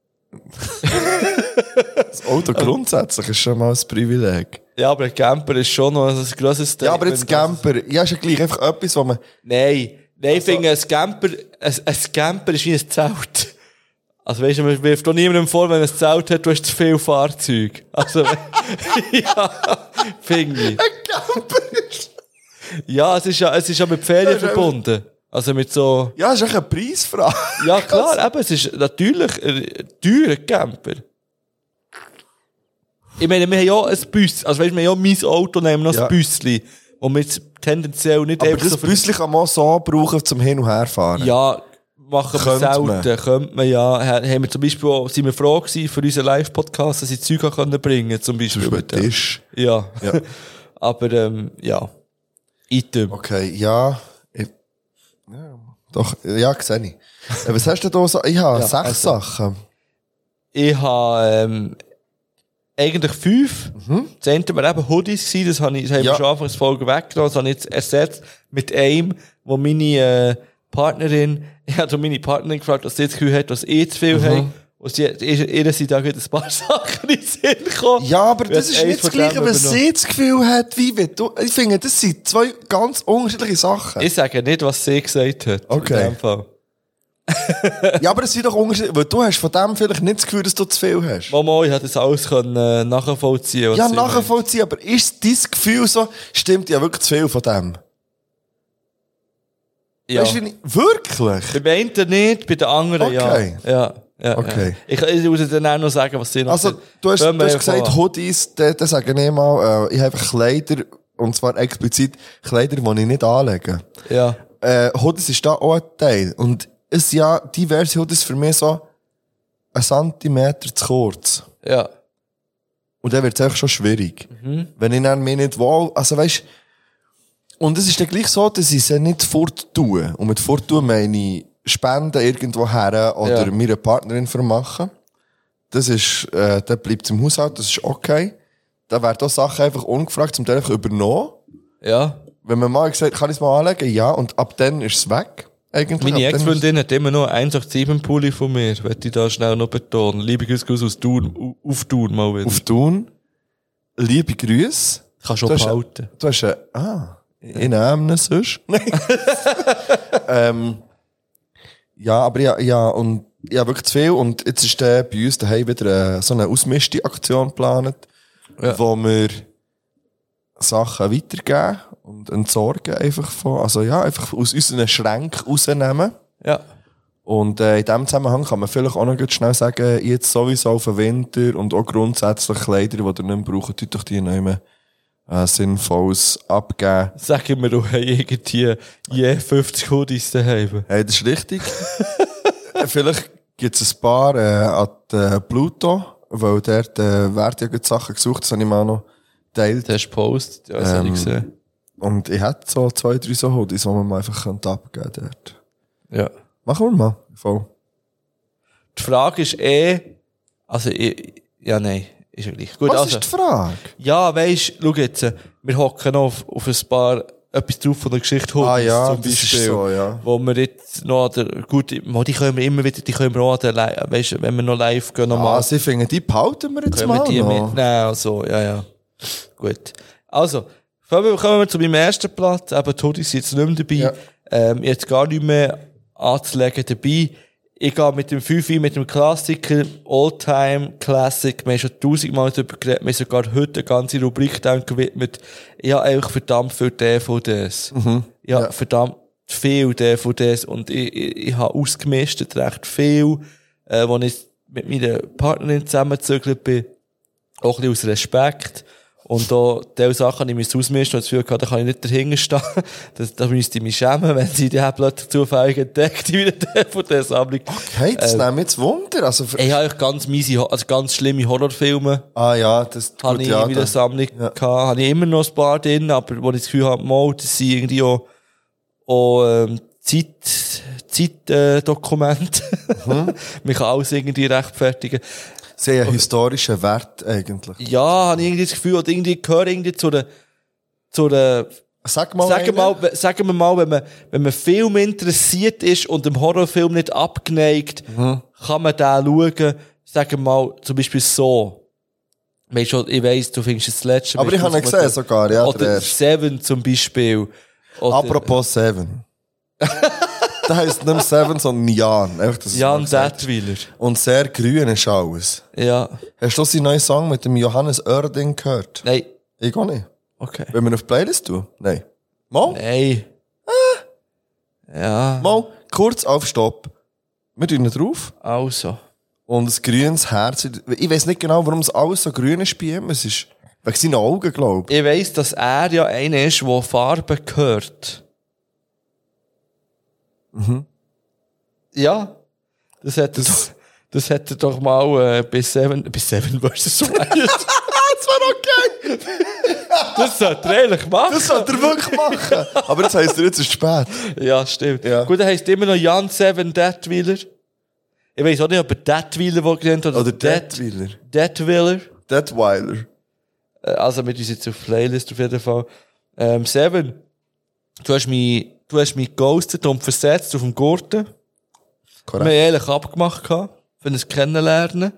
Das Auto grundsätzlich ist schon mal ein Privileg. Ja, aber ein Camper ist schon noch ein grosses Ja, aber jetzt Camper, ja, ist ja gleich einfach etwas, wo man... Nein, nein, ich finde, ein Camper, ein, ein Camper ist wie ein Zelt. Also weisst du, man wirft doch niemandem vor, wenn er ein Zelt hat, du hast zu viel Fahrzeug. Also, ja, finde ich. Ein Camper ist... Ja, es ist ja, es ist ja mit Ferien verbunden. Also mit so, Ja, ist echt eine Preisfrage. ja klar, eben, es ist natürlich ein teurer Camper. Ich meine, wir haben ja ein Bus, also weisst du, wir haben ja mein Auto, nehmen noch Ja. ein Büsli, wo wir jetzt tendenziell nicht Aber einfach das so Büsschen kann man auch so brauchen, zum Hin- und Herfahren. Ja, machen wir Könnte selten. man. Könnte man, ja. Ha- Haben wir zum Beispiel auch, sind wir froh gewesen für unseren Live-Podcast, dass sie Zeug auch können bringen, zum Beispiel. Zum Beispiel mit dem. Tisch. Ja. Ja. Aber, ähm, ja. Item. Okay, ja. Ich, ja. Doch, ja, sehe ich. Äh, Was hast du da so? Ich habe Ja, sechs also. Sachen. Ich habe, ähm, eigentlich fünf. Das eine war eben Hoodies gewesen, das, habe ich, das haben Ja. wir schon anfangs Folge weggenommen, das habe ich jetzt ersetzt mit einem, wo meine, äh, Partnerin, ich habe meine Partnerin gefragt, was sie das Gefühl hat, was ich zu viel habe. Und sie, ihr, ihr sind da gerade ein paar Sachen in den Sinn gekommen. Ja, aber Weil das ist eins nicht das von dem Gleiche, wenn übernommen. sie das Gefühl hat, wie wenn du. Ich finde, das sind zwei ganz unterschiedliche Sachen. Ich sage nicht, was sie gesagt hat. Okay. In dem Fall. Ja, aber es sind doch unterschiedlich, weil du hast von dem vielleicht nicht das Gefühl, dass du zu viel hast. Mama, ich hätte das alles können, äh, nachvollziehen. was Ja, sie nachvollziehen, aber ist dein Gefühl so, stimmt ja wirklich zu viel von dem? meint. Ja. Weißt du, wie ich, wirklich? Bei den einen nicht, bei den anderen Okay. ja. Ja, ja. Okay. Ja. Ich, ich muss dann auch noch sagen, was sie noch Also, gesagt- du hast, Fangen du wir hast gesagt, einfach an. Hoodies, da, da sage ich mal, äh, ich habe Kleider, und zwar explizit Kleider, die ich nicht anlege. Ja. Äh, Hoodies ist da auch ein Teil. Und es sind ja diverse Hoodies für mich so ein Zentimeter zu kurz. Ja. Und dann wird es einfach schon schwierig. Mhm. Wenn ich dann mir nicht wohl, also weisst, und es ist dann gleich so, dass ich sie nicht forttue. Und mit forttun meine ich Spenden irgendwo her oder Ja. meiner Partnerin vermachen. Das ist, äh, dann bleibt es im Haushalt, das ist okay. Da werden auch Sachen einfach ungefragt zum Teil einfach übernommen. Ja. Wenn man mal gesagt kann ich es mal anlegen? Ja, und ab dann ist es weg. Eigentlich. Meine Ab dann ist- Ex-Freundin hat immer noch einen eins acht sieben Pulli von mir. Wollte ich da schnell noch betonen. Liebe Grüße aus Thun, au- auf Thun mal wieder. Auf Thun. Liebe Grüße. Kann schon Du hast- behalten. Du hast ein, ah, ich nehme ihn sonst. ähm, ja, aber ja, ja, und ja, wirklich zu viel. Und jetzt ist der bei uns daheim wieder äh, so eine ausmischte Aktion geplant, Ja. wo wir Sachen weitergeben und entsorgen einfach von, also ja, einfach aus unseren Schränken rausnehmen. Ja. Und äh, in diesem Zusammenhang kann man vielleicht auch noch ganz schnell sagen, jetzt sowieso auf den Winter und auch grundsätzlich Kleider, die ihr nicht mehr braucht, tut doch die nicht mehr äh, Sinnvolles abgeben. Sagen wir, du hast irgendwie je fünfzig Hoodies daheim. Hey, das ist richtig. Vielleicht gibt es ein paar äh, an die, äh, Pluto, weil dort äh, werden ja gerade Sachen gesucht, das habe ich mal noch geteilt. Das hast du gepostet, ja, das habe ich Ähm, gesehen. Und ich hätte so zwei, drei so Hoodies, die man mal einfach könnte abgeben könnte dort. Ja. Machen wir mal. Voll. Die Frage ist eh, also, ich, ja, nein, ist ja gleich. Gut, Was also, ist die Frage? ja, weisst, schau jetzt, äh, wir hocken noch auf, auf ein paar, etwas drauf von der Geschichte Hoodies, Ah ja, zum das Beispiel. ist so, ja. Wo wir jetzt noch, an der, gut, mo, die können wir immer wieder, die können wir auch an der, Li- weisst, wenn wir noch live gehen, nochmal. Ah, sie finden, die behalten wir jetzt Können wir mal die noch. mitnehmen? Also, ja, ja. Gut. Also, kommen wir, kommen wir zu meinem ersten Platz. Eben, die Hoodies sind jetzt nicht mehr dabei. Ja. Ähm, jetzt gar nicht mehr anzulegen dabei. Ich gehe mit dem Fünfi, mit dem Klassiker, All-Time Classic. Wir haben schon tausendmal darüber geredet. Wir haben sogar heute eine ganze Rubrik dem gewidmet. Ich habe eigentlich verdammt viele D V Ds. Mhm. Ich habe ja. verdammt viele D V Ds und ich, ich, ich habe ausgemistet recht viel, äh, wo ich mit meiner Partnerin zusammengezögert bin. Auch ein bisschen aus Respekt. Und da, diese Sachen, die ich ausmischen und das Gefühl hatte, da kann ich nicht dahinter stehen. Das, da müsste ich mich schämen, wenn sie die plötzlich zufällig entdeckt in meiner D V D-Sammlung. Okay, das äh, nimmt jetzt Wunder. Also ich habe eigentlich ganz miese, also ganz schlimme Horrorfilme. Ah ja, das habe ich ja, in meiner Sammlung ja. gehabt. Habe ich immer noch ein paar drin, aber wo ich das Gefühl habe, mal, das sind irgendwie auch, auch ähm, Zeit, Zeitdokumente. Äh, mhm. Man kann alles irgendwie rechtfertigen. Sehr einen historischen Wert, eigentlich. Ja, habe ich irgendwie das Gefühl, oder irgendwie gehört irgendwie zu der, zu der, Sag mal, sagen, mal, sagen wir mal, wenn man, wenn man Film interessiert ist und dem Horrorfilm nicht abgeneigt, mhm. kann man da schauen, sagen wir mal, zum Beispiel so. Ich weiss, du findest das letzte. Aber ich habe ihn gesehen sogar, ja. Oder Seven zum Beispiel. Oder apropos Seven. Das heisst nicht mehr Seven, sondern Jan. Einfach, Jan Detwiler. Und sehr grün ist alles. Ja. Hast du seinen neuen Song mit dem Johannes Oerding gehört? Nein. Ich auch nicht. Okay. Wenn wir auf Playlist tun? Nein. Mal? Nein. Ah. Ja. Mal, kurz auf Stopp. Wir tun ihn drauf. Also. Und ein grünes Herz. Ich weiss nicht genau, warum es alles so grün ist bei ihm. Es ist wegen seinen Augen, glaube ich. Ich weiss, dass er ja einer ist, der Farbe gehört. Mhm. Ja, das hat er doch, das hat er doch mal äh, bei Seven, bei Seven versus Wild. Das war okay. Das sollte er ehrlich machen. Das sollte er wirklich machen. Aber das heisst, jetzt ist es spät. Ja, stimmt. Ja. Gut, er heisst immer noch Jan Seven Detwiler. Ich weiss auch nicht, ob er Detwiler wohl genannt hat. Oder Detwiler. Detwiler. Detwiler. Also mit uns jetzt auf Playlist auf jeden Fall. Ähm, Seven, du hast mich, du hast mich ghostet und versetzt auf dem Gurten. Korrekt. Wir haben ehrlich abgemacht gehabt, für ein Kennenlernen.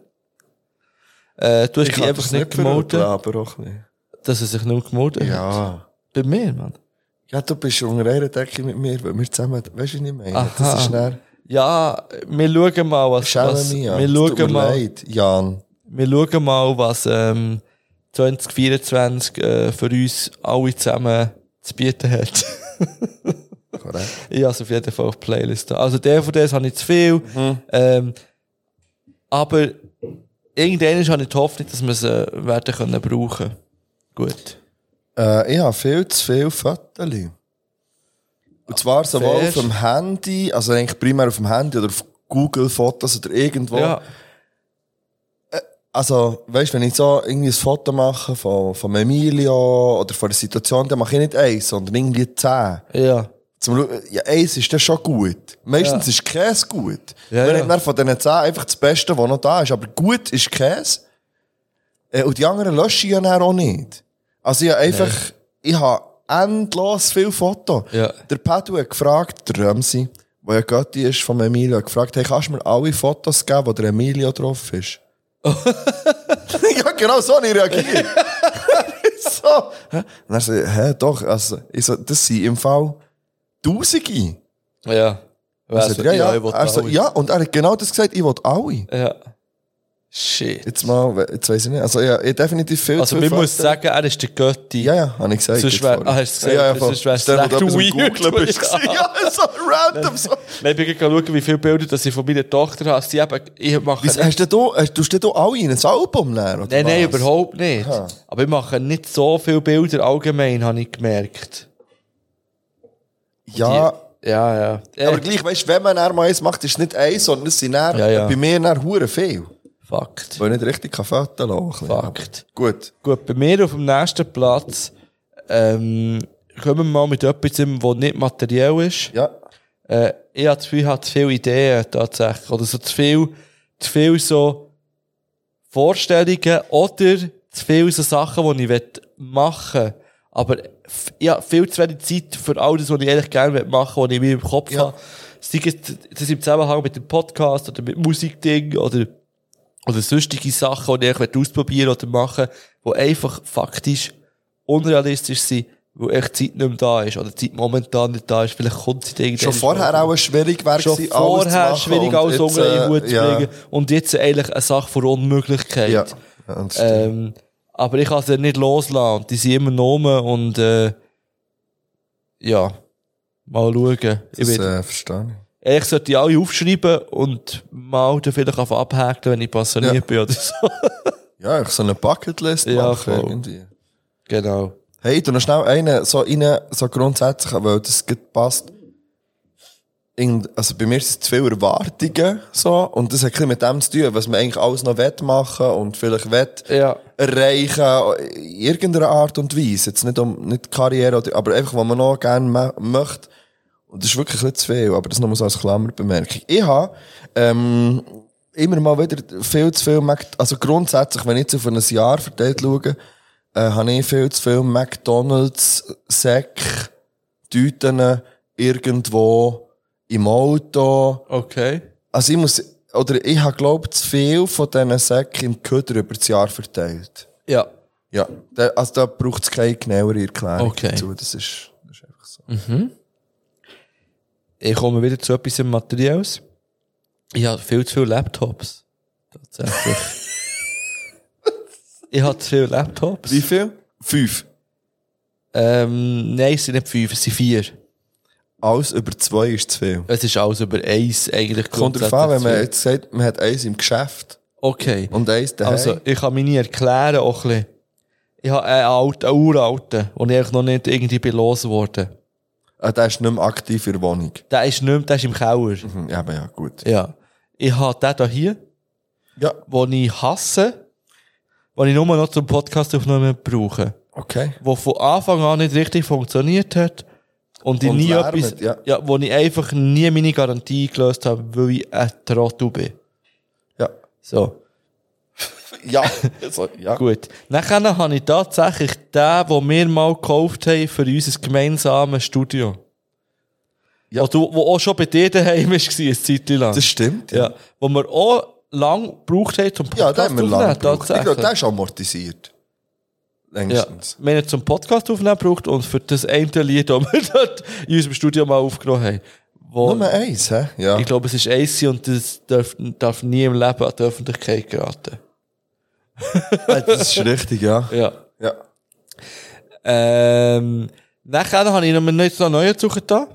Äh, du hast ich dich einfach nicht gemeldet. Aber auch nicht. Dass er sich nicht gemeldet ja. hat. Bei mir, Mann. Ja, du bist unter einer Decke mit mir, weil wir zusammen, weißt du, was ich nicht meine? Aha. Das ist schnell. Ja, wir schauen mal, was, Schau was mich an. wir Es tut schauen mir mal, leid, Jan. wir schauen mal, was, ähm, zwanzig vierundzwanzig, äh, für uns alle zusammen zu bieten hat. Korrekt. Ich habe es auf jeden Fall auf die Playlist da. Also D V Ds habe ich zu viel. Mhm. Ähm, aber irgendwann habe ich die Hoffnung, dass wir sie werden können brauchen. Gut. Äh, ich habe viel zu viele Fotos. Und zwar sowohl Fair. auf dem Handy, also eigentlich primär auf dem Handy oder auf Google Fotos oder irgendwo. Ja. Äh, also, weißt du, wenn ich so irgendwie ein Foto mache von, von Emilio oder von der Situation, dann mache ich nicht eins, sondern irgendwie zehn. Ja. Zum, ja, eins ist das schon gut. Meistens Ja. ist Käse gut. Ja, Wenn ja. ich dann von diesen zehn einfach das Beste, was noch da ist. Aber gut ist Käse. Äh, und die anderen lösche ich ja dann auch nicht. Also ich habe einfach, nee. ich habe endlos viele Fotos. Ja. Der Pedro hat gefragt, der Ramsey, der ja Götti ist von Emilio, hat gefragt, hey, kannst du mir alle Fotos geben, wo der Emilio drauf ist? Ja, genau so habe ich reagiert. So. Und er so, hä, doch, also, ich so, das sind im Fall Tausende. Ja. Also, ja, ja, er so, ja, und er hat genau das gesagt, ich will alle. Ja. Shit. Jetzt mal, jetzt weiss ich nicht. Also, ja, ich definitiv viel Also, zu man viel muss Fotos. sagen, er ist der Götti. Ja, ja, habe ich gesagt. Sonst wär, ah, hast du gesagt, ja, ja, sonst wär's Stell dir recht da etwas am weird. Googlen bist. Ja, so random. So. Nein, ich bin gerade schauen, wie viele Bilder das ich von meiner Tochter habe. Sie eben, ich mache Wieso, hast du da, hast, tust du da alle in ein Album leer, oder Nein, nein, was? überhaupt nicht. Aha. Aber ich mache nicht so viele Bilder allgemein, habe ich gemerkt. Ja, Die, ja, ja. aber Äh, gleich, weißt du, wenn man dann mal eins macht, ist es nicht eins, sondern es sind dann, Ja, ja. bei mir dann hure viel. Fakt. Weil ich nicht richtig Fotos lassen kann. Fakt. Gut. Gut, bei mir auf dem nächsten Platz ähm, kommen wir mal mit etwas, das nicht materiell ist. Ja. Äh, ich habe das Gefühl, ich habe zu viele Ideen tatsächlich. Oder so zu viel, zu viel so Vorstellungen oder zu viele so Sachen, die ich machen will. Aber f- ich habe viel zu wenig Zeit für all das, was ich eigentlich gerne machen will, was ich mir im Kopf Ja. habe. Sei es das im Zusammenhang mit dem Podcast oder mit Musikding oder, oder sonstige Sachen, die ich eigentlich ausprobieren oder machen will, die einfach faktisch unrealistisch sind. weil echt Zeit nicht mehr da ist, oder Zeit momentan nicht da ist, vielleicht kommt sie irgendwann. Schon vorher auch schwierig wäre Schon gewesen, alles zu vorher machen schwierig, und alles jetzt, unter einen äh, Hut zu ja. bringen. Und jetzt eigentlich eine Sache von Unmöglichkeit. Ja, ja, das stimmt. ähm, aber ich kann sie nicht loslassen. Und die sind immer noch rum und, äh, ja, mal schauen. Das ich will, äh, verstehe ich. ich sollte die alle aufschreiben und mal dann vielleicht auf abhäkeln, wenn ich passioniert Ja. bin oder so. Ja, ich so eine Bucketlist Ja, machen voll. irgendwie. Genau. Hey, du noch schnell einen, so rein, so grundsätzlich, weil das gut passt. Irgend, also bei mir sind es zu viele Erwartungen, so, und das hat ein bisschen mit dem zu tun, was man eigentlich alles noch machen will und vielleicht will Ja. erreichen, in irgendeiner Art und Weise. Jetzt nicht um, nicht Karriere, oder, aber einfach, was man noch gerne ma- möchte. Und das ist wirklich ein bisschen zu viel, aber das noch mal so als Klammerbemerkung. Ich habe, ähm, immer mal wieder viel zu viel, Mac also grundsätzlich, wenn ich jetzt auf ein Jahr verteilt schaue, äh, habe ich viel zu viel McDonalds, Säck, Tüten, irgendwo, im Auto. Okay. Also ich muss, oder ich habe, glaube ich, zu viel von diesen Säcken im Köder über das Jahr verteilt. Ja. Ja, da, also da braucht es keine genauere Erklärung Okay. dazu. Das ist, das ist einfach so. Ich komme wieder zu etwas Materielles. Ich habe viel zu viele Laptops. Tatsächlich. ich habe zu viele Laptops. Wie viel? Fünf. Ähm, nein, es sind nicht fünf, es sind vier. Alles über zwei ist zu viel. Es ist alles über eins eigentlich. Kommt darauf an, wenn man jetzt sagt, man hat eins im Geschäft Okay. und eins daheim. Also, ich kann mich nie erklären, auch ein bisschen. Ich habe einen alten, einen uralten, den ich eigentlich noch nicht irgendwie bin losgeworden. ah, der ist nicht mehr aktiv in der Wohnung. Der ist nicht mehr, der ist im Keller. Mhm, ja, aber ja, gut. Ja. Ich habe den hier, Ja, den ich hasse, den ich nur noch zum Podcast aufnehmen brauche. okay. Der von Anfang an nicht richtig funktioniert hat und ich Und nie lärmt, etwas, ja. ja, wo ich einfach nie meine Garantie gelöst habe, weil ich ein Trottel bin. Ja. So. Ja. Also, ja. Gut. Nachher habe ich tatsächlich den, den wir mal gekauft haben für unser gemeinsames Studio. Ja. Wo, du, wo auch schon bei dir daheim war, eine Zeit lang. Das stimmt, ja. ja. Wo wir auch lang gebraucht haben zum Ja, Podcast den haben wir lange aufnehmen, gebraucht. Ich glaube, tatsächlich. der ist amortisiert. Ja, Längstens. wir haben zum Podcast aufnehmen gebraucht und für das eine Lied, das wir dort in unserem Studio mal aufgenommen haben. Wo, Nummer eins, hä? Ja. ich glaube, es ist eins und das darf, darf nie im Leben an die Öffentlichkeit geraten. Das ist richtig, ja. Ja. Ja. Ähm, nachher habe ich noch nicht noch neue Suche da.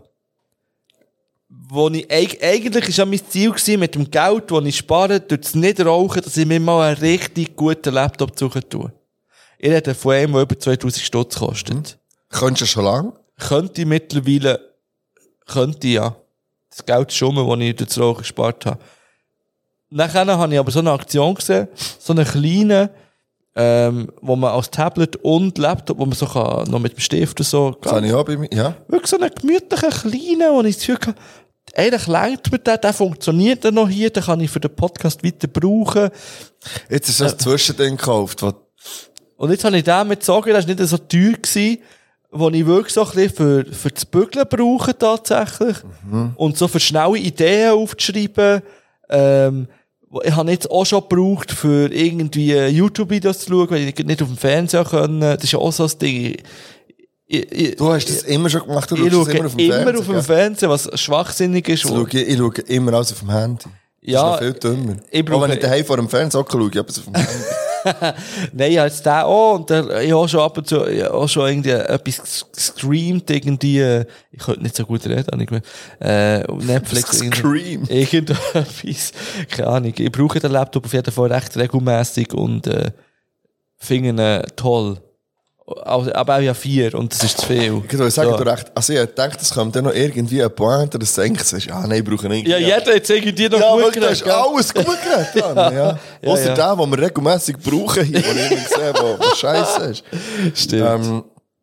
Wo ich, eig- eigentlich ist ja mein Ziel gewesen, mit dem Geld, das ich spare, durch das Nichtrauchen, dass ich mir mal einen richtig guten Laptop suchen tue. Ich rede von einem, der über zweitausend Stutz kostet. Könntest du schon lange? Könnte ich mittlerweile, könnte ich ja. Das Geld schon mal, das ich durch das Rauchen gespart habe. Nachher habe ich aber so eine Aktion gesehen, so eine kleine, ähm, wo man als Tablet und Laptop, wo man so kann, noch mit dem Stift und so, Das habe ich auch bei mir, ja. wirklich so einen gemütlichen kleinen, wo ich das Gefühl habe, eigentlich lenkt mir der, der funktioniert dann noch hier, den kann ich für den Podcast weiter brauchen. Jetzt ist das Zwischending gekauft, wo Und jetzt habe ich den mitgezogen, das war nicht so teuer gewesen, wo ich wirklich so ein bisschen für, für das Bügeln brauche tatsächlich. Mhm. Und so für schnelle Ideen aufzuschreiben. Ähm, ich habe jetzt auch schon gebraucht, für irgendwie YouTube-Videos zu schauen, weil ich nicht auf dem Fernseher können. Das ist ja auch so ein Ding. Ich, ich, Du hast das immer schon gemacht, du ich schaust schaue das immer immer auf dem Fernsehen, was schwachsinnig ist. Ich schaue, ich schaue immer alles auf dem Handy. Ja, das ist noch viel dümmer. ich brauche- Auch wenn ich daheim vor dem Fernseher schaue, ich habe es auf dem Handy. Nein, ich habe jetzt den auch, und der, ich habe schon ab und zu, ich habe auch schon irgendwie etwas gescreamt, irgendwie, äh, ich könnte nicht so gut reden, habe ich gemeint, äh, auf Netflix. Scream. Irgendetwas, keine Ahnung. Ich brauche den Laptop auf jeden Fall recht regelmässig und, äh, finde ihn äh, toll. Also, aber auch ja vier, und das ist zu viel. Ich würde sagen, Ja. du recht, also ich dachte, es kommt dann noch irgendwie ein Pointe, dass du denkst, ah nein, ich brauche nicht. Ja, jeder hat jetzt irgendwie noch Ja, gut wirklich, du hast gell? alles gut geredet, Mann, ja. Ja, Ausser ja. den, den wir regelmässig brauchen hier, wo ich immer sehe, wo, wo scheiße ist. Stimmt. Ähm,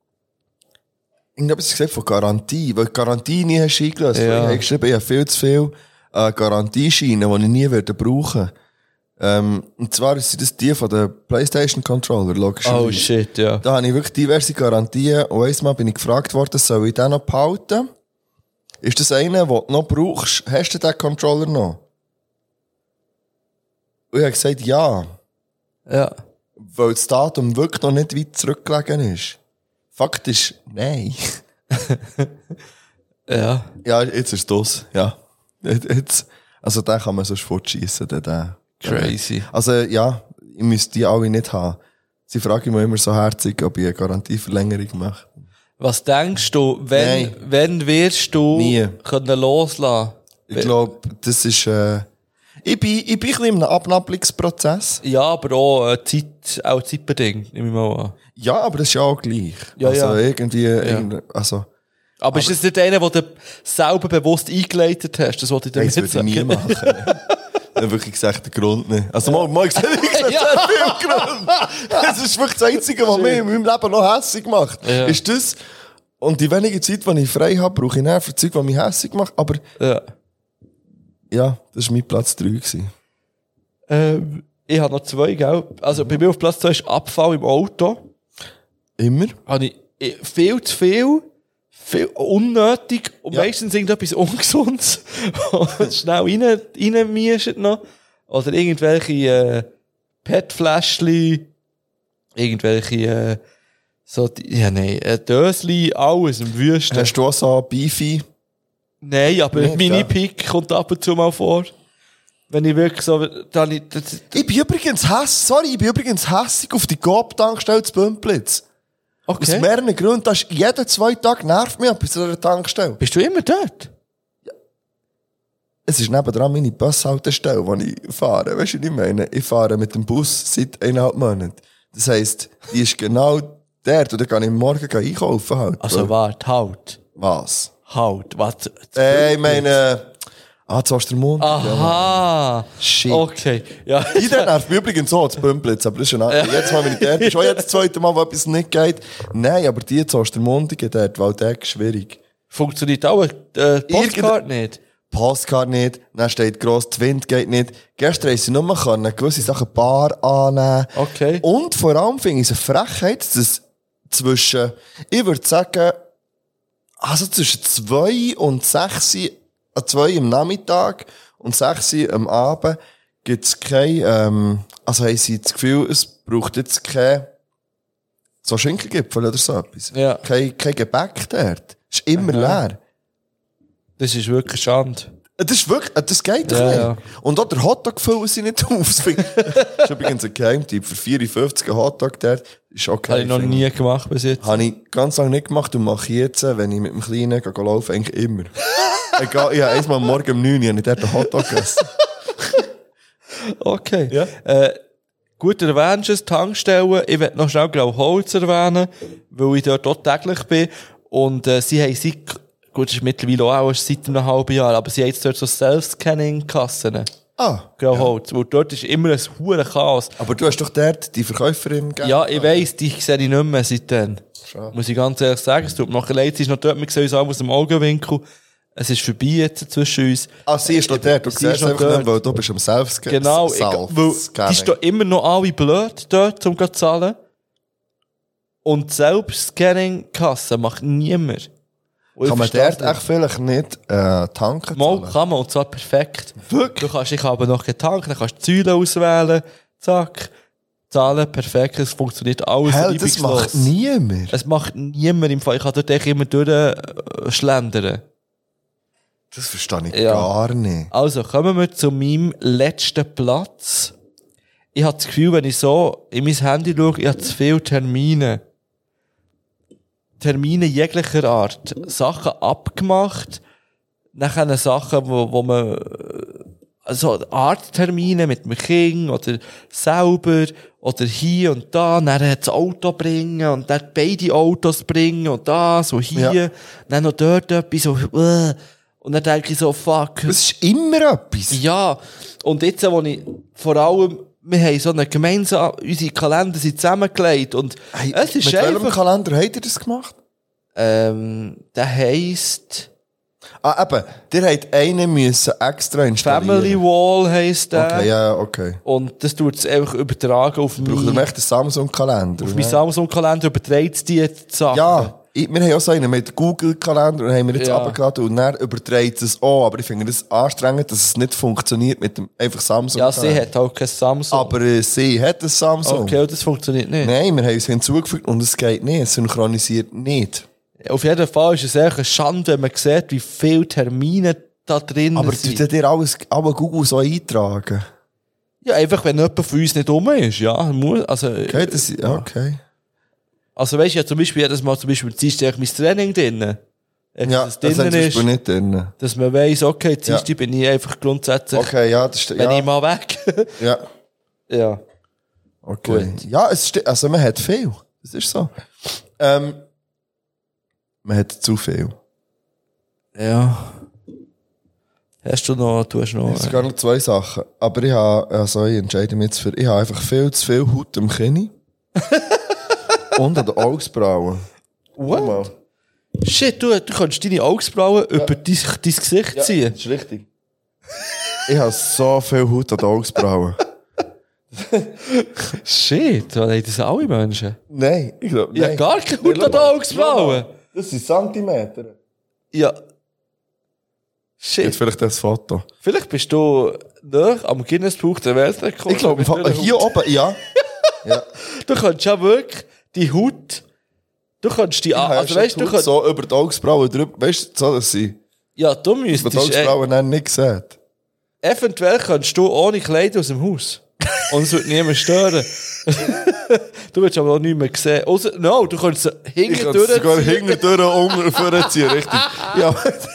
irgendetwas gesagt von Garantie, weil die Garantie nie hast du eingelöst. Ja. Ich habe geschrieben, ich habe viel zu viel äh, Garantiescheine, die ich nie werde brauchen. Ähm, und zwar sind das die von den PlayStation-Controller, logischerweise. Oh shit, ja. Da habe ich wirklich diverse Garantien. Und einmal bin ich gefragt worden, soll ich den noch behalten? Ist das einer, den du noch brauchst? Hast du den Controller noch? Und ich habe gesagt, ja. Ja. Weil das Datum wirklich noch nicht weit zurückgelegen ist. Fakt ist, nein. Ja. Ja, jetzt ist es das, ja. Jetzt, also den kann man sonst fortschiessen, den, den. Crazy. Also ja, ich müsste die alle nicht haben. Sie fragen mich immer so herzig, ob ich eine Garantieverlängerung mache. Was denkst du, wenn, Nein. wenn wirst du Nie. können loslassen? Ich glaube, das ist, äh, ich bin, ich bin ein bisschen in einem Abnabelungsprozess. Ja, aber auch, äh, Zeit, auch zeitbedingt, nehme ich mal an. Ja, aber das ist ja auch gleich. Ja, also ja. irgendwie, irgend- also, Aber, aber ist das nicht einer, den du selber bewusst eingeleitet hast? Das wollte ich nein, damit das würde ich sagen. nie machen. Ich habe wirklich gesagt, der Grund nicht. Also, mal, mal gesagt, ich gesagt, Ja. sehr viel Grund. Das ist wirklich das Einzige, was mich in meinem Leben noch hässig macht. Ja. Ist das, und die wenige Zeit, die ich frei habe, brauche ich nicht für Zeug, die mich hässig macht. Aber, Ja. ja, das war mein Platz drei gewesen. Ähm, ich habe noch zwei, gell? Also, bei mir auf Platz zwei ist Abfall im Auto. Immer. Habe ich eh, viel zu viel, viel unnötig und Ja. meistens irgendetwas Ungesundes und schnell rein, reinmischen noch. Oder irgendwelche äh, P E T-Fläschchen, irgendwelche äh, so, die, ja nein, äh, Dösli, alles im Wüsten. Hast du auch so Beefy? Nein, aber Nicht, meine ja. Pick kommt ab und zu mal vor. Wenn ich wirklich so, dann ich, das, Ich bin übrigens hässig, sorry, ich bin übrigens hässig auf die Coop-Tankstelle zu Bümplitz. Aus okay. mehreren Gründen. Das ist, jeden zwei Tage nervt mich etwas an der Tankstelle. Bist du immer dort? Es ist nebendran meine Bushaltestelle, wo ich fahre. Weißt du, was ich meine? Ich fahre mit dem Bus seit eineinhalb Monaten. Das heisst, die ist genau dort. Und dann kann ich morgen einkaufen halt. Also warte, halt. Was? Halt, was? Äh, ich meine, ah, zu Ostermund. Aha. Shit. Okay. Ja. Jeder nervt mich übrigens so, zu Bümplitz, aber das ist schon ja. Jetzt mal, wenn ich dort bin, schon jetzt das zweite Mal, wo etwas nicht geht. Nein, aber die zu Ostermundigen dort, weil der ist schwierig. Funktioniert auch äh, Postkarte nicht? Postkarte nicht, dann steht gross, die Wind geht nicht. Gestern haben sie nur können, gewisse Sachen bar annehmen. Okay. Und vor allem finde ich es eine Frechheit, dass zwischen, ich würde sagen, also zwischen zwei und sechs, äh, zwei am Nachmittag und sechs am Abend gibt es kein, ähm, also haben sie das Gefühl, es braucht jetzt kein, so Schinkengipfel oder so etwas. Ja. Kein, kein Gebäck dort. Es ist immer Aha. leer. Das ist wirklich Schande. Das ist wirklich, das geht doch Ja, nicht. ja. Und auch der Hotdog füllen sie nicht auf. Das finde ich- das ist übrigens ein Geheimtipp. Für vierundfünfzig ein Hotdog dort ist okay. Habe ich noch finde nie gemacht bis jetzt. Habe ich ganz lange nicht gemacht und mache ich jetzt, wenn ich mit dem Kleinen gehe laufen, eigentlich immer. Egal, ich habe einmal am Morgen um neun Uhr habe ich dort einen Hotdog gegessen. Okay. Ja. Äh, gut, du erwähnst es, Tankstellen. Ich werde noch schnell Grau Holz erwähnen, weil ich dort auch täglich bin. Und äh, sie haben seit, gut, das ist mittlerweile auch erst seit einem halben Jahr, aber sie haben jetzt dort so Self-Scanning-Kassen. Ah. Grau Holz. Weil dort ist immer ein hure Chaos. Aber du hast doch dort die Verkäuferin gegeben. Ja, ich weiss, die sehe ich nicht mehr seitdem. Schade. Muss ich ganz ehrlich sagen. Es tut mir noch leid, sie ist noch dort, wir sehen uns auch aus dem Augenwinkel. Es ist vorbei jetzt zwischen uns. Ah, sie ist noch dort. Du Sie siehst ist noch einfach dort. nicht, weil du bist am Self-Scan. Genau, ich, weil die stehen immer noch alle blöd dort, um zu zahlen. Und Selbstscanning-Kasse macht niemand. Und ich Kann man verstehe dort echt vielleicht nicht äh, tanken? Mal zahlen? kann man, und zwar perfekt. Wirklich? Du kannst dich aber noch getankt, dann kannst du die Säule auswählen, zack, zahlen, perfekt, es funktioniert alles Hell, das reibungslos. macht niemand. Es macht niemand im Fall. Ich kann dort echt immer durchschlendern. Das verstehe ich Ja. gar nicht. Also, kommen wir zu meinem letzten Platz. Ich habe das Gefühl, wenn ich so in mein Handy schaue, ich habe zu viele Termine. Termine jeglicher Art. Sachen abgemacht. Nachher Sachen, wo, wo man, also Arzttermine mit dem Kind oder selber oder hier und da, dann das Auto bringen und dann beide Autos bringen und das und hier, Ja. dann noch dort etwas so, uh, und dann denke ich so, fuck. Das ist immer etwas. Ja, und jetzt, wo ich vor allem, wir haben so eine gemeinsam, unsere Kalender sind zusammengelegt und Hey, es ist mit welchem einfach, Kalender habt ihr das gemacht? ähm, der heisst Ah, eben. Ihr habt einen müssen extra installieren. Family Wall heisst der. Okay, ja, okay. Und das tut es einfach übertragen auf Braucht ihr mein, echt einen Samsung-Kalender? auf ne? mein Samsung-Kalender, überträgt es die Sachen. Ja, Ich, wir haben auch so einen mit Google-Kalender und haben wir jetzt Ja. runtergeladen und dann überträgt es auch. Aber ich finde das anstrengend, dass es nicht funktioniert mit dem einfach Samsung. Ja, sie hat auch kein Samsung. Aber äh, sie hat ein Samsung. Okay, und das funktioniert nicht. Nein, wir haben es hinzugefügt und es geht nicht. Es synchronisiert nicht. Auf jeden Fall ist es echt eine Schande, wenn man sieht, wie viele Termine da drin Aber sind. du dir alles, alle Google so eintragen? Ja, einfach, wenn jemand von uns nicht rum ist, ja. Muss, also, Okay, das, ja, okay. also weißt du, ja zum Beispiel jedes Mal zum Beispiel Dienstag mein Training drin. Echt, Ja, dass das es haben drinnen wir zum ist, Beispiel nicht drin. dass man weiss, okay, Dienstag Ja. bin ich einfach grundsätzlich, Okay, ja, das stimmt. wenn Ja, ich mal weg. ja, ja. okay. Ja, es stimmt. Also man hat viel. Das ist so. Ähm, man hat zu viel. Ja. Hast du noch, du hast noch, Es sind gar noch zwei Sachen. Aber ich habe, also ich entscheide mich jetzt für, ich habe einfach viel zu viel Haut am Kinn. Und an den Augenbrauen. what? Shit, du, du kannst deine Augenbrauen über dein, dein Gesicht ziehen. Das ist richtig. Ich habe so viel Haut an den Augenbrauen. Shit, was haben das alle Menschen? Nein, ich glaube, Ja, nein. gar keine Haut Nein, an den schau mal. Augenbrauen. Das sind Zentimeter. Ja. Jetzt Shit. vielleicht das Foto. Vielleicht bist du nah am Guinness-Buch der Weltrekord. Ich glaube, Mit deiner hier Haut. oben, ja. ja. Du kannst ja wirklich die Haut, du kannst die, an, also weißt du, du kannst, so über die Augenbrauen drüber, weißt du, so, dass sie ja, du über die müsstest, äh, Augenbrauen dann nicht sehen. eventuell kannst du ohne Kleider aus dem Haus. Und es wird niemand stören. Du willst aber auch nicht mehr sehen. Ausser, no, du kannst sie Ich hinten kann es sogar durchziehen. hinten durch und vorziehen, richtig. Ja.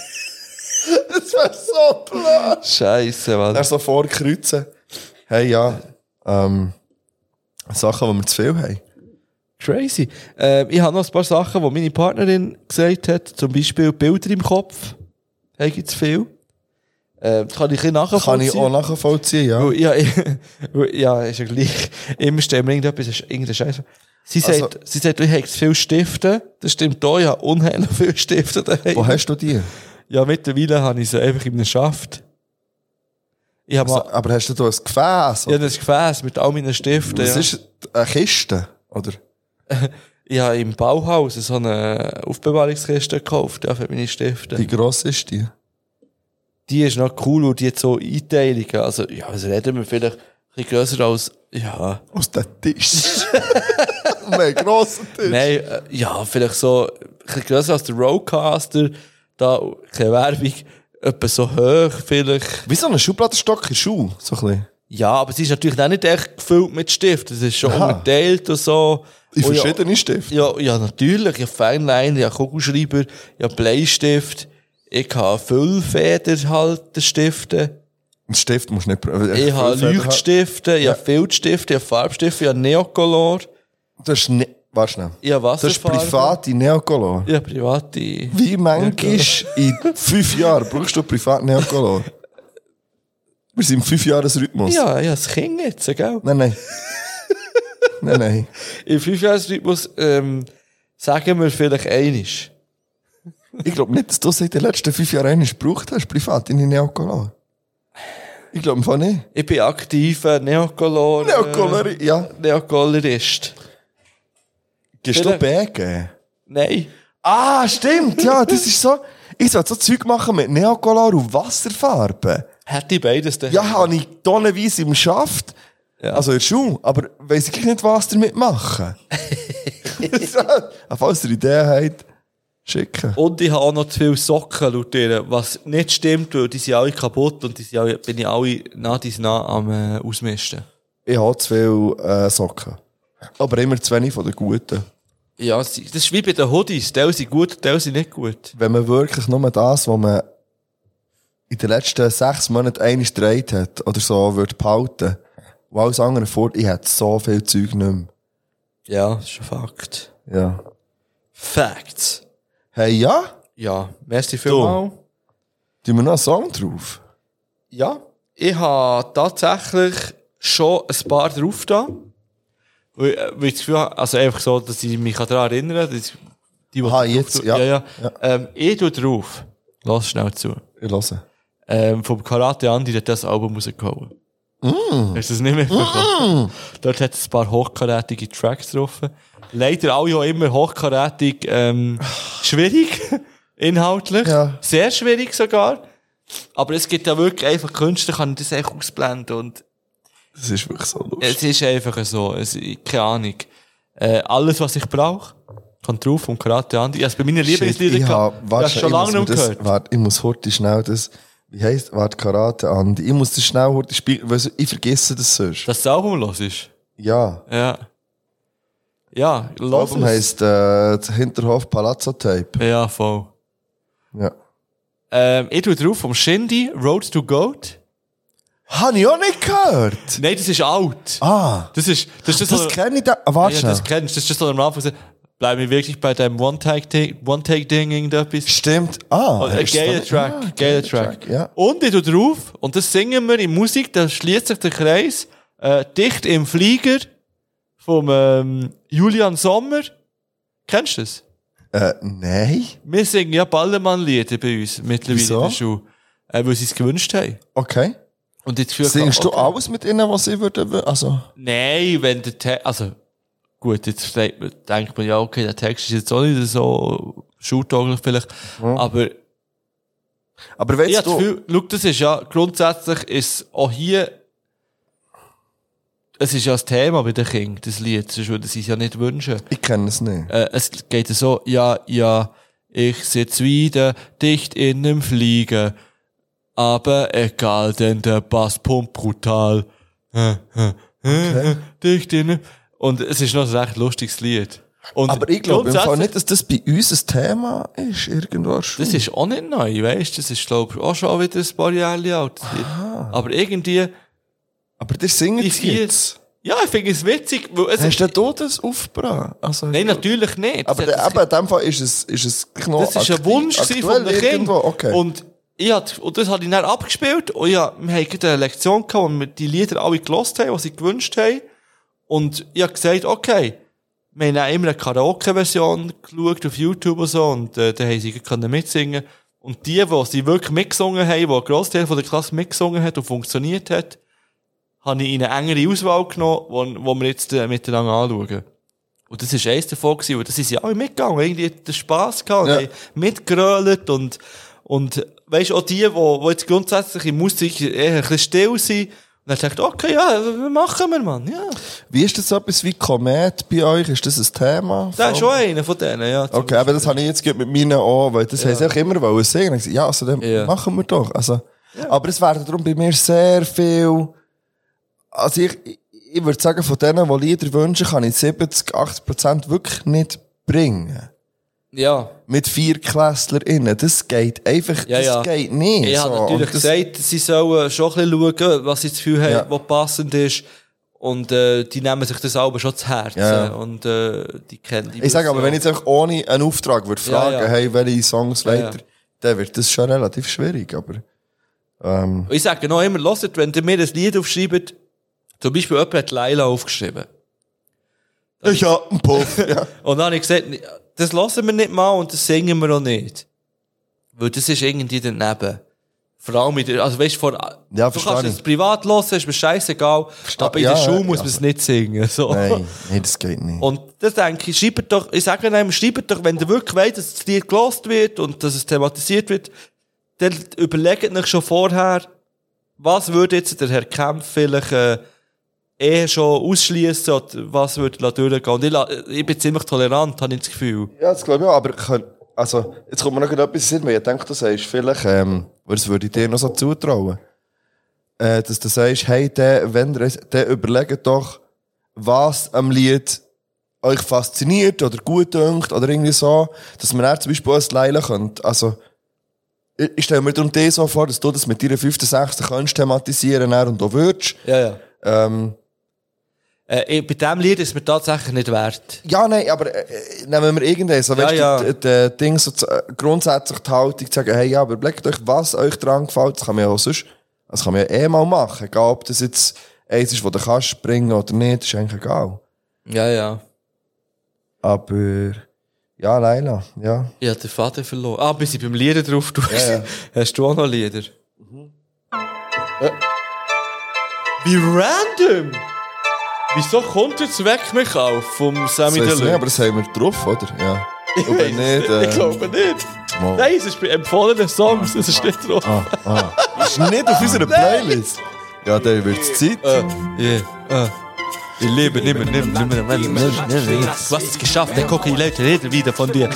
Das wäre so blöd. Scheisse, Mann. Er so vorkreuzen. Hey, ja. Ähm, Sachen, die wir zu viel haben. Crazy. Ähm, ich habe noch ein paar Sachen, die meine Partnerin gesagt hat. Zum Beispiel Bilder im Kopf. Habe ich zu viel. Ähm, das kann ich ein bisschen Kann nachvollziehen. ich auch nachvollziehen, ja. Weil, ja, ich, weil, ja, ist ja gleich. Immer stellen wir irgendetwas, ist irgendeine Scheiße. Sie Also- sagt, sie sagt, ich habe zu viel Stifte. Das stimmt auch, ich habe unheimlich viele Stifte daheim. Wo hast du die? Ja, mittlerweile habe ich sie einfach in einem Schaft. Ich habe Also, mal, aber hast du da ein Gefäß? ich habe ein Gefäß mit all meinen Stiften. Das Ja. ist eine Kiste, oder? Ich habe im Bauhaus so eine Aufbewahrungskiste gekauft, ja, für meine Stifte. Wie gross ist die? Die ist noch cool, und die hat so Einteilungen. Also, ja, was reden wir vielleicht ein bisschen grösser als, ja. Aus dem Tisch. Ein grosser Tisch. Nein, äh, ja, vielleicht so ein bisschen grösser als der Roadcaster. Da, keine Werbung, etwa so hoch vielleicht. Wie so ein Schubladenstock in Schuh, so ein bisschen. Ja, aber sie ist natürlich auch nicht echt gefüllt mit Stift. Das ist schon Aha. unterteilt und so. In Und verschiedene Stifte. Ja, ja, natürlich. Ich habe Feinliner, ich habe Kugelschreiber, ich habe Bleistift, ich habe Füllfederhalterstifte, Ein Stift musst du nicht probieren. ich habe Leuchtstifte, ich Ja. habe Filzstifte, ich habe Farbstifte, ich habe Neocolor, Das ist nicht. Warte schnell. ich habe Das ist Wasserfarbe. private Neocolor. Ja, private. Wie manchmal in fünf Jahren brauchst du privat Neocolor? Wir sind im fünf-Jahres-Rhythmus. Ja, ja, das Kind jetzt, gell? Nein, nein. nein, nein. Im Fünfjahresrhythmus ähm, sagen wir vielleicht einisch. Ich glaube nicht, dass du seit den letzten fünf Jahren einmal gebraucht hast, privat in Neocolor. Ich glaube einfach nicht. Ich bin aktiver Neocolor. Neocolor, ja. Neocolorist. Gehst du Vielleicht- B geben? Nein. Ah, stimmt, ja, das ist so. Ich sollte so Zeug machen mit Neocolor und Wasserfarbe. Hätte ich beides daheim. Ja, habe ich tonnenweise im Schaft. Ja. Also in der Schule. Aber weiss ich nicht, was damit machen. Falls ihr Ideen habt, schicken. Und ich habe auch noch zu viele Socken laut ihr, was nicht stimmt, weil die sind alle kaputt und die sind alle, bin ich alle nah dies nah am äh, Ausmisten. Ich habe zu viele äh, Socken. Aber immer zu wenig von den guten. Ja, sie- das ist wie bei den Hoodies. Teil sind gut, Teil sind nicht gut. Wenn man wirklich nur das, was man in den letzten sechs Monaten einmal gedreht hat, oder so, würde behalten, und alles andere fort, ich hätte so viel Zeug nicht mehr. Ja, das ist ein Fakt. Ja. Facts. Hey, ja? Ja, merci vielmals. Tun wir noch einen Song drauf? Ja, ich habe tatsächlich schon ein paar drauf da. Weil, äh, weil ich das Gefühl habe, also einfach so, dass ich mich daran erinnere, dass die, die Aha, drauf jetzt, tun- ja. ja, ja. Ja. Ähm, ich tue drauf. Lass schnell zu. Ich höre. Ähm, vom Karate Andi, der hat das Album rausgehauen. Mm. Hast du das nicht mehr bekommen? Mm. Dort hat es ein paar hochkarätige Tracks drauf. Leider auch ja immer hochkarätig ähm, schwierig, inhaltlich. Ja. Sehr schwierig sogar. Aber es gibt ja wirklich einfach Künstler, kann ich das einfach ausblenden. Und das ist wirklich so lustig. Es ist einfach so. Es, keine Ahnung. Äh, alles, was ich brauche, kommt drauf vom Karate Andi. Also bei meinen Lieblingsliedern gehabt. Das schon lange nicht gehört. Warte, ich muss heute schnell das, wie heisst, warte, Karate Andi. Ich muss das schnell heute spielen, weil ich vergesse das sonst. Dass das Album los ist? Ja. Ja. Ja, los. Das Album heisst, äh, Hinterhof Palazzo Tape. Ja, voll. Ja. Ähm, ich tue drauf vom Shindy, Road to Goat. Habe ich auch nicht gehört. Nein, das ist alt. Ah. Das ist, das ist das, das kenne ich da. Ah, warte ja, das kennst du. Das ist das, was am Anfang gesagt bleib mir wirklich bei deinem One-Take-Ding, One-Take-Ding, irgendetwas. Stimmt. Ah. Ein geiler Track, ah, geiler Track. Track. Ja. Und ich tue drauf, und das singen wir in Musik, da schließt sich der Kreis, äh, Dicht im Flieger, vom, ähm, Julian Sommer. Kennst du das? Äh, nein. Wir singen ja Ballermann-Lieder bei uns, mittlerweile Wieso? in der Schule. Äh, weil sie es gewünscht haben. Okay. Und ich Gefühl, singst okay. du alles mit ihnen, was sie würden, also? Nein, wenn der Text, also, gut, jetzt denkt man ja, okay, der Text ist jetzt auch nicht so schultauglich vielleicht, mhm. aber, aber weißt ich habe du, das Gefühl, schau, das ist ja, grundsätzlich ist auch hier, es ist ja das Thema bei den Kindern, das Lied, sonst würden sie es ja nicht wünschen. Ich kenne es nicht. Äh, es geht so, ja, ja, ich sitz wieder dicht in einem Flieger, aber egal, denn der Bass pumpt brutal. Okay. Dicht in einem... Und es ist noch ein recht lustiges Lied. Und aber ich glaube im Fall nicht, dass das bei uns ein Thema ist, irgendwo schon. Das ist auch nicht neu, weißt du? Das ist, glaube ich, auch schon wieder ein paar Jahre alt. Aber irgendwie... Aber der singt jetzt. Ja, ich finde es witzig. Weil es Hast ist, du das aufgebracht? Also, nein, natürlich nicht. Aber der, eben, in dem Fall ist es, ist es noch das ist ein Wunsch von den Kindern. Okay. Und, ich hat, und das habe ich dann abgespielt. Und ja, wir hatten eine Lektion gehabt, wo wir die Lieder alle gelost haben, was sie gewünscht haben. Und ich habe gesagt, okay, wir haben auch immer eine Karaoke-Version geschaut auf YouTube und so. Und äh, da haben sie können mitsingen. Und die, die sie wirklich mitgesungen haben, die ein Grossteil von der Klasse mitgesungen hat und funktioniert hat, habe ich in eine engere Auswahl genommen, wo, wo wir jetzt äh, miteinander anschauen. Und das war eins davon gewesen, weil da sind sie alle mitgegangen, irgendwie hat das Spass gehabt, ja. Und haben mitgerölt und, und, weisst, auch die, die, die jetzt grundsätzlich in Musik eher ein bisschen still sind, und dann dachte ich, okay, ja, was machen wir, Mann, ja. Wie ist das so etwas wie Komet bei euch? Ist das ein Thema? Das ist schon einer von denen, ja. Okay, Beispiel. Aber das habe ich jetzt mit meinen auch, weil das ja. haben sie auch immer wollen singen. Ich gesagt, ja, also dann ja. machen wir doch. Also, ja. Aber es werden darum bei mir sehr viel, also ich, ich würde sagen, von denen, die Lieder wünschen, kann ich siebzig, achtzig Prozent wirklich nicht bringen. Ja. Mit vier KlässlerInnen. Das geht einfach, ja, das ja. geht nicht. Ich so. habe natürlich das, gesagt, sie sollen schon ein bisschen schauen, was sie das Gefühl haben, ja. was passend ist. Und, äh, die nehmen sich das aber schon zu Herzen. Ja. Und, äh, die kennen die. Ich sage aber, ja. wenn ich jetzt einfach ohne einen Auftrag würde fragen, ja, ja. hey, welche Songs ja, weiter, ja. dann wird das schon relativ schwierig, aber, ähm. Ich sage noch immer, hört, wenn ihr mir ein Lied aufschreibt, zum Beispiel jemand hat Laila aufgeschrieben. Ich hab einen Puff, ja. Und dann habe ich gesagt, das lassen wir nicht mal und das singen wir auch nicht. Weil das ist irgendwie daneben. Vor allem mit der, also weißt du, vor, ja, du kannst es privat hören, ist mir scheißegal, Versta- aber in der ja, Schule muss ja. man es nicht singen, so. Nein, nein, das geht nicht. Und das denke ich, schreibt doch, ich sage einem, schreibt doch, wenn ihr wirklich wollt, dass das Lied gelost wird und dass es thematisiert wird, dann überlegt euch schon vorher, was würde jetzt der Herr Kempf vielleicht, äh, eher schon ausschließen oder was würde da durchgehen. Und ich, ich bin ziemlich tolerant, habe ich das Gefühl. Ja, das glaube ich auch, aber ich, also, jetzt kommt mir noch etwas in den Sinn, weil ich denke, du sagst vielleicht, ähm, das würde ich dir noch so zutrauen, äh, dass du sagst, hey, der, wenn ihr, der überlegt doch, was am Lied euch fasziniert oder gut dünkt oder irgendwie so, dass man zum Beispiel als Leila könnt, also, ich, ich stelle mir darum dir so vor, dass du das mit deiner fünften, sechsten kannst thematisieren und auch würdest. Ja, ja. Ähm, Äh, bei diesem Lied ist es mir tatsächlich nicht wert. Ja, nein, aber äh, nehmen wir irgendein, so, weißt ja, du, ja. das Ding, so, grundsätzlich die Haltung zu sagen, hey, ja, aber überlegt euch, was euch dran gefällt, das kann man ja auch sonst, das kann man ja eh mal machen, egal ob das jetzt eins ist, wo du kannst bringen oder nicht, ist eigentlich egal. Ja, ja. Aber, ja, Leila, ja. Ich habe den Vater verloren. Ah, bis ich beim Lieder drauf tue. Ja, ja. Hast du auch noch Lieder? Mhm. Ja. Wie random! Wieso kommt jetzt weg mich auf vom Sammy Das heisst Deluxe? nicht, aber das haben wir drauf, oder? Ja. Und wenn nicht, äh, Ich glaube nicht. Mal. Nein, es ist bei empfohlenen Songs, es ist nicht drauf. Ah, ah. Ist nicht auf unserer Playlist. Ja, dann wird es Zeit. Äh, yeah, äh. Ich lebe nicht mehr, nicht mehr, nicht mehr, nicht mehr, nicht mehr, nicht mehr. Du hast es geschafft, dann gucken die Leute reden wieder von dir.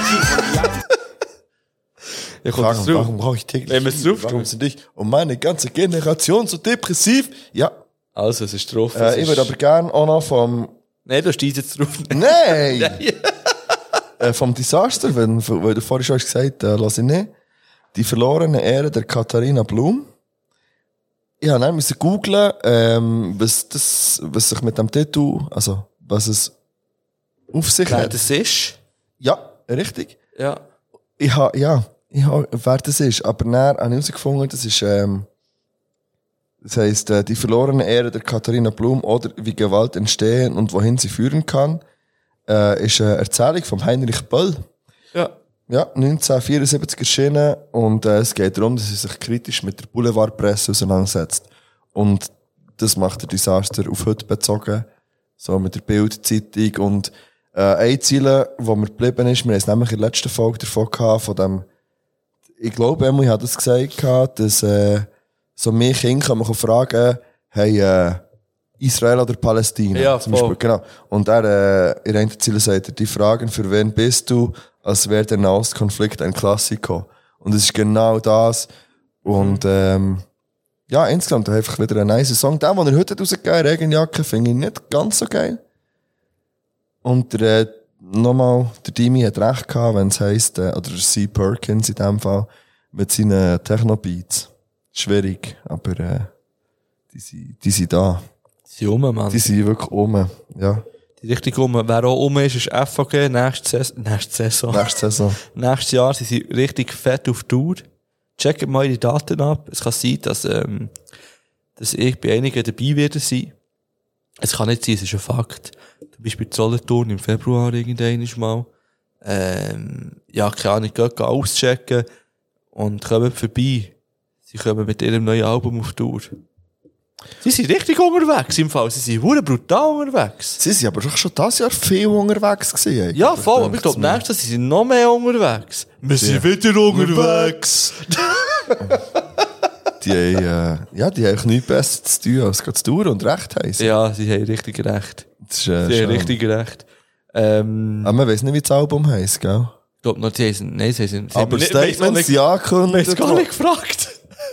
Ja, kommt es Warum, drauf? warum brauche ich täglich? Wenn wir es drauf Warum tun. sind ich und meine ganze Generation so depressiv? Ja. Also, es ist drauf. Äh, ich würde aber gerne auch noch vom... Nein, du stehst jetzt drauf. Nein! äh, vom Disaster, weil, weil du vorhin schon hast gesagt hast, äh, lass ich nicht. Die verlorene Ehre der Katharina Blum. Ich habe dann müssen googlen, ähm, was das, was sich mit dem Tattoo, also, was es auf sich Wer hat. das ist? Ja, richtig. Ja. Ich habe, ja, ich habe, wer das ist, aber dann habe ich herausgefunden, das ist, ähm, das heisst, äh, die verlorene Ehre der Katharina Blum oder wie Gewalt entstehen und wohin sie führen kann, äh, ist eine Erzählung von Heinrich Böll. Ja. Ja, neunzehnhundertvierundsiebzig erschienen und äh, es geht darum, dass er sich kritisch mit der Boulevardpresse auseinandersetzt. Und das macht der Desaster auf heute bezogen, so mit der Bild-Zeitung und äh, eine Ziele, wo mir geblieben ist, wir haben es nämlich in der letzten Folge davon gehabt, von dem, ich glaube, Emily hat das gesagt, gehabt, dass äh, so mehr Kinder kann man fragen, hey, äh, Israel oder Palästina? Ja, zum Beispiel, voll. genau. Und er, äh, in einem Ziel sagt er, die Fragen, für wen bist du, als wäre der Nahostkonflikt ein Klassiker. Und es ist genau das. Und, ähm, ja, insgesamt einfach wieder ein nice Song. Den, den er heute rausgegeben hat, Regenjacke, finde ich nicht ganz so geil. Und der, äh, nochmal, der Dimi hat recht gehabt, wenn es heisst, äh, oder C. Perkins in dem Fall, mit seinen Techno-Beats. Schwierig, aber, äh, die sind, die sind da. Die sind rum, Mann. Die sind wirklich rum, ja. Die richtig rum. Wer auch rum ist, ist F A G. Nächste Saison. Nächste Saison. Nächste Saison. Nächstes Jahr sind sie richtig fett auf Tour. Checkt mal die Daten ab. Es kann sein, dass, ähm, dass ich bei einigen dabei werde sein. Es kann nicht sein, es ist ein Fakt. Zum Beispiel Solothurn im Februar irgendwann mal. Ähm, ja, keine Ahnung, geht auschecken und kommen vorbei. Sie kommen mit ihrem neuen Album auf Tour. Sie sind richtig unterwegs im Fall. Sie sind hure brutal unterwegs. Sie sind aber doch schon dieses Jahr viel unterwegs gewesen. Ja, voll. Aber ich glaube, nächstes Jahr sind sie noch mehr unterwegs. Wir sind wieder unterwegs. Die haben, äh, ja, die haben eigentlich nichts Besseres zu tun, als zu tun und Recht heißen. Ja, sie haben richtig recht. Das ist, äh, Sie haben schon- richtig recht. Ähm, Aber man weiss nicht, wie das Album heisst, gell? ich glaube noch, sie haben, nein, sie haben, sie Aber haben nicht- Statements, weiss ja, gar nicht- angekündigt. weiss gar nicht gefragt.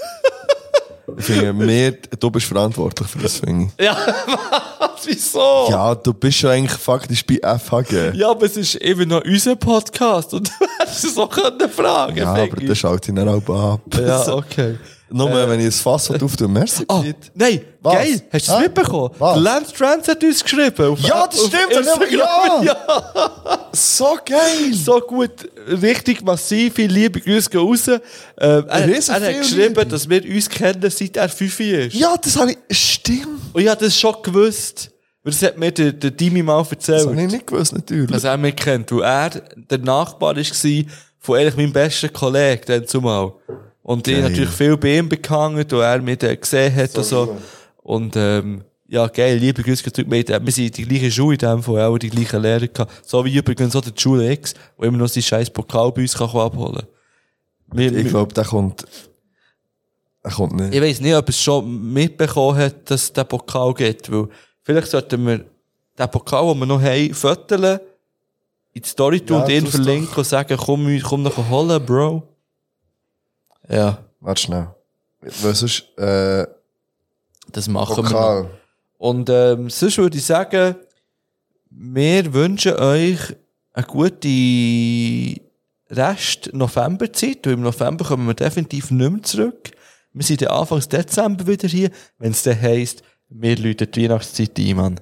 Ich finde, mehr, du bist verantwortlich für das, finde ich. Ja, was? Wieso? Ja. Ja, du bist schon eigentlich faktisch bei F H G. ja, aber es ist eben noch unser Podcast und du hättest es auch können fragen. Ja, aber Fegi. dann schaut ihn dann auch ab. Ja, okay. Nur wenn ich ein Fass auftue, merci. Ah, Pete. nein, Was? geil. Hast du es Hä? mitbekommen? Was? Der Lance Trans hat uns geschrieben. Auf, Ja, das auf stimmt, Instagram. ja. So geil! So gut, richtig massive Liebe Grüße gehen raus. Ähm, er, er riesen hat viel geschrieben, Liebe. dass wir uns kennen, seit er fünf ist. Ja, das habe ich, stimmt. Und ich habe das schon gewusst. Weil das hat mir der, der Dimi mal Das erzählt. habe ich nicht gewusst, natürlich. Dass er mich kennt. Weil er der Nachbar war von eigentlich meinem besten Kollegen, dann zumal. Und ich Geil. natürlich viel bei ihm bekannt, und er mich dann gesehen hat und so. Und, ähm, ja, geil, liebe Grüße zurück. Wir wir sind die gleiche Schule in dem Fall, auch die gleichen Lehrer gehabt. So wie übrigens auch der Schule X, wo immer noch seinen scheiß Pokal bei uns kann abholen kann. Ich glaube, der kommt, er kommt nicht. Ich weiss nicht, ob es schon mitbekommen hat, dass es den Pokal gibt, weil vielleicht sollten wir den Pokal, den wir noch haben, föteln, in die Story tun Ja, und ihn tu's verlinken und sagen, komm, komm noch holen, Bro. Ja, Warte schnell. Weil sonst, äh, das machen wir noch. Pokal. Und ähm, sonst würde ich sagen, wir wünschen euch eine gute Rest-November-Zeit, weil im November kommen wir definitiv nicht mehr zurück. Wir sind dann Anfang Dezember wieder hier, wenn es dann heisst, wir läuten die Weihnachtszeit ein, Mann.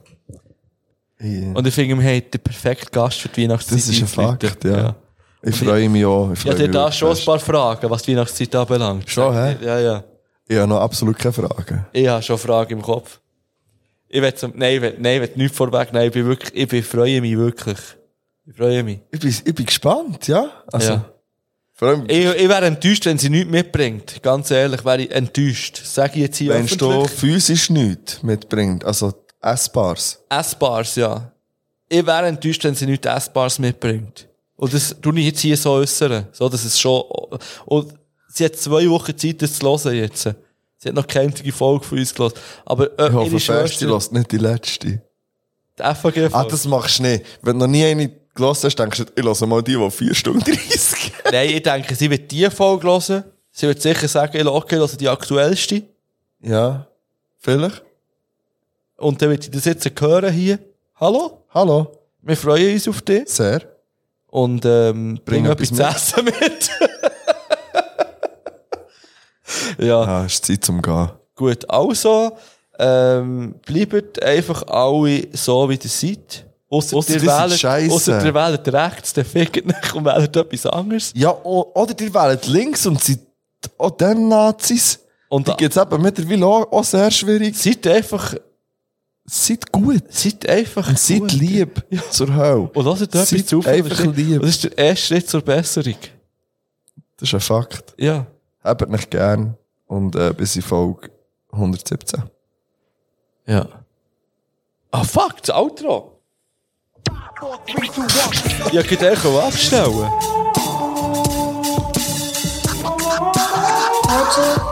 Ja. Und ich finde, wir haben den perfekten Gast für die Weihnachtszeit. Das ist ein eingeläutet. Fakt, ja. Ich freue mich auch. Ich Ich freue habe dir mich da wirklich schon ein fest. paar Fragen, was die Weihnachtszeit anbelangt. Schon, hä? Ja, ja. Ich habe noch absolut keine Fragen. Ich habe schon Fragen im Kopf. Ich will zum, nein, ich will, nein, ich will nichts vorweg, nein, ich bin wirklich, ich bin, freue mich wirklich. Ich freue mich. Ich bin, ich bin gespannt, ja? Also, Ja. Vor allem, Ich, ich wäre enttäuscht, wenn sie nichts mitbringt. Ganz ehrlich, wäre ich enttäuscht. Sag ich jetzt hier wenn du öffentlich. physisch nichts mitbringt, also Essbares. Essbares, ja. Ich wäre enttäuscht, wenn sie nichts Essbares mitbringt. Und das tue ich jetzt hier so äußern. So, dass es schon, und sie hat zwei Wochen Zeit, das zu hören jetzt. Sie hat noch keine einzige Folge von uns gehört. Aber, äh, Ich hoffe ihre fest, sie Schwester, hört nicht die letzte. die F A G-Folge. Ah, das machst du nicht. Wenn du noch nie eine gehört hast, denkst du, ich höre mal die, die vier Stunden dreißig. Nein, ich denke, sie wird die Folge hören. Sie wird sicher sagen, ich okay, höre die aktuellste. Ja, vielleicht. Und dann wird sie das jetzt hören hier. Hallo? Hallo. Wir freuen uns auf dich. Sehr. Und ähm, bring, Bring etwas zu etwas essen mit. Ja, Ah, ist Zeit zum Gehen. gut. Also, ähm, bleibt einfach alle so, wie ihr seid. Ausser Ausser ihr die sind wählt, scheisse. ausser ihr wählt rechts, dann fickt nicht und wählt etwas anderes. Ja, o- oder die wählen links und sind auch dann Nazis. Und Die geht's eben mittlerweile auch, auch sehr schwierig. seid einfach, Seid gut. seid einfach Und seid gut. lieb. Zur Hölle. Und lasst etwas Seid zu. einfach lieb. Das ist der erste Schritt zur Besserung. Das ist ein Fakt. Ja. Habt mich gern. Und äh, bis in Folge hundertsiebzehn. Ja. Ah, fuck, das Outro. Ja, geht echt auch abstellen. Heute